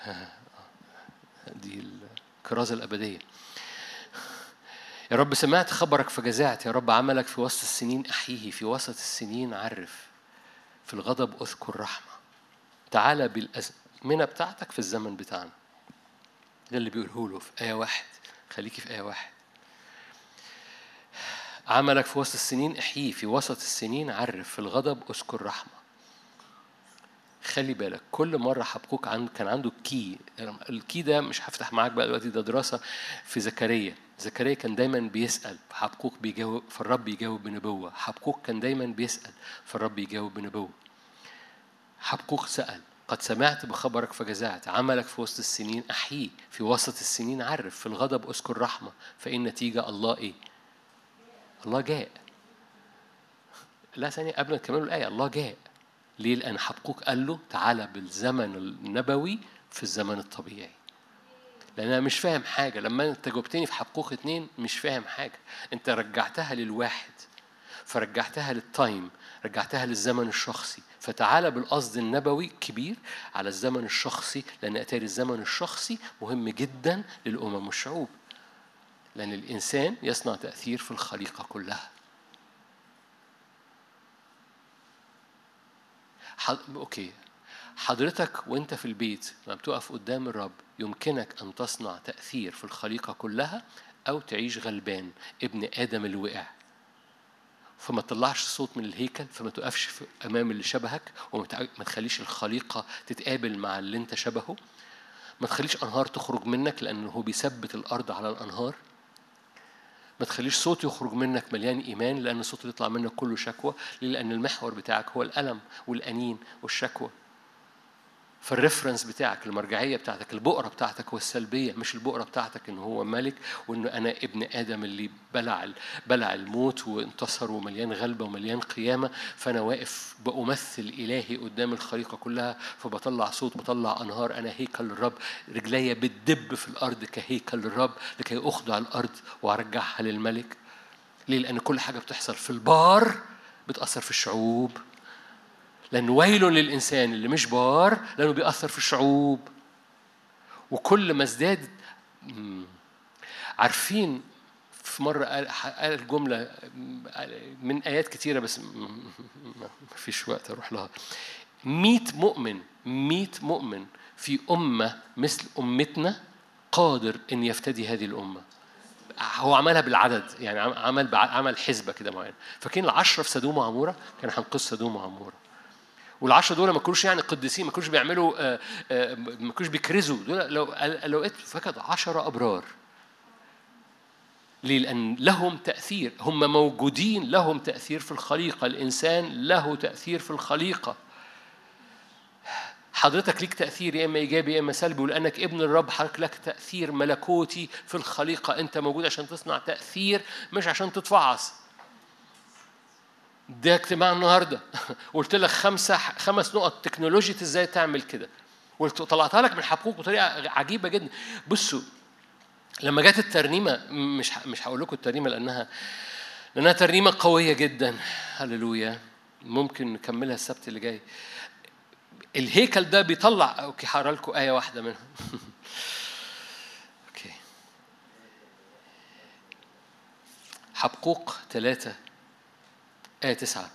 دي الكرازة الأبدية. يا رب سمعت خبرك فجزعت، يا رب عملك في وسط السنين أحييه، في وسط السنين عرف، في الغضب أذكر رحمة. تعالى بالأزمنة بتاعتك في الزمن بتاعنا. ده اللي بيقوله له في آية 1. خليكي في آية 1. عملك في وسط السنين احييه، في وسط السنين عرف، في الغضب اذكر رحمة. خلي بالك كل مرة حبقوك كان عنده الكي ده مش هفتح معاك بقى دلوقتي، ده دراسة في زكريا كان دايما بيسأل، حبقوك بيجاوب، فالرب يجاوب بنبوة. حبقوك كان دايما بيسأل، فالرب يجاوب بنبوة. حبقوق سأل، قد سمعت بخبرك فجزعت، عملك في وسط السنين أحييه، في وسط السنين عرف، في الغضب أذكر رحمة. فإن نتيجة الله إيه؟ الله جاء. لا ثانية قبل ما تكملوا الآية، الله جاء. ليه؟ لأن حبقوق قال له تعالى بالزمن النبوي في الزمن الطبيعي. لأن أنا مش فاهم حاجة. لما أنت جاوبتني في حبقوق 2 مش فاهم حاجة. أنت رجعتها للواحد، فرجعتها للتايم، رجعتها للزمن الشخصي. فتعالى بالقصد النبوي كبير على الزمن الشخصي، لأن أتاري الزمن الشخصي مهم جدا للأمم والشعوب، لأن الإنسان يصنع تأثير في الخليقة كلها. أوكي، حضرتك وانت في البيت لما بتقف قدام الرب يمكنك أن تصنع تأثير في الخليقة كلها، أو تعيش غلبان ابن آدم اللي وقع. فما تطلعش صوت من الهيكل، فما تقفش أمام اللي شبهك، وما تخليش الخليقة تتقابل مع اللي انت شبهه. ما تخليش أنهار تخرج منك، لأنه هو بيثبت الأرض على الأنهار. ما تخليش صوت يخرج منك مليان إيمان، لأن الصوت اللي يطلع منك كله شكوى. لأن المحور بتاعك هو الألم والأنين والشكوى. فالريفرنس بتاعك، المرجعية بتاعتك، البؤرة بتاعتك هو السلبية، مش البؤرة بتاعتك إنه هو ملك، وإنه أنا ابن آدم اللي بلع الموت وانتصر ومليان غلبة ومليان قيامة. فأنا واقف بأمثل إلهي قدام الخليقة كلها، فبطلع صوت، بطلع أنهار. أنا هيكل الرب، رجلي بتدب في الأرض كهيكل الرب لكي أخضع الأرض وأرجعها للملك. ليه؟ لأن كل حاجة بتحصل في البار بتأثر في الشعوب. لأن ويل للإنسان اللي مش بار، لأنه بيأثر في الشعوب. وكل ما ازداد، عارفين في مرة قال جملة من آيات كتيرة بس ما فيش وقت أروح لها. 100 مؤمن في أمة مثل أمتنا قادر أن يفتدي هذه الأمة. هو عملها بالعدد، يعني عمل حسبة كده معينة. فكان 10 في سدوم وعمورة كان هنقص سدوم وعمورة. وال10 دول ما كانوش يعني قديسين، ما كانوش بيعملوا ما كانوش بيكرزوا. دول لو فقد 10 أبرار. ليه؟ لأن لهم تأثير، هم موجودين، لهم تأثير في الخليقة. الإنسان له تأثير في الخليقة. حضرتك ليك تأثير يا إما إيجابي يا إما سلبي، ولأنك ابن الرب حضرتك لك تأثير ملكوتي في الخليقة. أنت موجود عشان تصنع تأثير، مش عشان تتفعص. ده اجتماع النهارده قلت لك 5 نقط تكنولوجيا ازاي تعمل كده، وطلعتها لك من حبقوق بطريقه عجيبه جدا. بصوا، لما جت الترنيمه، مش هقول لكم الترنيمه لانها ترنيمه قويه جدا. هللويا. ممكن نكملها السبت اللي جاي. الهيكل ده بيطلع، اوكي هقرا لكم ايه واحده منها. اوكي، حبقوق 3 آية 9.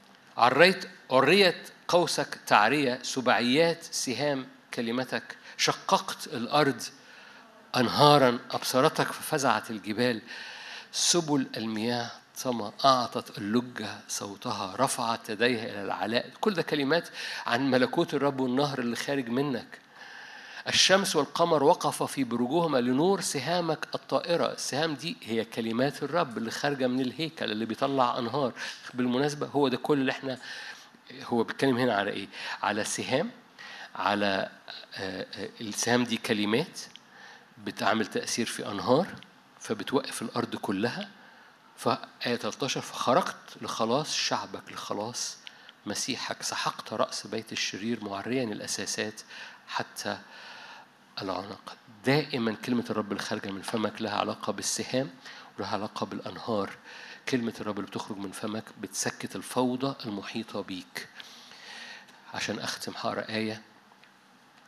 عريت قوسك تعرية، سبعيات سهام كلمتك. شققت الأرض أنهارا، أبصرتك ففزعت الجبال. سبل المياه طمى، أعطت اللجة صوتها، رفعت يديها إلى العلاء. كل ده كلمات عن ملكوت الرب والنهر اللي خارج منك. الشمس والقمر وقف في بروجهما لنور سهامك الطائرة. السهام دي هي كلمات الرب اللي خارجة من الهيكل اللي بيطلع أنهار. بالمناسبة هو ده كل اللي احنا، هو بيتكلم هنا على إيه؟ على سهام، على السهام دي كلمات بتعمل تأثير في أنهار، فبتوقف الأرض كلها. فآية 13 فخرجت لخلاص شعبك، لخلاص مسيحك. سحقت رأس بيت الشرير معريا الأساسات حتى العنق. دائما كلمة الرب اللي خارجة من فمك لها علاقة بالسهام ولها علاقة بالأنهار. كلمة الرب اللي بتخرج من فمك بتسكت الفوضى المحيطة بيك. عشان أختم هقرأ آية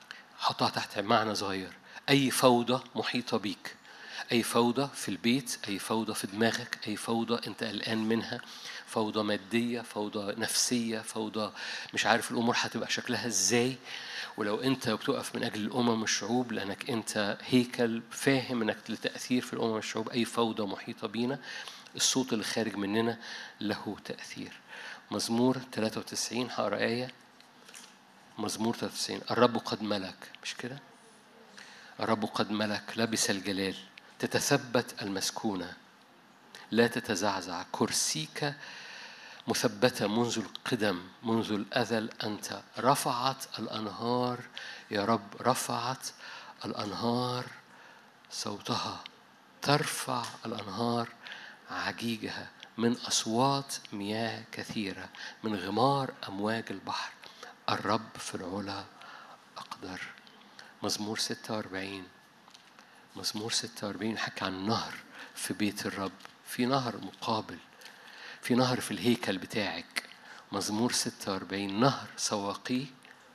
حطها تحت معنى صغير. أي فوضى محيطة بيك، أي فوضى في البيت، أي فوضى في دماغك، أي فوضى أنت قلقان منها، فوضى مادية، فوضى نفسية، فوضى مش عارف الأمور هتبقى شكلها إزاي. ولو أنت بتقف من أجل الأمم والشعوب لأنك أنت هيكل فاهم أنك لتأثير في الأمم والشعوب، أي فوضى محيطة بينا الصوت اللي خارج مننا له تأثير. مزمور 93 هقرأ آية. مزمور 93. الرب قد ملك، مش كده؟ الرب قد ملك، لبس الجلال، تتثبت المسكونة لا تتزعزع، كرسيك مثبتة منذ القدم، منذ الأزل أنت. رفعت الأنهار يا رب، رفعت الأنهار صوتها، ترفع الأنهار عجيجها من أصوات مياه كثيرة، من غمار أمواج البحر. الرب في العلا أقدر. مزمور 46. مزمور 46 حكى عن نهر في بيت الرب، في نهر مقابل، في نهر في الهيكل بتاعك. مزمور 46 نهر سواقيه.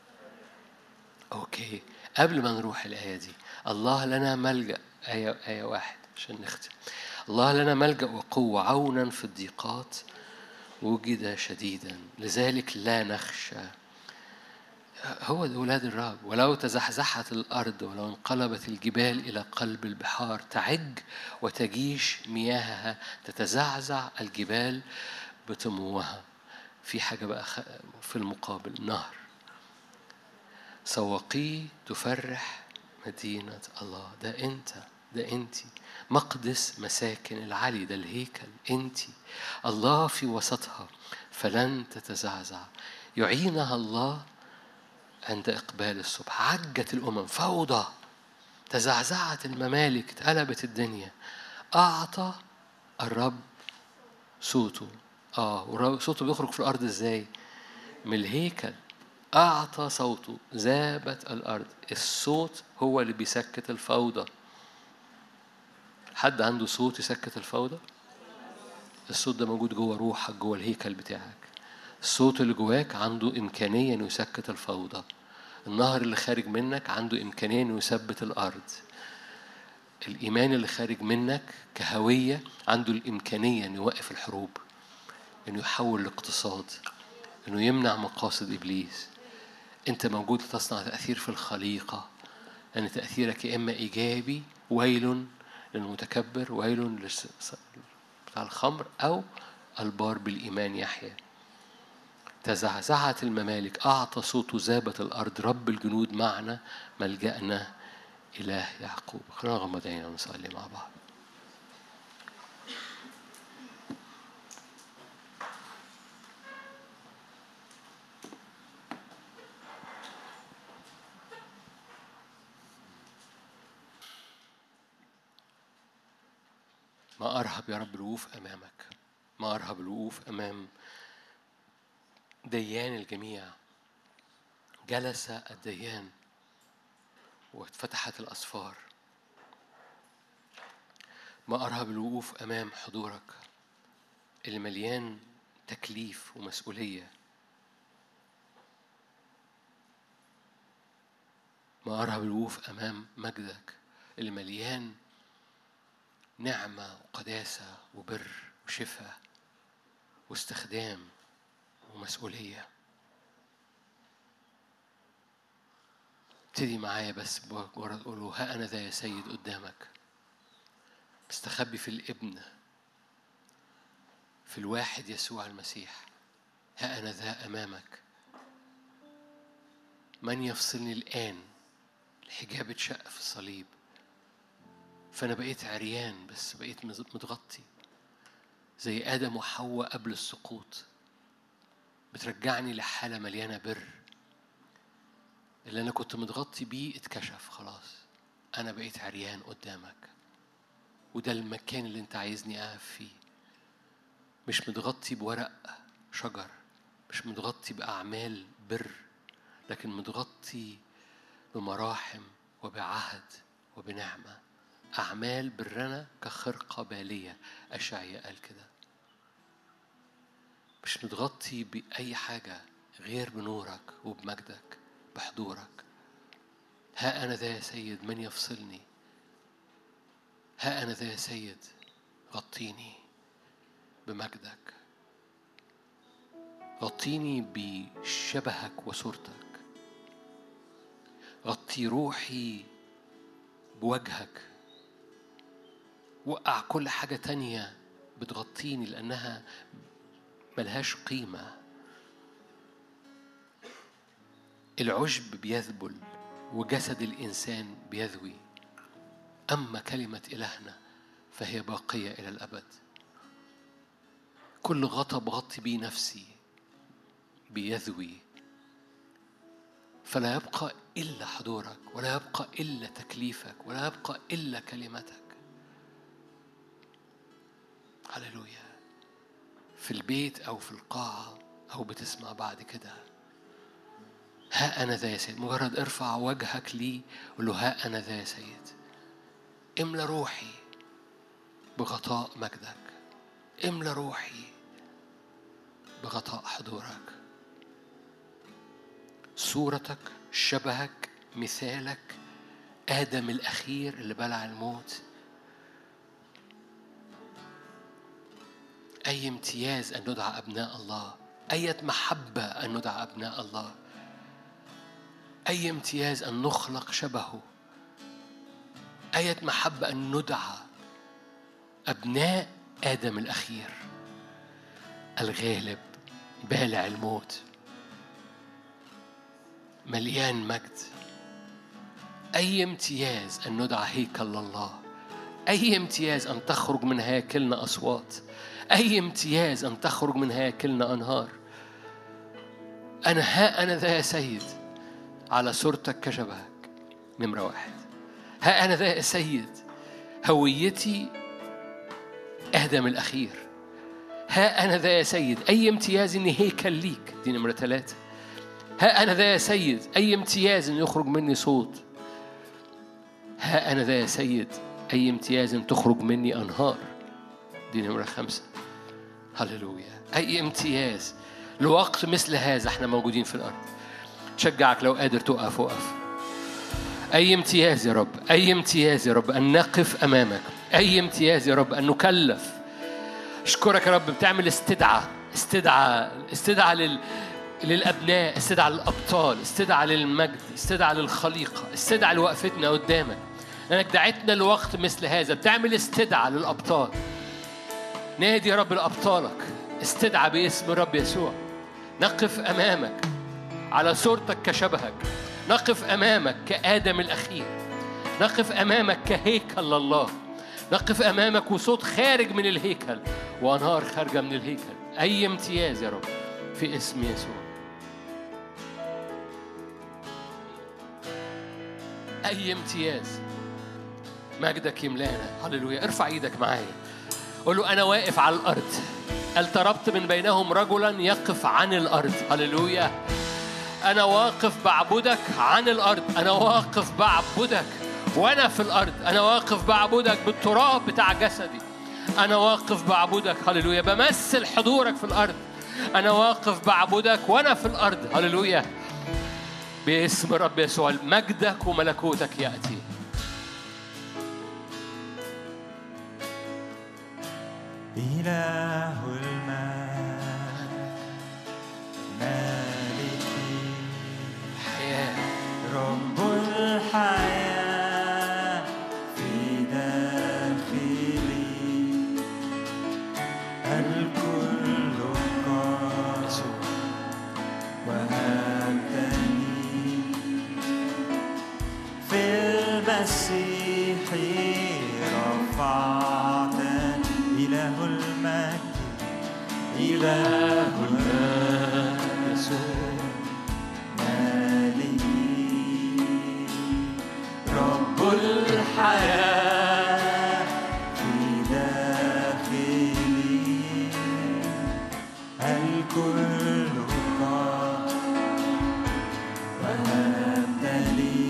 أوكي، قبل ما نروح الآية دي، الله لنا ملجأ. آية واحد عشان نختم. الله لنا ملجأ وقوة، عونا في الضيقات وجد شديدا، لذلك لا نخشى. هو ده أولاد الرب. ولو تزحزحت الأرض، ولو انقلبت الجبال إلى قلب البحار، تعج وتجيش مياهها، تتزعزع الجبال بطموها. في حاجة بقى في المقابل، نهر سواقيه تفرح مدينة الله. ده أنت، ده أنتي، مقدس مساكن العلي، ده الهيكل أنتي. الله في وسطها فلن تتزعزع، يعينها الله عند إقبال الصبح. عجت الأمم، فوضى، تزعزعت الممالك، اتقلبت الدنيا. أعطى الرب صوته. صوته بيخرج في الأرض إزاي؟ من الهيكل. أعطى صوته، ذابت الأرض. الصوت هو اللي بيسكت الفوضى. حد عنده صوت يسكت الفوضى؟ الصوت ده موجود جوه روحك، جوه الهيكل بتاعك. الصوت اللي جواك عنده إمكانية إنه يسكت الفوضى. النهر اللي خارج منك عنده إمكانية إنه يثبت الأرض. الإيمان اللي خارج منك كهوية عنده الإمكانية إنه يوقف الحروب، إنه يحول الاقتصاد، إنه يمنع مقاصد إبليس. أنت موجود لتصنع تأثير في الخليقة، لأن يعني تأثيرك يا إما إيجابي، ويل للمتكبر، ويل بتاع الخمر، أو البار بالإيمان يحيى. تزعزعت الممالك، أعطى صوته، ذابت الأرض. رب الجنود معنا، ملجأنا إله يعقوب. خلينا نغمض عينينا ونصلي مع بعض. ما أرهب يا رب الوقوف أمامك، ما أرهب الوقوف أمام ديان الجميع. جلس الديان واتفتحت الأسفار. ما أرهب الوقوف أمام حضورك اللي مليان تكليف ومسؤولية. ما أرهب الوقوف أمام مجدك اللي مليان نعمة وقداسة وبر وشفاء واستخدام ومسؤولية. ابتدي معايا بس مجرد قول له: ها أنا ذا يا سيد قدامك، مستخبي في الابن، في الواحد يسوع المسيح. ها أنا ذا أمامك، من يفصلني الآن؟ الحجاب اتشق في الصليب، فأنا بقيت عريان بس بقيت متغطي زي آدم وحواء قبل السقوط. بترجعني لحالة مليانة بر. اللي أنا كنت متغطي بيه اتكشف خلاص، أنا بقيت عريان قدامك. وده المكان اللي أنت عايزني أقف فيه، مش متغطي بورق شجر، مش متغطي بأعمال بر، لكن متغطي بمراحم وبعهد وبنعمة. أعمال برنا كخرقة بالية، أشعياء قال كده. مش متغطي بأي حاجة غير بنورك وبمجدك بحضورك. ها أنا ذا يا سيد، من يفصلني؟ ها أنا ذا يا سيد، غطيني بمجدك، غطيني بشبهك وصورتك، غطي روحي بوجهك، وقع كل حاجة تانية بتغطيني لأنها ملهاش قيمة. العشب بيذبل وجسد الإنسان بيذوي، أما كلمة إلهنا فهي باقية إلى الأبد. كل غطا بغطي بيه نفسي بيذوي، فلا يبقى إلا حضورك، ولا يبقى إلا تكليفك، ولا يبقى إلا كلمتك. هللويا. في البيت أو في القاعة أو بتسمع بعد كده، ها أنا ذا يا سيد. مجرد ارفع وجهك لي وقول له ها أنا ذا يا سيد. املى روحي بغطاء مجدك، املى روحي بغطاء حضورك، صورتك، شبهك، مثالك، آدم الأخير اللي بلع الموت. أي امتياز أن ندعى أبناء الله، أية محبة أن ندعى أبناء الله، أي امتياز أن نخلق شبهه، أية محبة أن ندعى أبناء آدم الأخير الغالب بالع الموت مليان مجد. أي امتياز أن ندعى هيكل الله، أي امتياز أن تخرج من هياكلنا أصوات، أي امتياز أن تخرج من هياكلنا أنهار. أنا ذا يا سيد، على صورتك كشبهك. نمرة واحد، ها أنا ذا يا سيد، هويتي آدم الأخير. ها أنا ذا يا سيد، أي امتياز إني هيكل ليك. دي نمرة 3. ها أنا ذا يا سيد، أي امتياز إن يخرج مني صوت. ها أنا ذا يا سيد، أي امتياز إن تخرج مني أنهار. دي نمرة 5. هللويا. أي امتياز لوقت مثل هذا احنا موجودين في الأرض. شجعك لو قادر تقف وقف. أي امتياز يا رب، أي امتياز يا رب أن نقف أمامك، أي امتياز يا رب أن نكلف. أشكرك يا رب بتعمل استدعاء للأبناء، استدعاء للأبطال، استدعاء للمجد، استدعاء للخليقة، استدعاء لوقفتنا قدامك لأنك دعيتنا لوقت مثل هذا. بتعمل استدعاء للأبطال. نادي يا رب لأبطالك، استدعاء باسم الرب يسوع. نقف أمامك على صورتك كشبهك، نقف أمامك كآدم الأخير، نقف أمامك كهيكل الله، نقف أمامك وصوت خارج من الهيكل وأنهار خارجة من الهيكل. أي امتياز يا رب في اسم يسوع. أي امتياز، مجدك يملانا. هللويا. ارفع ايدك معايا، قول له أنا واقف على الأرض، التربط من بينهم رجلا يقف عن الأرض. هللويا. أنا واقف بعبدك عن الأرض، أنا واقف بعبدك وأنا في الأرض، أنا واقف بعبدك بالتراب بتاع جسدي، أنا واقف بعبدك. هللويا. بمثل حضورك في الأرض، أنا واقف بعبدك وأنا في الأرض. هللويا. باسم الرب يسوع مجدك وملكوتك يأتي. إله المجد مالكي حياة، رب الحياة في داخلي، الكل قد وهبتني في المسيح رفعتني. إله المجد، إله المجد يسوع مالكي، رب الحياة في داخلي، الكل قد وهبتني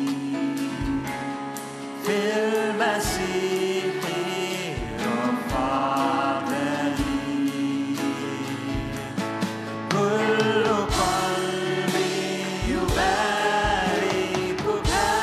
في المسيح رفعتني. كل قلبي يباركك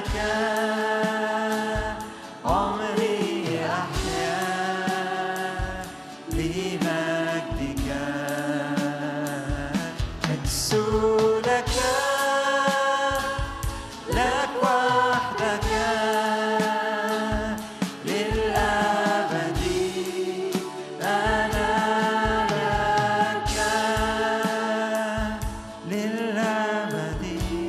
لك عمري أحيا لمجدك أكسو لك وحدك للأبد أنا لك للأبد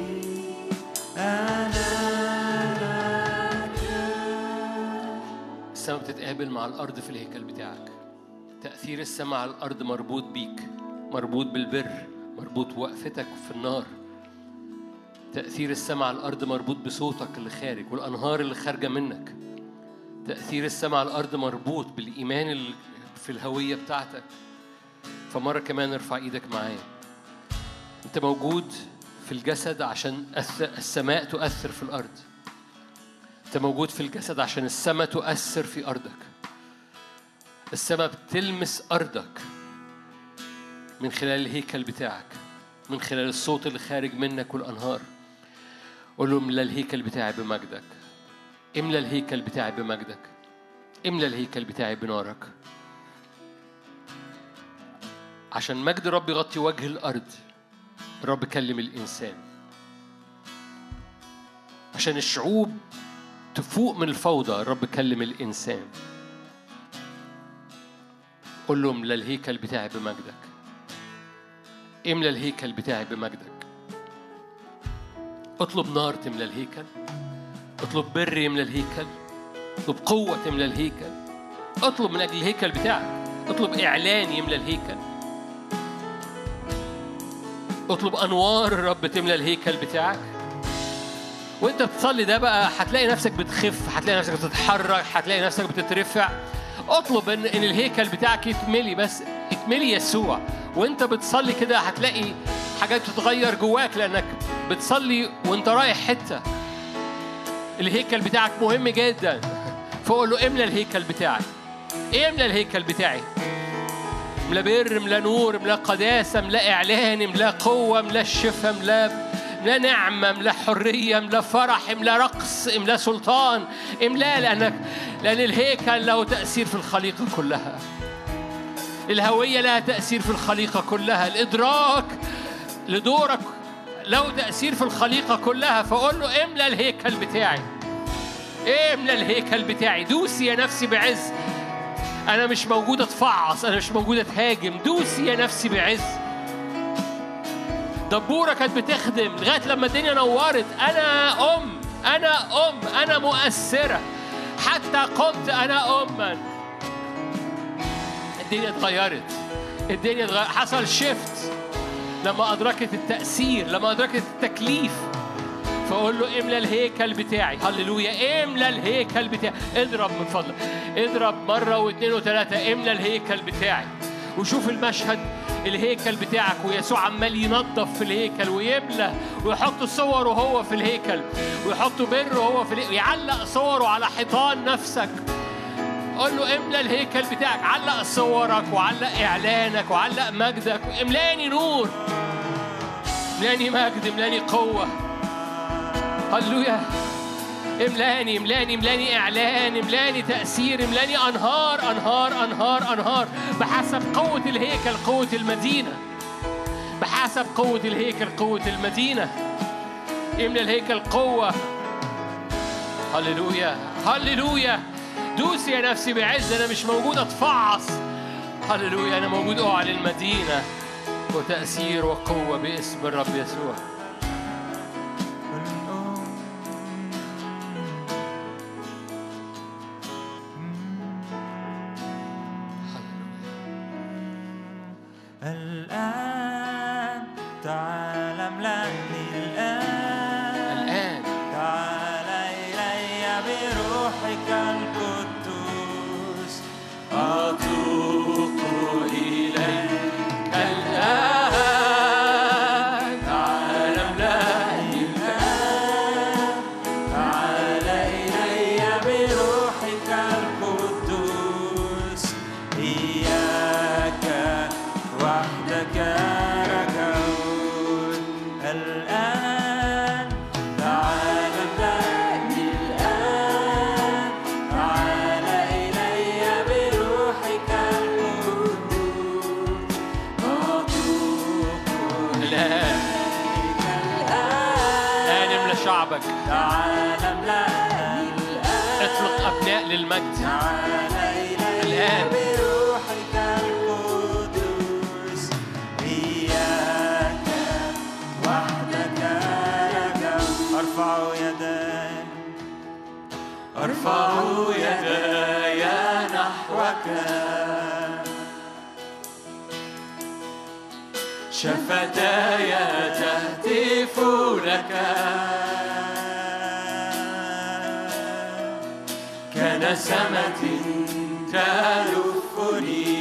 أنا لك. السماء بتتقابل مع الأرض في الهيكل بتاعك. تأثير السماء على الأرض مربوط بيك، مربوط بالبر، مربوط بوقفتك في النار. تأثير السماء على الأرض مربوط بصوتك اللي خارج والأنهار اللي خارجة منك. تأثير السماء على الأرض مربوط بالإيمان اللي في الهوية بتاعتك. فمرة كمان ارفع إيدك معايا. أنت موجود في الجسد عشان السماء تؤثر في الأرض. أنت موجود في الجسد عشان السماء تؤثر في أرضك. السماء بتلمس أرضك من خلال الهيكل بتاعك، من خلال الصوت اللي خارج منك والأنهار. قول له املى الهيكل بتاعي بمجدك، املى الهيكل بتاعي بمجدك، املى الهيكل بتاعي بنارك. عشان مجد الرب يغطي وجه الأرض، الرب كلم الإنسان. عشان الشعوب تفوق من الفوضى، الرب كلم الإنسان. قل له املى الهيكل بتاعي بمجدك، املى الهيكل بتاعي بمجدك. اطلب نار تملى الهيكل، اطلب بر يملى الهيكل، اطلب قوة تملى الهيكل. اطلب من أجل الهيكل بتاعك، اطلب إعلان يملى الهيكل، اطلب أنوار الرب تملى الهيكل بتاعك. وانت بتصلي ده بقى هتلاقي نفسك بتخف، هتلاقي نفسك بتتحرك، هتلاقي نفسك بتترفع. اطلب ان الهيكل بتاعك يتملي، بس اتملي يسوع. وانت بتصلي كده هتلاقي حاجات بتتغير جواك، لانك بتصلي وانت رايح حتة. الهيكل بتاعك مهم جدا، فقول له املى الهيكل بتاعي، املى الهيكل بتاعي. املى بر، املى نور، املى قداسة، املى اعلان، املى قوة، املى شفاء، املى نعمة، املى حرية، املى فرح، املى رقص، املى سلطان، املى. لأن الهيكل له تأثير في الخليقة كلها. الهوية لها تأثير في الخليقة كلها. الإدراك لدورك له تأثير في الخليقة كلها. فقول له املى الهيكل بتاعي، املى الهيكل بتاعي. دوسي يا نفسي بعز. أنا مش موجود أتفعص، أنا مش موجود أتهاجم. دوسي يا نفسي بعز. دبورة كانت بتخدم لغاية لما الدنيا نورت. أنا مؤثرة حتى قمت أنا أما. الدنيا اتغيرت، حصل شيفت لما أدركت التأثير، لما أدركت التكليف. فأقول له املى الهيكل بتاعي. هللويا، املى الهيكل بتاعي. اضرب من فضلك، اضرب مرة واثنين وثلاثة. املى الهيكل بتاعي. وشوف المشهد، الهيكل بتاعك ويسوع عمال ينظف في الهيكل ويملى ويحط صوره هو في الهيكل ويحط بره هو في الهيكل ويعلق صوره على حيطان نفسك. قول له املى الهيكل بتاعك، علق صورك وعلق إعلانك وعلق مجدك. املاني نور، املاني مجد، املاني قوة. هللويا. املاني إعلان، املاني تأثير، املاني أنهار بحسب قوة الهيكل، قوة المدينة. بحسب قوة الهيكل، قوة المدينة. املى الهيكل قوة. هللويا. دوسي يا نفسي بعز. أنا مش موجود أتفعص. هللويا. أنا موجود أعلن المدينة وتأثير وقوة باسم الرب يسوع. الآن تعال املأني الآن تعال إلي بروحك القدوس أتوق إليك الآن تعال املأني الآن تعال إلي بروحك القدوس إياك وحدك ركعون الآن تعال املأني شعبك. تعال املأنا الآن. اطلق أبناء للمجد تعال إلينا الآن. بروحك القدوس. إياك وحدك نرجو. أرفع يداي نحوك. شفتاي تهتف لك. كنسمة تلفني.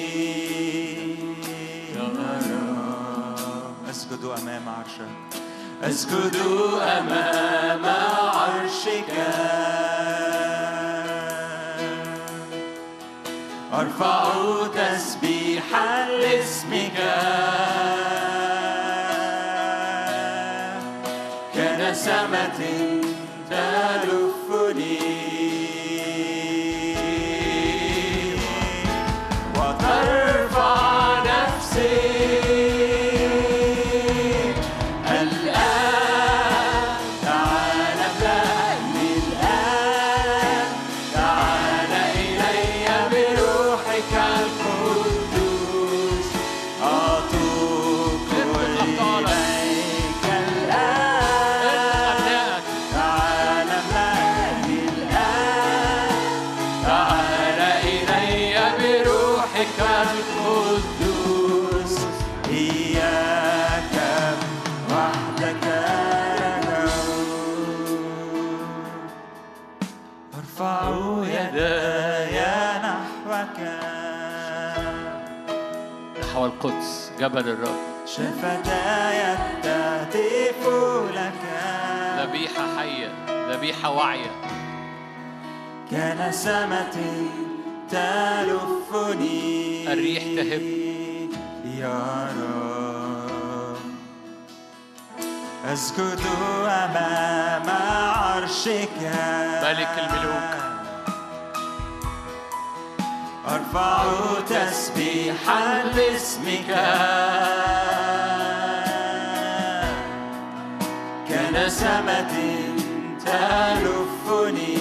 أسجد أمام عرشك. أسجد أمام عرشك. أرفع تسبيحا لاسمك. كنسمة تلفني. وترفع نفسي الآن. تعال املأني الآن. تعال إلي بروحك القدوس. أتوب إليك الآن. تعال املأني الآن. تعال إلي بروحك القدوس. إياك وحدك نرجو. أرفع يداي نحوك. نحو القدس جبل الرب. شفتاي تهتف لك. ذبيحة حية، ذبيحة واعية. كنسمة تلفني. الريح تهب. يا رب أسجد أمام عرشك. ملك الملوك. أرفع تسبيحا لاسمك. كنسمة تلفني.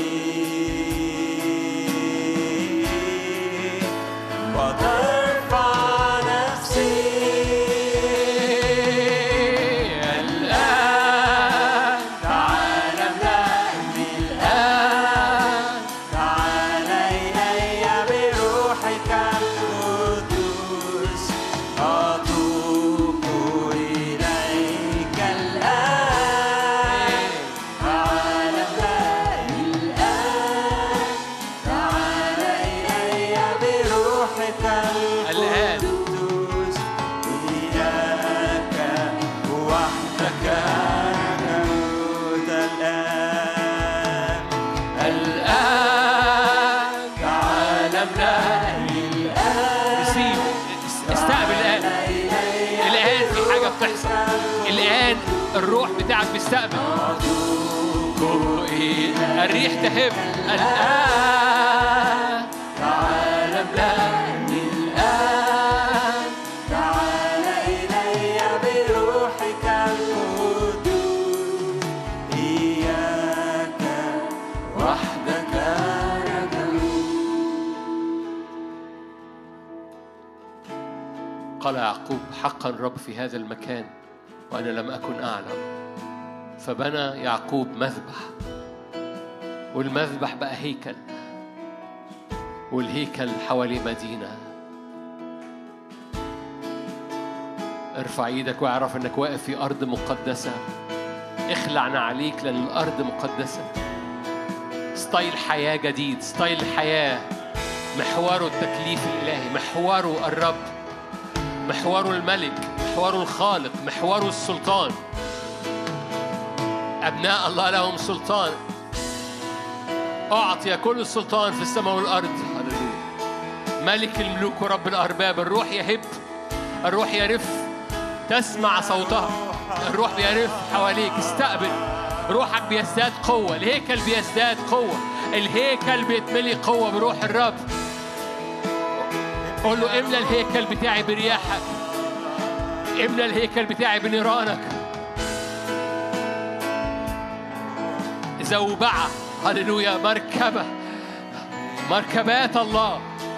وترفع نفسي الآن. تعال املأني الآن. تعال إلي بروحك القدوس. أتوب إليك الآن. تعال املأني الآن. تعال إلي بروحك القدوس. إياك وحدك نرجو. الآن. تعال املأني الآن. استقبل الآن. الآن في حاجة بتحصل. الآن الروح بتاعك بيستقبل. الريح تهب الآن. تعال املأني الآن. تعال إلي بروحك القدوس. إياك وحدك رجو. قال يعقوب حقا رب في هذا المكان وأنا لم أكن أعلم. فبنى يعقوب مذبح، والمذبح بقى هيكل، والهيكل حوالي مدينة. ارفع ايدك واعرف انك واقف في أرض مقدسة. اخلع نعليك لأن الأرض مقدسة. ستايل حياة جديد، ستايل حياة محوره التكليف الإلهي، محوره الرب، محوره الملك، محوره الخالق، محوره السلطان. أبناء الله لهم سلطان. أعطي كل السلطان في السماء والأرض. ملك الملوك ورب الأرباب. الروح يهب، الروح يرف، تسمع صوتها. الروح بيرف حواليك. استقبل. روحك بيزداد قوة. الهيكل بيزداد قوة. الهيكل بيتملي قوة بروح الرب. قول له املى الهيكل بتاعي برياحك. املى الهيكل بتاعي بنيرانك. زوبعة. هللويا. مركبات الله.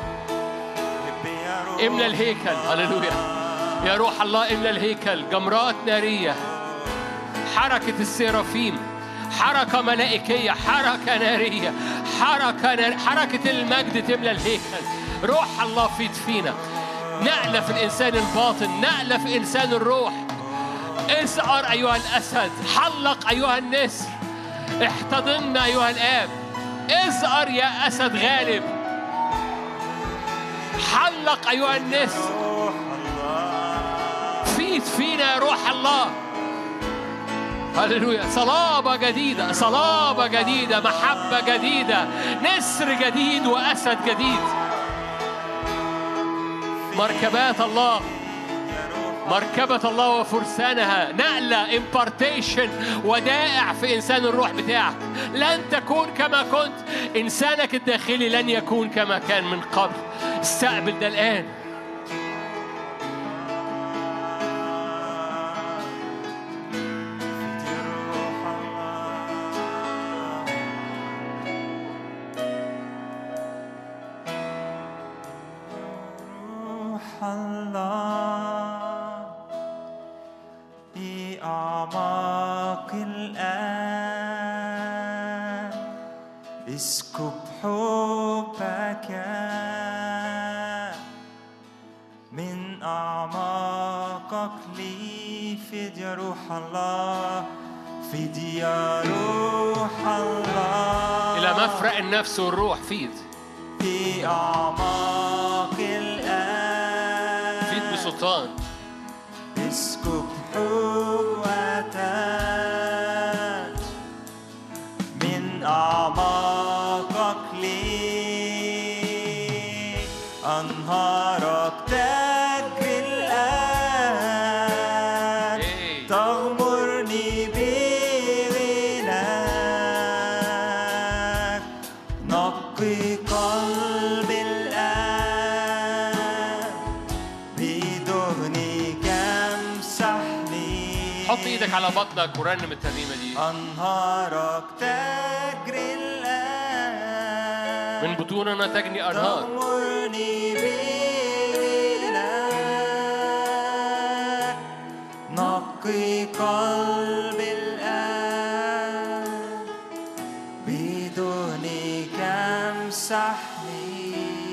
املى الهيكل. هللويا. يا روح الله املى الهيكل. جمرات نارية، حركة السيرافيم، حركة ملائكية، حركة نارية، حركة المجد تملى الهيكل. روح الله فينا. نقلة في الإنسان الباطن، نقلة في إنسان الروح. اسأر أيها الأسد، حلق أيها النسر، احتضننا أيها الآب. اسأر يا أسد غالب، حلق أيها النسر. فينا يا روح الله. هللويا. صلابة جديدة، صلابة جديدة، محبة جديدة، نسر جديد وأسد جديد. مركبات الله، مركبة الله وفرسانها. نقلة، impartation، ودائع في إنسان الروح بتاعك. لن تكون كما كنت. إنسانك الداخلي لن يكون كما كان من قبل. استقبل ده الآن. الله في أعماق الآن اسكب حبك من أعماقك لي. فد يا روح الله، فد يا روح الله إلى مفرق النفس والروح. فيد في أعماق الآن، فيد بسلطان. اسكب حوتك من أعماقك لي. أنهارك تجري الآن تغمرني بغناك. نقي قلبي الآن بدهنك امسحني. حط ايدك على بطنك ورنم الترنيمة دي. أنهارك تجري الآن من بطوننا تجني أنهار. تغمرني بغناك. نقي قلبي الآن بدهنك امسحني.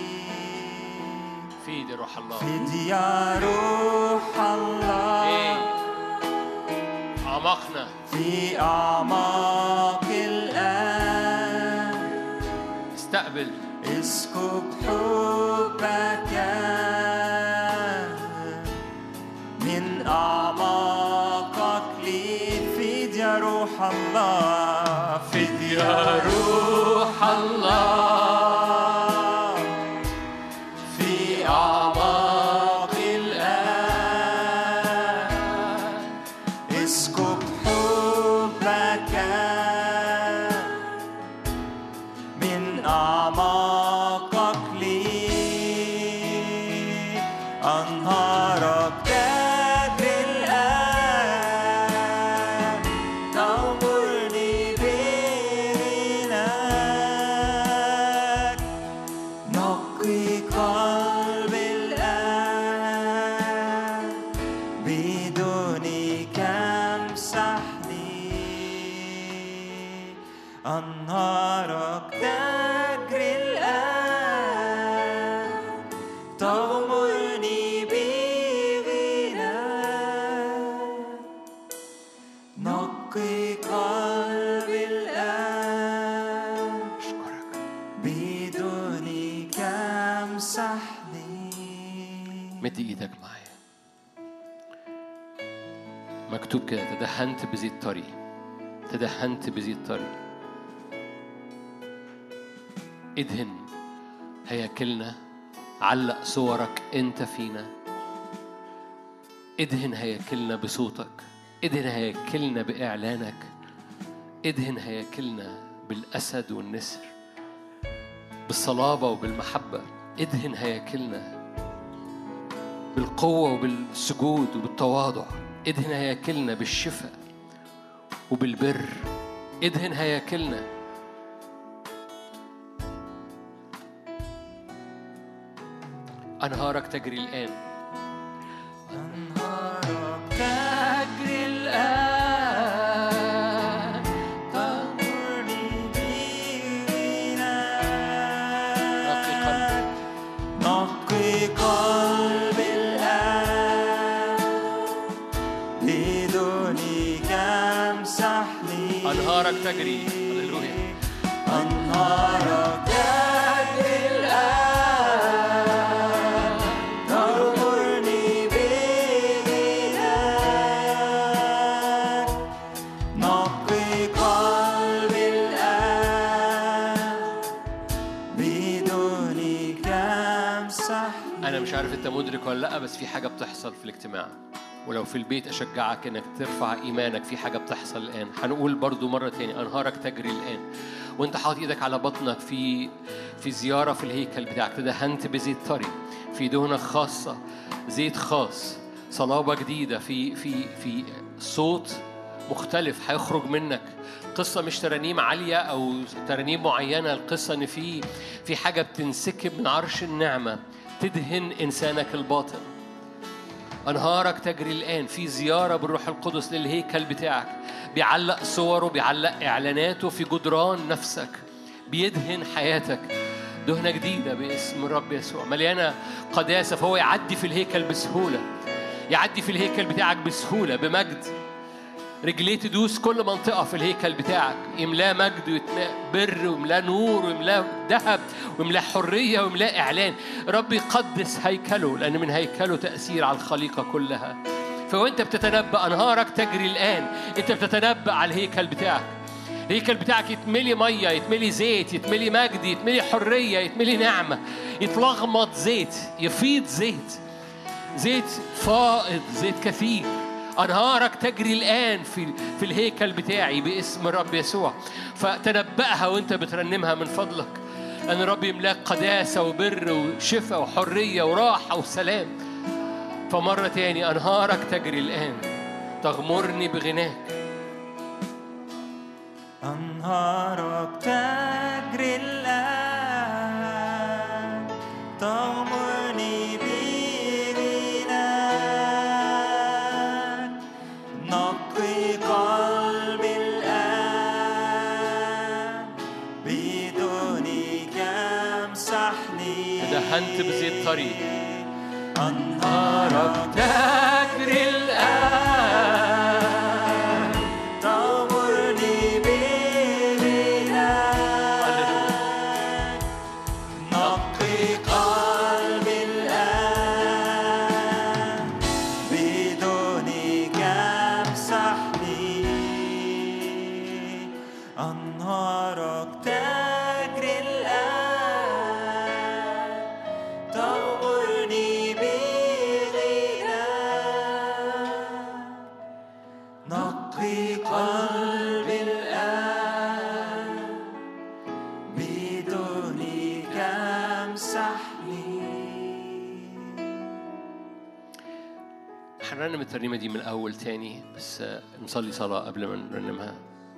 فيد يا روح الله. فد يا روح الله أعماقنا في أعماق الآن. استقبل. اسكب حبك من أعماقك لي. فد يا روح الله، فد يا روح الله في أعماق الآن. اسكب حبك من أعماقك لي. أنهارك تجري الآن تغمرني بغناك. نقي قلبي الآن بدونك امسحني. أنهارك تجري الآن تغمرني بغناك. نقي قلبي الآن بدونك امسحني. مد ايدك معايا. مكتوب كده: تدهنت بزيت طري، تدهنت بزيت طري. ادهن هياكلنا، علق صورك انت فينا. ادهن هياكلنا بصوتك، ادهن هياكلنا بإعلانك، ادهن هياكلنا بالأسد والنسر، بالصلابة وبالمحبة. ادهن هياكلنا بالقوة وبالسجود وبالتواضع. ادهن هياكلنا بالشفاء وبالبر. ادهن هياكلنا. أنهارك تجري الآن. أنهارك تجري الآن تغمرني بغناك نقي قلبي الآن بدونك امسحني. أنهارك تجري. هللويا. أنهارك تجري الآن تغمرني بغناك نقي قلبي الآن بدونك امسحني. أنا مش عارف أنت مدرك ولا لأ، بس في حاجة بتحصل في الاجتماع. ولو في البيت أشجعك إنك ترفع إيمانك، في حاجة بتحصل الآن. هنقول برضو مرة تاني أنهارك تجري الآن. وأنت حاطط إيدك على بطنك في زيارة في الهيكل بتاعك، تدهنت بزيت طري، في دهنة خاصة، زيت خاص، صلابة جديدة، في صوت مختلف هيخرج منك. قصة مش ترانيم عالية أو ترانيم معينة، القصة إن في حاجة بتنسكب من عرش النعمة تدهن إنسانك الباطن. أنهارك تجري الآن. في زيارة بالروح القدس للهيكل بتاعك، بيعلق صوره، بيعلق إعلاناته في جدران نفسك، بيدهن حياتك دهنة جديدة باسم الرب يسوع، مليانة قداسة. فهو يعدي في الهيكل بسهولة، يعدي في الهيكل بتاعك بسهولة بمجد. رجليه تدوس كل منطقة في الهيكل بتاعك، يملاه مجد ويملاه بر ويملاه نور ويملاه ذهب ويملاه حرية ويملاه إعلان. رب يقدس هيكله، لأن من هيكله تأثير على الخليقة كلها. فوانت بتتنبأ أنهارك تجري الآن، أنت بتتنبأ على الهيكل بتاعك. الهيكل بتاعك يتملي مية، يتملي زيت، يتملي مجد، يتملي حرية، يتملي نعمة، يتلغمط زيت، يفيض زيت، زيت فائض، زيت كثير. أنهارك تجري الآن في الهيكل بتاعي باسم الرب يسوع. فتنبأها وانت بترنمها من فضلك، أن الرب يملاك قداسة وبر وشفاء وحرية وراحة وسلام. فمرة تاني أنهارك تجري الآن تغمرني بغناك. أنهارك تجري الآن تغمرني بغناك نقي قلبي الآن بدونك امسحني. تدهنت بزيت طري. أنهارك تجري الآن تغمرني بغناك نقي قلبي الآن بدونك امسحني. أنهارك تجري الآن تغمرني نقي قلبي الآن بدونك امسحني. هنرنم الترنيمة دي من الأول تاني، بس نصلي صلاة قبل ما نرنمها.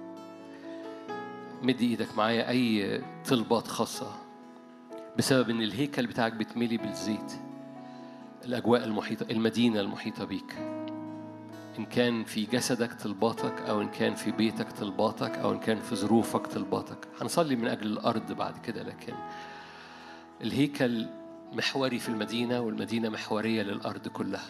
مدي إيدك معايا أي طلبات خاصة بسبب إن الهيكل بتاعك بتملي بالزيت. الأجواء المحيطة، المدينة المحيطة بيك، إن كان في جسدك طلباتك، أو إن كان في بيتك طلباتك، أو إن كان في ظروفك طلباتك. هنصلي من أجل الأرض بعد كده، لكن الهيكل محوري في المدينة، والمدينة محورية للأرض كلها.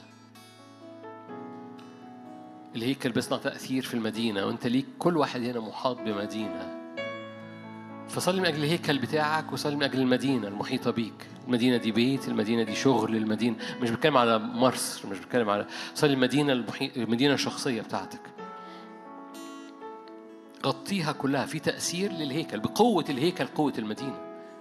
الهيكل بيصنع تأثير في المدينة، وأنت ليك كل واحد هنا محاط بمدينة. فصلي من أجل الهيكل بتاعك، وصلي من أجل المدينة المحيطة بيك. المدينة دي بيت، المدينة دي شغل، المدينة مش بتكلم على مصر، مش بتكلم على، صلي المدينة المدينة الشخصية بتاعتك، غطيها كلها. في تأثير للهيكل، بقوة الهيكل قوة المدينة.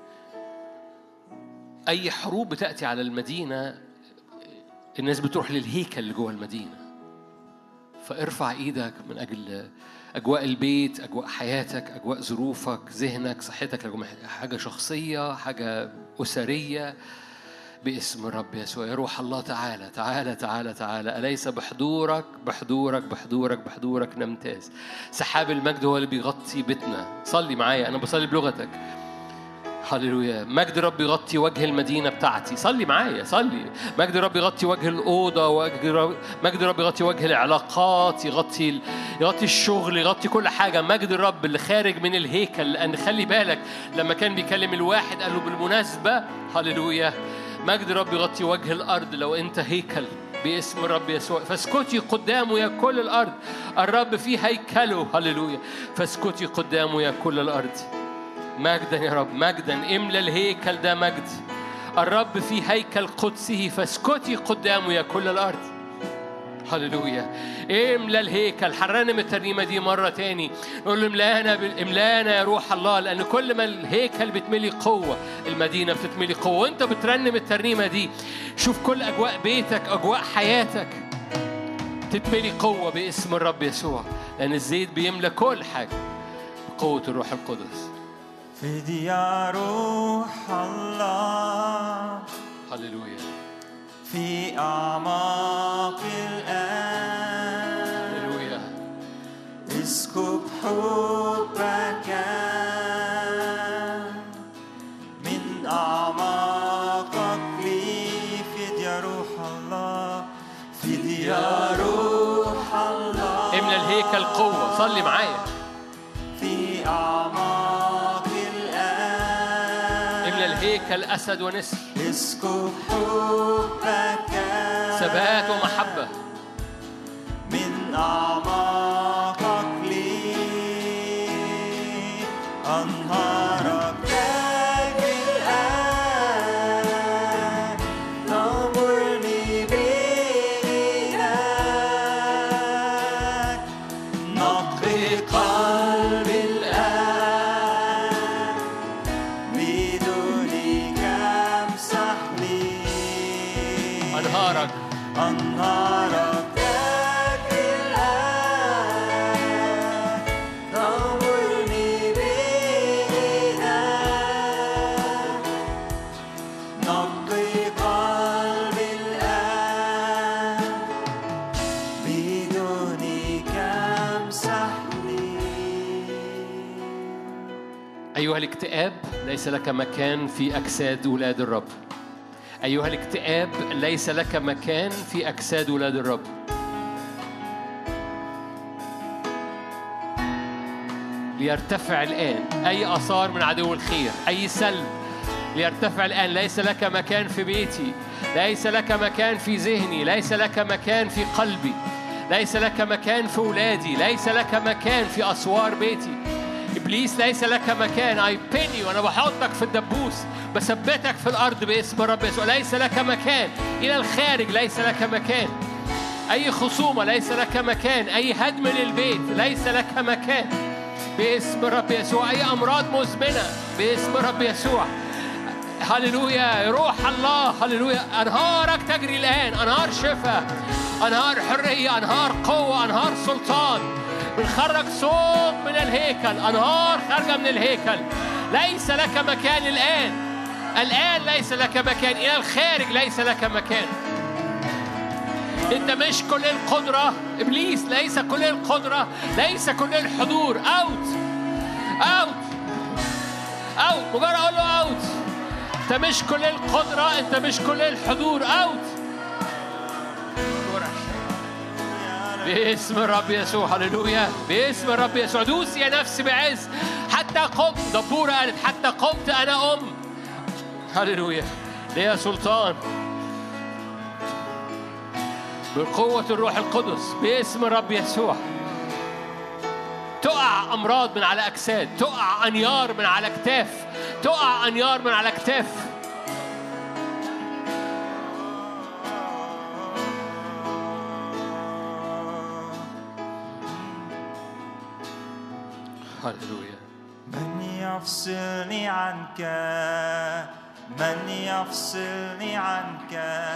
أي حروب بتأتي على المدينة، الناس بتروح للهيكل اللي جوه المدينة. فارفع إيدك من أجل أجواء البيت، أجواء حياتك، أجواء ظروفك، ذهنك، صحتك، حاجة شخصية، حاجة أسرية. باسم الرب يسوع. يا روح الله تعالى تعالى تعالى تعالى. أليس بحضورك بحضورك بحضورك بحضورك نمتاز. سحاب المجد هو اللي بيغطي بيتنا. صلي معايا، أنا بصلي بلغتك. هللويا. مجد رب يغطي وجه المدينة بتاعتي. صلي معايا، صلي. مجد رب يغطي وجه الأوضة، مجد رب يغطي وجه العلاقات، يغطي الشغل، يغطي كل حاجة. مجد الرب اللي خارج من الهيكل. لأن خلي بالك لما كان بيكلم الواحد قال له بالمناسبة هللويا مجد رب يغطي وجه الأرض. لو أنت هيكل باسم الرب يسوع فاسكتي قدامه يا كل الأرض. الرب في هيكله هللويا. فاسكتي قدامه يا كل الأرض. مجدا يا رب، مجدا. املى الهيكل ده مجد. الرب في هيكل قدسه فاسكتي قدامه يا كل الأرض. هللويا. املى الهيكل. حرنم الترنيمة دي مرة تاني، نقول له املانا يا روح الله. لأن كل ما الهيكل بتملي قوة المدينة بتتملي قوة. وانت بترنم الترنيمة دي شوف كل أجواء بيتك أجواء حياتك تتملي قوة باسم الرب يسوع. لأن الزيت بيملى كل حاجة بقوة الروح القدس. فدي يا روح الله هللويا. في أعماق الآن هللويا. اسكب حبك من أعماقك لي. فدي يا روح الله، فدي يا روح الله. املى الهيكل قوة. صلي معايا. في أعماق الآن املى الهيكل أسد ونسر. اسكب حبك ثبات ومحبة من أعماقك لي. أنهارك تجري الآن تغمرني بإيدك. نقي قلبي الآن بدونك امسح لي. أنهارك تجري الآن تغمرني بإيدك. نقي قلبي الآن بدونك امسح لي. أيها الاكتئاب ليس لك مكان في أجساد ولاد الرب. أيها الاكتئاب ليس لك مكان في أجساد ولاد الرب. ليرتفع الآن أي آثار من عدو الخير، أي سلب ليرتفع الآن. ليس لك مكان في بيتي، ليس لك مكان في ذهني، ليس لك مكان في قلبي، ليس لك مكان في ولادي، ليس لك مكان في أسوار بيتي. إبليس ليس لك مكان. أي بيني وأنا بحطك في الدبوس، بثبتك في الأرض باسم الرب يسوع. ليس لك مكان إلى الخارج، ليس لك مكان. أي خصومة ليس لك مكان. أي هدم للبيت ليس لك مكان باسم الرب يسوع. أي أمراض مزمنة باسم الرب يسوع. هللويا. روح الله هللويا. أنهارك تجري الآن، أنهار شفاء، أنهار حرية، أنهار قوة، أنهار سلطان. بنخرج صوت من الهيكل. أنهار خارجة من الهيكل. ليس لك مكان الآن. الآن ليس لك مكان. إلى الخارج ليس لك مكان. أنت مش كل القدرة. إبليس ليس كل القدرة، ليس كل الحضور. أوت أوت أوت. مجرد أقول له أوت. أنت مش كل القدرة، أنت مش كل الحضور. أوت باسم الرب يسوع. هللويا. باسم الرب يسوع. دوس يا نفسي بعز حتى قمت. دبورة قالت حتى قمت أنا هللويا. ليا سلطان بقوة الروح القدس باسم الرب يسوع. تقع أمراض من على أجساد، تقع أنيار من على كتاف، تقع أنيار من على كتاف. هللويا. من يفصلني عنك، من يفصلني عنك.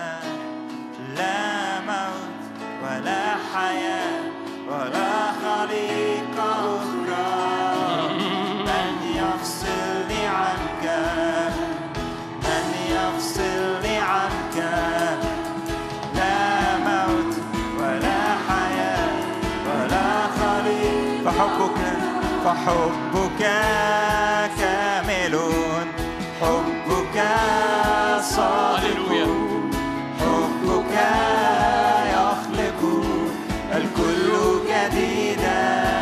لا موت ولا حياة ولا خليقة أخرى. من يفصلني عنك، من يفصلني عنك. حبك كامل حبك صادق حبك يخلق الكل جديدا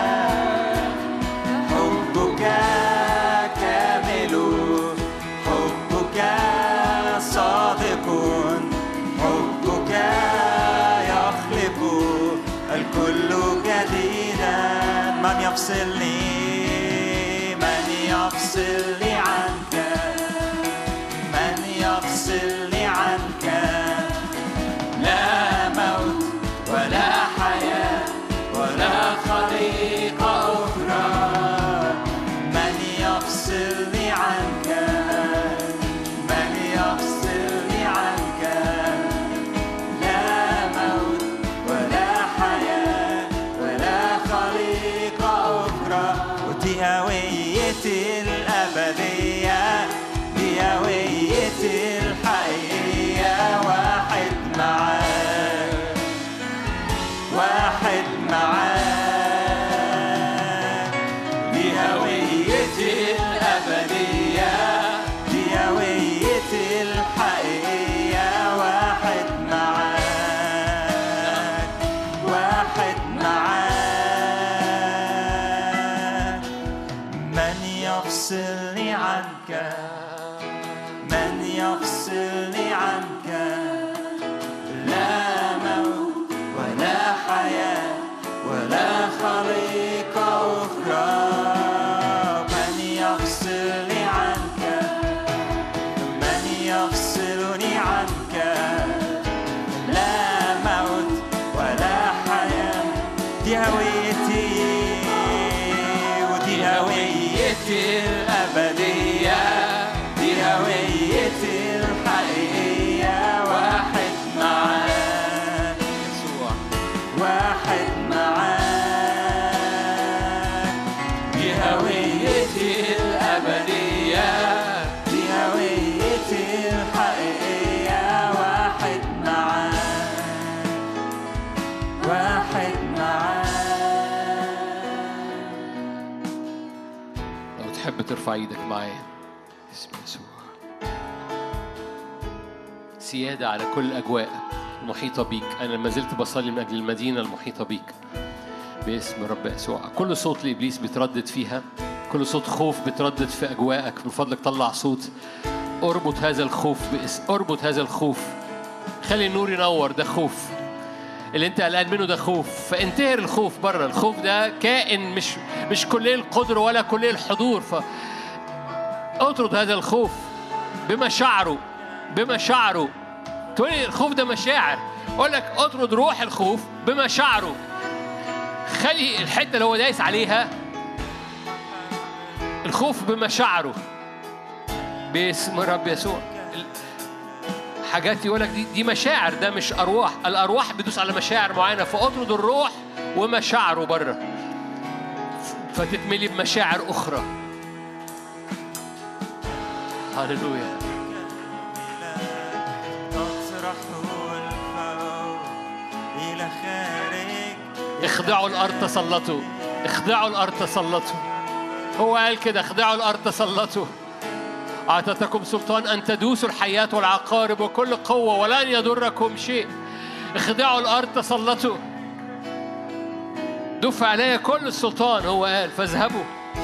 حبك كامل حبك صادق حبك يخلق الكل جديدا من يفصلني عنك من يفصلني عنك لا موت ولا حياة ولا خليقة أخرى من يفصلني عنك من يفصلني عنك لا موت ولا حياة ولا خليقة أخرى ودي هويتي الأبدية دي هويتي الحقيقية واحد معاك واحد معاك دي هويتي الأبدية دي هويتي الحقيقية واحد معاك واحد معاك من يفصلني عنك من يفصلني عنك لا موت ولا حياة ولا خليقة أخرى من يفصلني عنك من يفصلني عنك لا موت ولا حياة دي هويتي ودي هويتي الأبدية دي هويتي الحقيقية واحد معاك يسوع واحد معاك دي هويتي الأبدية دي هويتي الحقيقية واحد معاك واحد معاك لو تحب ترفع ايدك معايا اسم يسوع سيادة على كل الأجواء المحيطة بيك. أنا ما زلت بصلي من أجل المدينة المحيطة بيك باسم رب يسوع. كل صوت لإبليس بيتردد فيها، كل صوت خوف بيتردد في أجواءك، من فضلك طلع صوت اربط هذا الخوف اربط هذا الخوف. خلي النور ينور. ده خوف اللي انت قلقان منه، ده خوف. فانتهر الخوف بره. الخوف ده كائن مش كلية القدر ولا كلية الحضور. اطرد هذا الخوف بمشاعره تقولي الخوف ده مشاعر، اقول لك اطرد روح الخوف بمشاعره. خلي الحته اللي هو دايس عليها الخوف بمشاعره باسم رب يسوع. حاجات يقول لك دي مشاعر، ده مش ارواح. الارواح بتدوس على مشاعر معينه، فاطرد الروح ومشاعره بره فتتملي بمشاعر اخرى. هللويا. اخدعوا الأرض تسلطوا، اخدعوا الأرض تسلطوا. هو قال كده، اخدعوا الأرض تسلطوا. أعطتكم سلطان أن تدوسوا الحياة والعقارب وكل قوة ولن يضركم شيء. اخدعوا الأرض تسلطوا. دفع علي كل السلطان، هو قال فاذهبوا.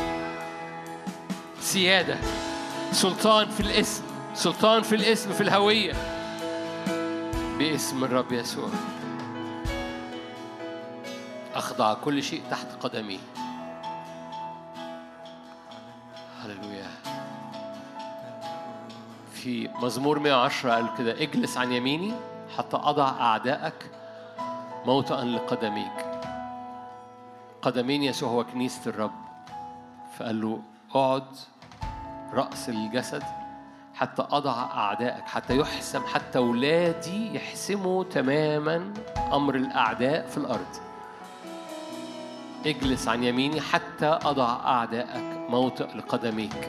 سيادة، سلطان في الاسم، سلطان في الاسم، في الهوية باسم الرب يسوع. أخضع كل شيء تحت قدمي. هللويا. في مزمور 110 قال كده، اجلس عن يميني حتى أضع أعدائك موطئا لقدميك. قدمين يسوع هو كنيسة الرب، فقال له اقعد رأس الجسد حتى أضع أعدائك، حتى يحسم، حتى أولادي يحسموا تماما أمر الأعداء في الأرض. اجلس عن يميني حتى أضع أعدائك موطئ لقدميك.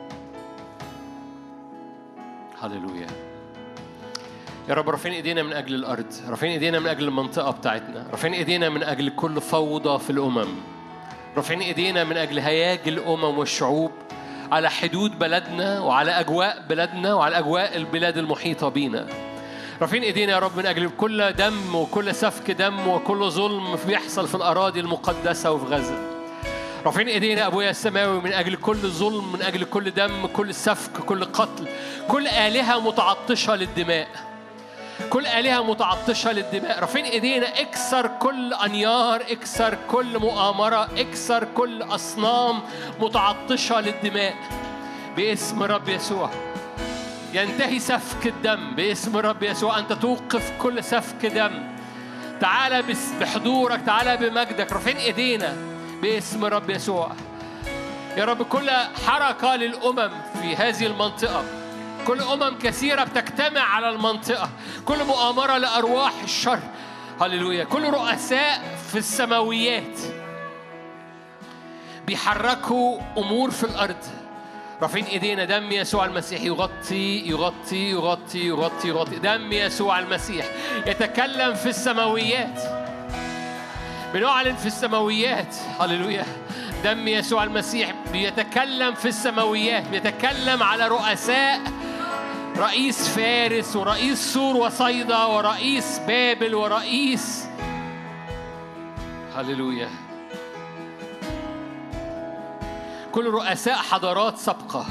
هللويا. يا رب رافعين ايدينا من أجل الأرض، رافعين ايدينا من أجل المنطقة بتاعتنا، رافعين ايدينا من أجل كل فوضى في الأمم. رافعين ايدينا من اجل هياج الامم والشعوب على حدود بلدنا وعلى اجواء بلادنا وعلى اجواء البلاد المحيطه بينا. رافعين ايدينا يا رب من اجل كل دم وكل سفك دم وكل ظلم بيحصل في الاراضي المقدسه وفي غزه. رافعين ايدينا ابويا السماوي من اجل كل ظلم، من اجل كل دم، كل سفك، كل قتل، كل آلهة متعطشه للدماء، كل آلهة متعطشه للدماء. رافعين ايدينا اكسر كل انيار، اكسر كل مؤامره، اكسر كل اصنام متعطشه للدماء باسم رب يسوع. ينتهي سفك الدم باسم رب يسوع. أنت توقف كل سفك دم. تعالى بحضورك، تعالى بمجدك. رافعين ايدينا باسم رب يسوع يا رب. كل حركة للأمم في هذه المنطقة، كل أمم كثيرة بتجتمع على المنطقة، كل مؤامرة لأرواح الشر، هللويا، كل رؤساء في السماويات بيحركوا أمور في الأرض. رافعين ايدينا دم يسوع المسيح يغطي يغطي يغطي يغطي يغطي. دم يسوع المسيح يتكلم في السماويات. بنعلن في السماويات، هللويا. دم يسوع المسيح بيتكلم في السماويات، بيتكلم على رؤساء، رئيس فارس ورئيس سور وصيدا ورئيس بابل ورئيس، هللويا، كل رؤساء حضارات سابقة،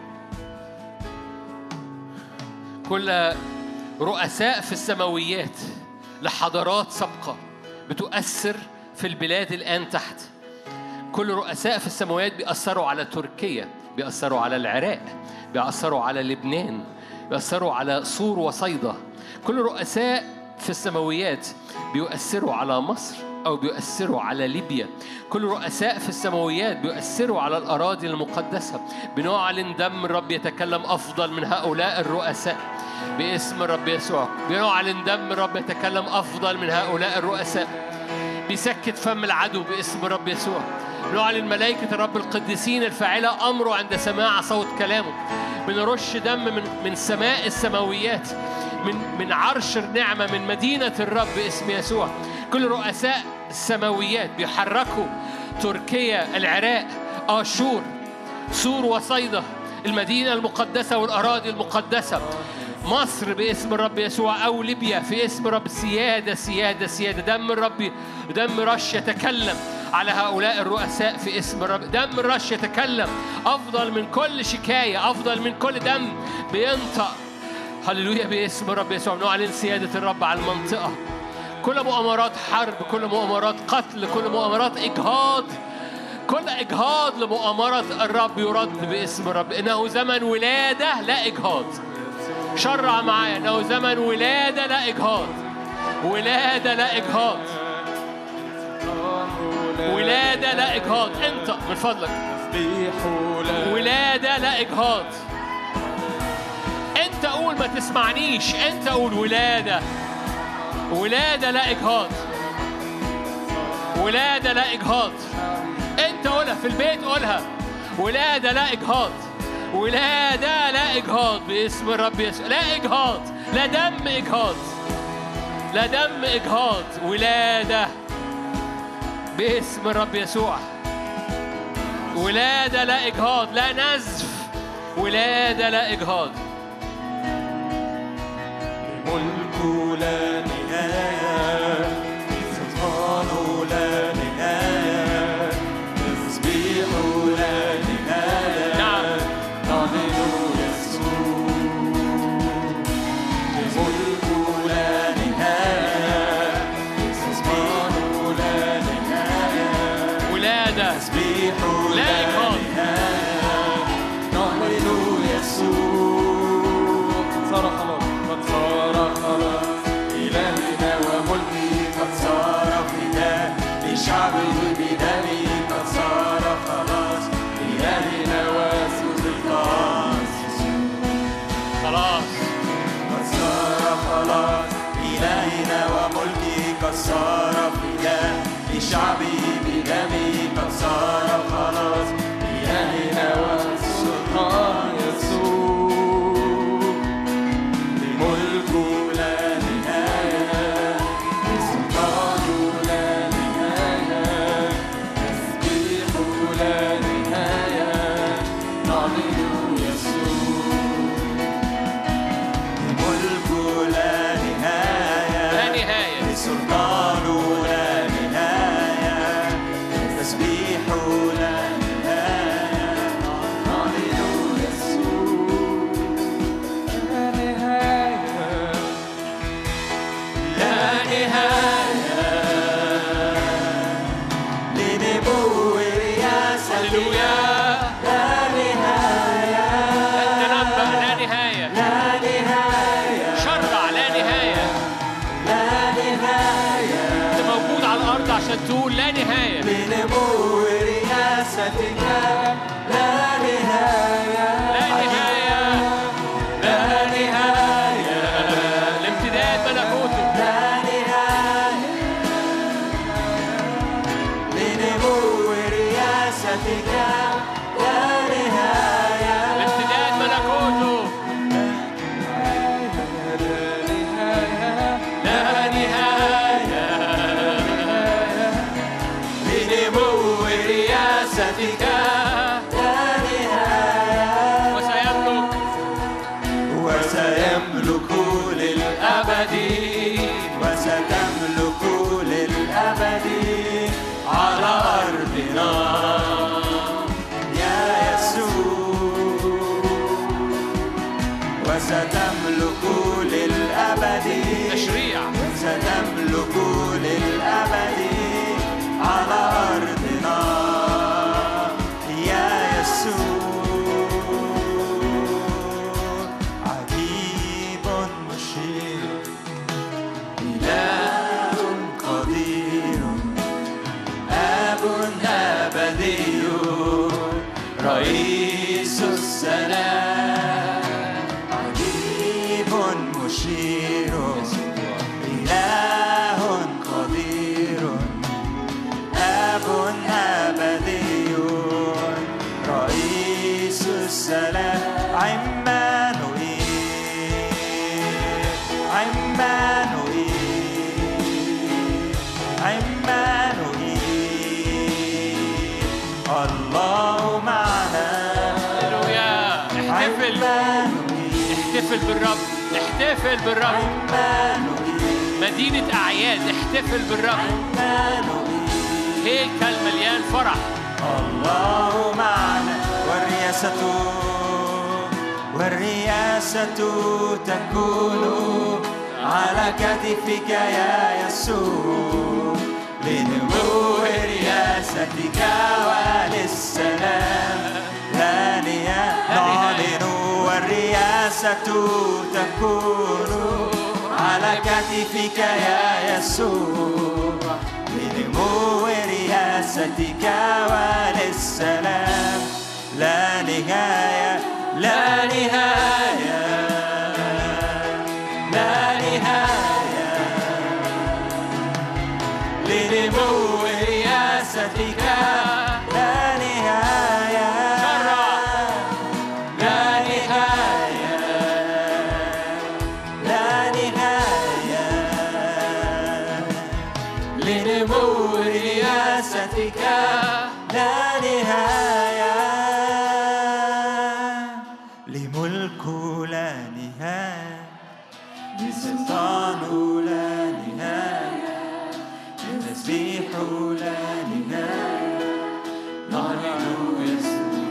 كل رؤساء في السماويات لحضارات سابقة بتؤثر في البلاد الآن تحت. كل رؤساء في السماوات بيأثروا على تركيا، بيأثروا على العراق، بيأثروا على لبنان، بيأثروا على سور وصيدا. كل رؤساء في السماويات بيؤثروا على مصر أو بيؤثروا على ليبيا. كل رؤساء في السماويات بيؤثروا على الأراضي المقدسة. بنعلن دم الرب يتكلم أفضل من هؤلاء الرؤساء باسم الرب يسوع. بنعلن دم الرب يتكلم أفضل من هؤلاء الرؤساء، بيسكت فم العدو باسم الرب يسوع. بنعلن ملائكة الرب القديسين الفاعلة أمره عند سماع صوت كلامه. بنرش دم من سماء السماويات، من عرش النعمة، من مدينة الرب باسم يسوع. كل رؤساء السماويات بيحركوا تركيا، العراق، آشور، سور وصيدا، المدينة المقدسة والأراضي المقدسة، مصر باسم الرب يسوع، أو ليبيا في اسم الرب. سيادة سيادة سيادة. دم الرب، دم رش يتكلم على هؤلاء الرؤساء في اسم الرب. دم الرش يتكلم أفضل من كل شكاية، أفضل من كل دم بينطق، هللويا، باسم الرب يسوع. نعلن سيادة الرب على المنطقة. كل مؤامرات حرب، كل مؤامرات قتل، كل مؤامرات إجهاض، كل إجهاض لمؤامرة الرب يرد باسم الرب. إنه زمن ولادة لا إجهاض. شرع معايا إنه زمن ولادة لا إجهاض. ولادة لا إجهاض. ولادة لا إجهاض. انطق من فضلك. ولادة لا إجهاض. انت قول، ما تسمعنيش، انت قول ولادة. ولادة لا إجهاض. ولادة لا إجهاض. انت قولها في البيت، قولها. ولادة لا إجهاض. ولادة لا إجهاض باسم الرب يسوع. لا إجهاض، لا دم إجهاض، لا دم إجهاض. ولادة باسم الرب يسوع. ولادة لا إجهاض، لا نزف. ولادة لا إجهاض. ملك لا نهاية، سلطان لا نهاية، تسبيح لا نهاية. نعم. نعلن يسوع. ملك لا نهاية، سلطان لا نهاية، ولادة تسبيح لا إجهاض. نهاية. نعلن يسوع. صار خلاص، قد صار خلاص، إلهنا وملكه ستملك للأبد تشريع ستملك للأبد على أرضنا يا يسوع عجيب مشير إله قدير آب أبدي رئيس السلام عجيب مشير إله قدير آب أبدي رئيس السلام عمانوئيل عمانوئيل عمانوئيل الله معنا. هللويا. احتفل احتفل بالرب، احتفل بالرب. مدينة أعياد، احتفل بالرب. هيكل مليان فرح. الله معنا والرياسة تكون على كتفك يا يسوع لنمو رياستك وللسلام لا نعلن والرياسة تكون على كتفك يا يسوع لنمو رياستك وللسلام لا نهاية لا نهاية لا نهاية لنمو رياستك لا نهاية لا نهاية لا نهاية لنمو رياستك لا نهاية لملك لا نهاية لسلطان لا نهاية لتسبيح لا نهاية نعلن يسوع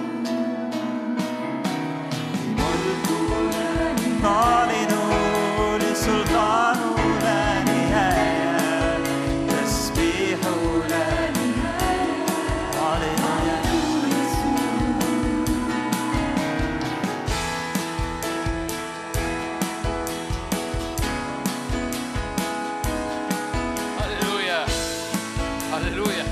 لملك لا نهاية نعلن لسلطان لا نهاية تسبيح لا نهاية نعلن هللويا هللويا.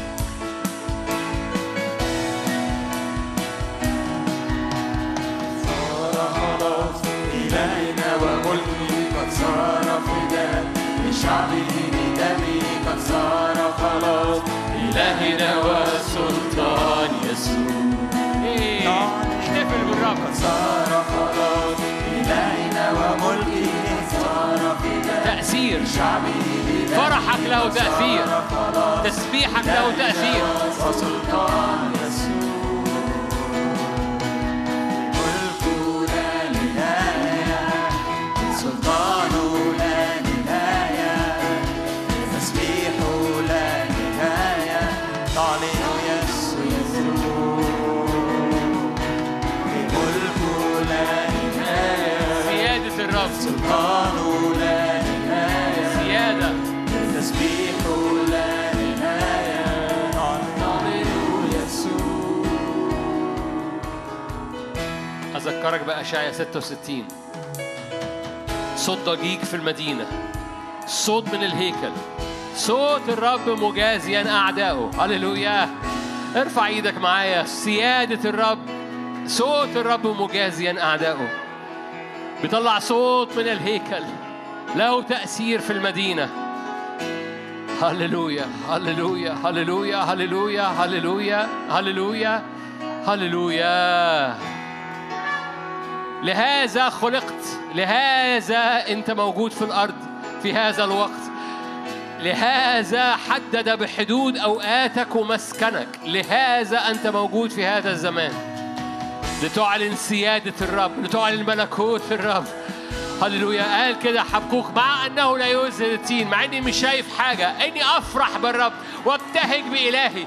صار خلاص إلهنا وملكه قد صار فداء لشعبه بدمه قد صار خلاص إلهنا والسلطان يسوع احتفل بالرب. قد صار خلاص إلهنا وملكه قد صار فداء تأثير شعبه بدمه فرحك له تأثير، صار خلاص تسبيحك له تأثير. وسلطان يسوع ملك لا نهاية سلطان لا نهاية تسبيح لا نهاية تعلن يسوع ملك لا نهاية سيادة الرب، سلطان لا نهاية سيادة. تسبيح لا نهاية تعلن يسوع. أذكرك بأشعياء 66، صوت ضجيج في المدينة، صوت من الهيكل، صوت الرب مجازيا أعدائه. هللويا. ارفع ايدك معايا. سيادة الرب، صوت الرب مجازيا أعدائه. بيطلع صوت من الهيكل له تأثير في المدينة. هللويا هللويا هللويا هللويا هللويا هللويا هللويا. لهذا خلقت، لهذا أنت موجود في الأرض في هذا الوقت، لهذا حدد بحدود أوقاتك ومسكنك، لهذا أنت موجود في هذا الزمان، لتعلن سيادة الرب، لتعلن ملكوت الرب. هللويا. قال كده حبقوق: مع أنه لا يزهد التين، مع أني مش شايف حاجة، إني أفرح بالرب وابتهج بإلهي.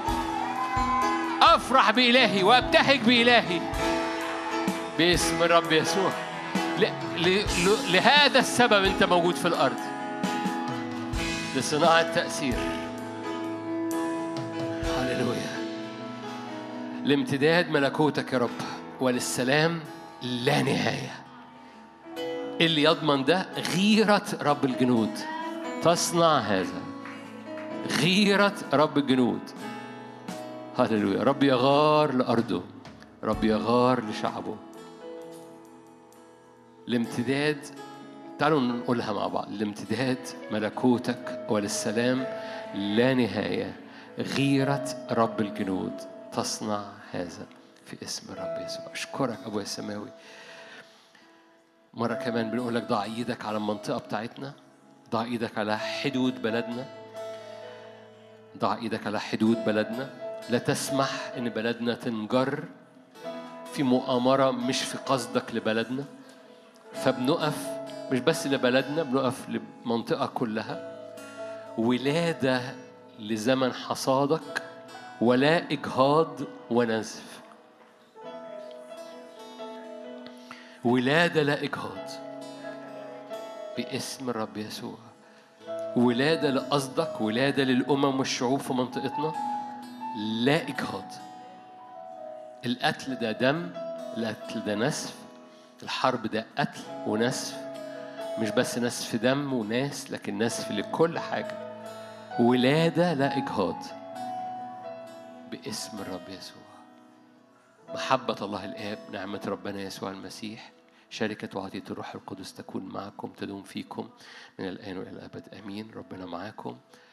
أفرح بإلهي وابتهج بإلهي باسم الرب يسوع. لهذا السبب أنت موجود في الأرض، لصناعة تأثير. هللويا. لامتداد ملكوتك يا رب وللسلام لا نهاية. اللي يضمن ده غيرة رب الجنود تصنع هذا. غيرة رب الجنود. هللويا. رب يغار لأرضه، رب يغار لشعبه. الامتداد، تعالوا نقولها مع بعض. الامتداد ملكوتك وللسلام لا نهاية. غيرة رب الجنود تصنع هذا في اسم الرب يسوع. أشكرك أبويا السماوي. مرة كمان بنقول لك ضع إيدك على المنطقة بتاعتنا، ضع إيدك على حدود بلدنا، ضع إيدك على حدود بلدنا. لا تسمح إن بلدنا تنجر في مؤامرة مش في قصدك لبلدنا. فبنقف مش بس لبلدنا، بنقف لمنطقة كلها. ولادة لزمن حصادك ولا إجهاض ونزف. ولادة لا إجهاض باسم الرب يسوع. ولادة لقصدك، ولادة للأمم والشعوب في منطقتنا لا إجهاض. القتل ده دم، القتل ده نسف، الحرب ده قتل ونسف. مش بس نسف دم وناس، لكن نسف لكل حاجة. ولادة لا إجهاض باسم الرب يسوع. محبة الله الآب، نعمة ربنا يسوع المسيح، شركة وعطية الروح القدس تكون معكم، تدوم فيكم من الآن وإلى الأبد. آمين. ربنا معاكم.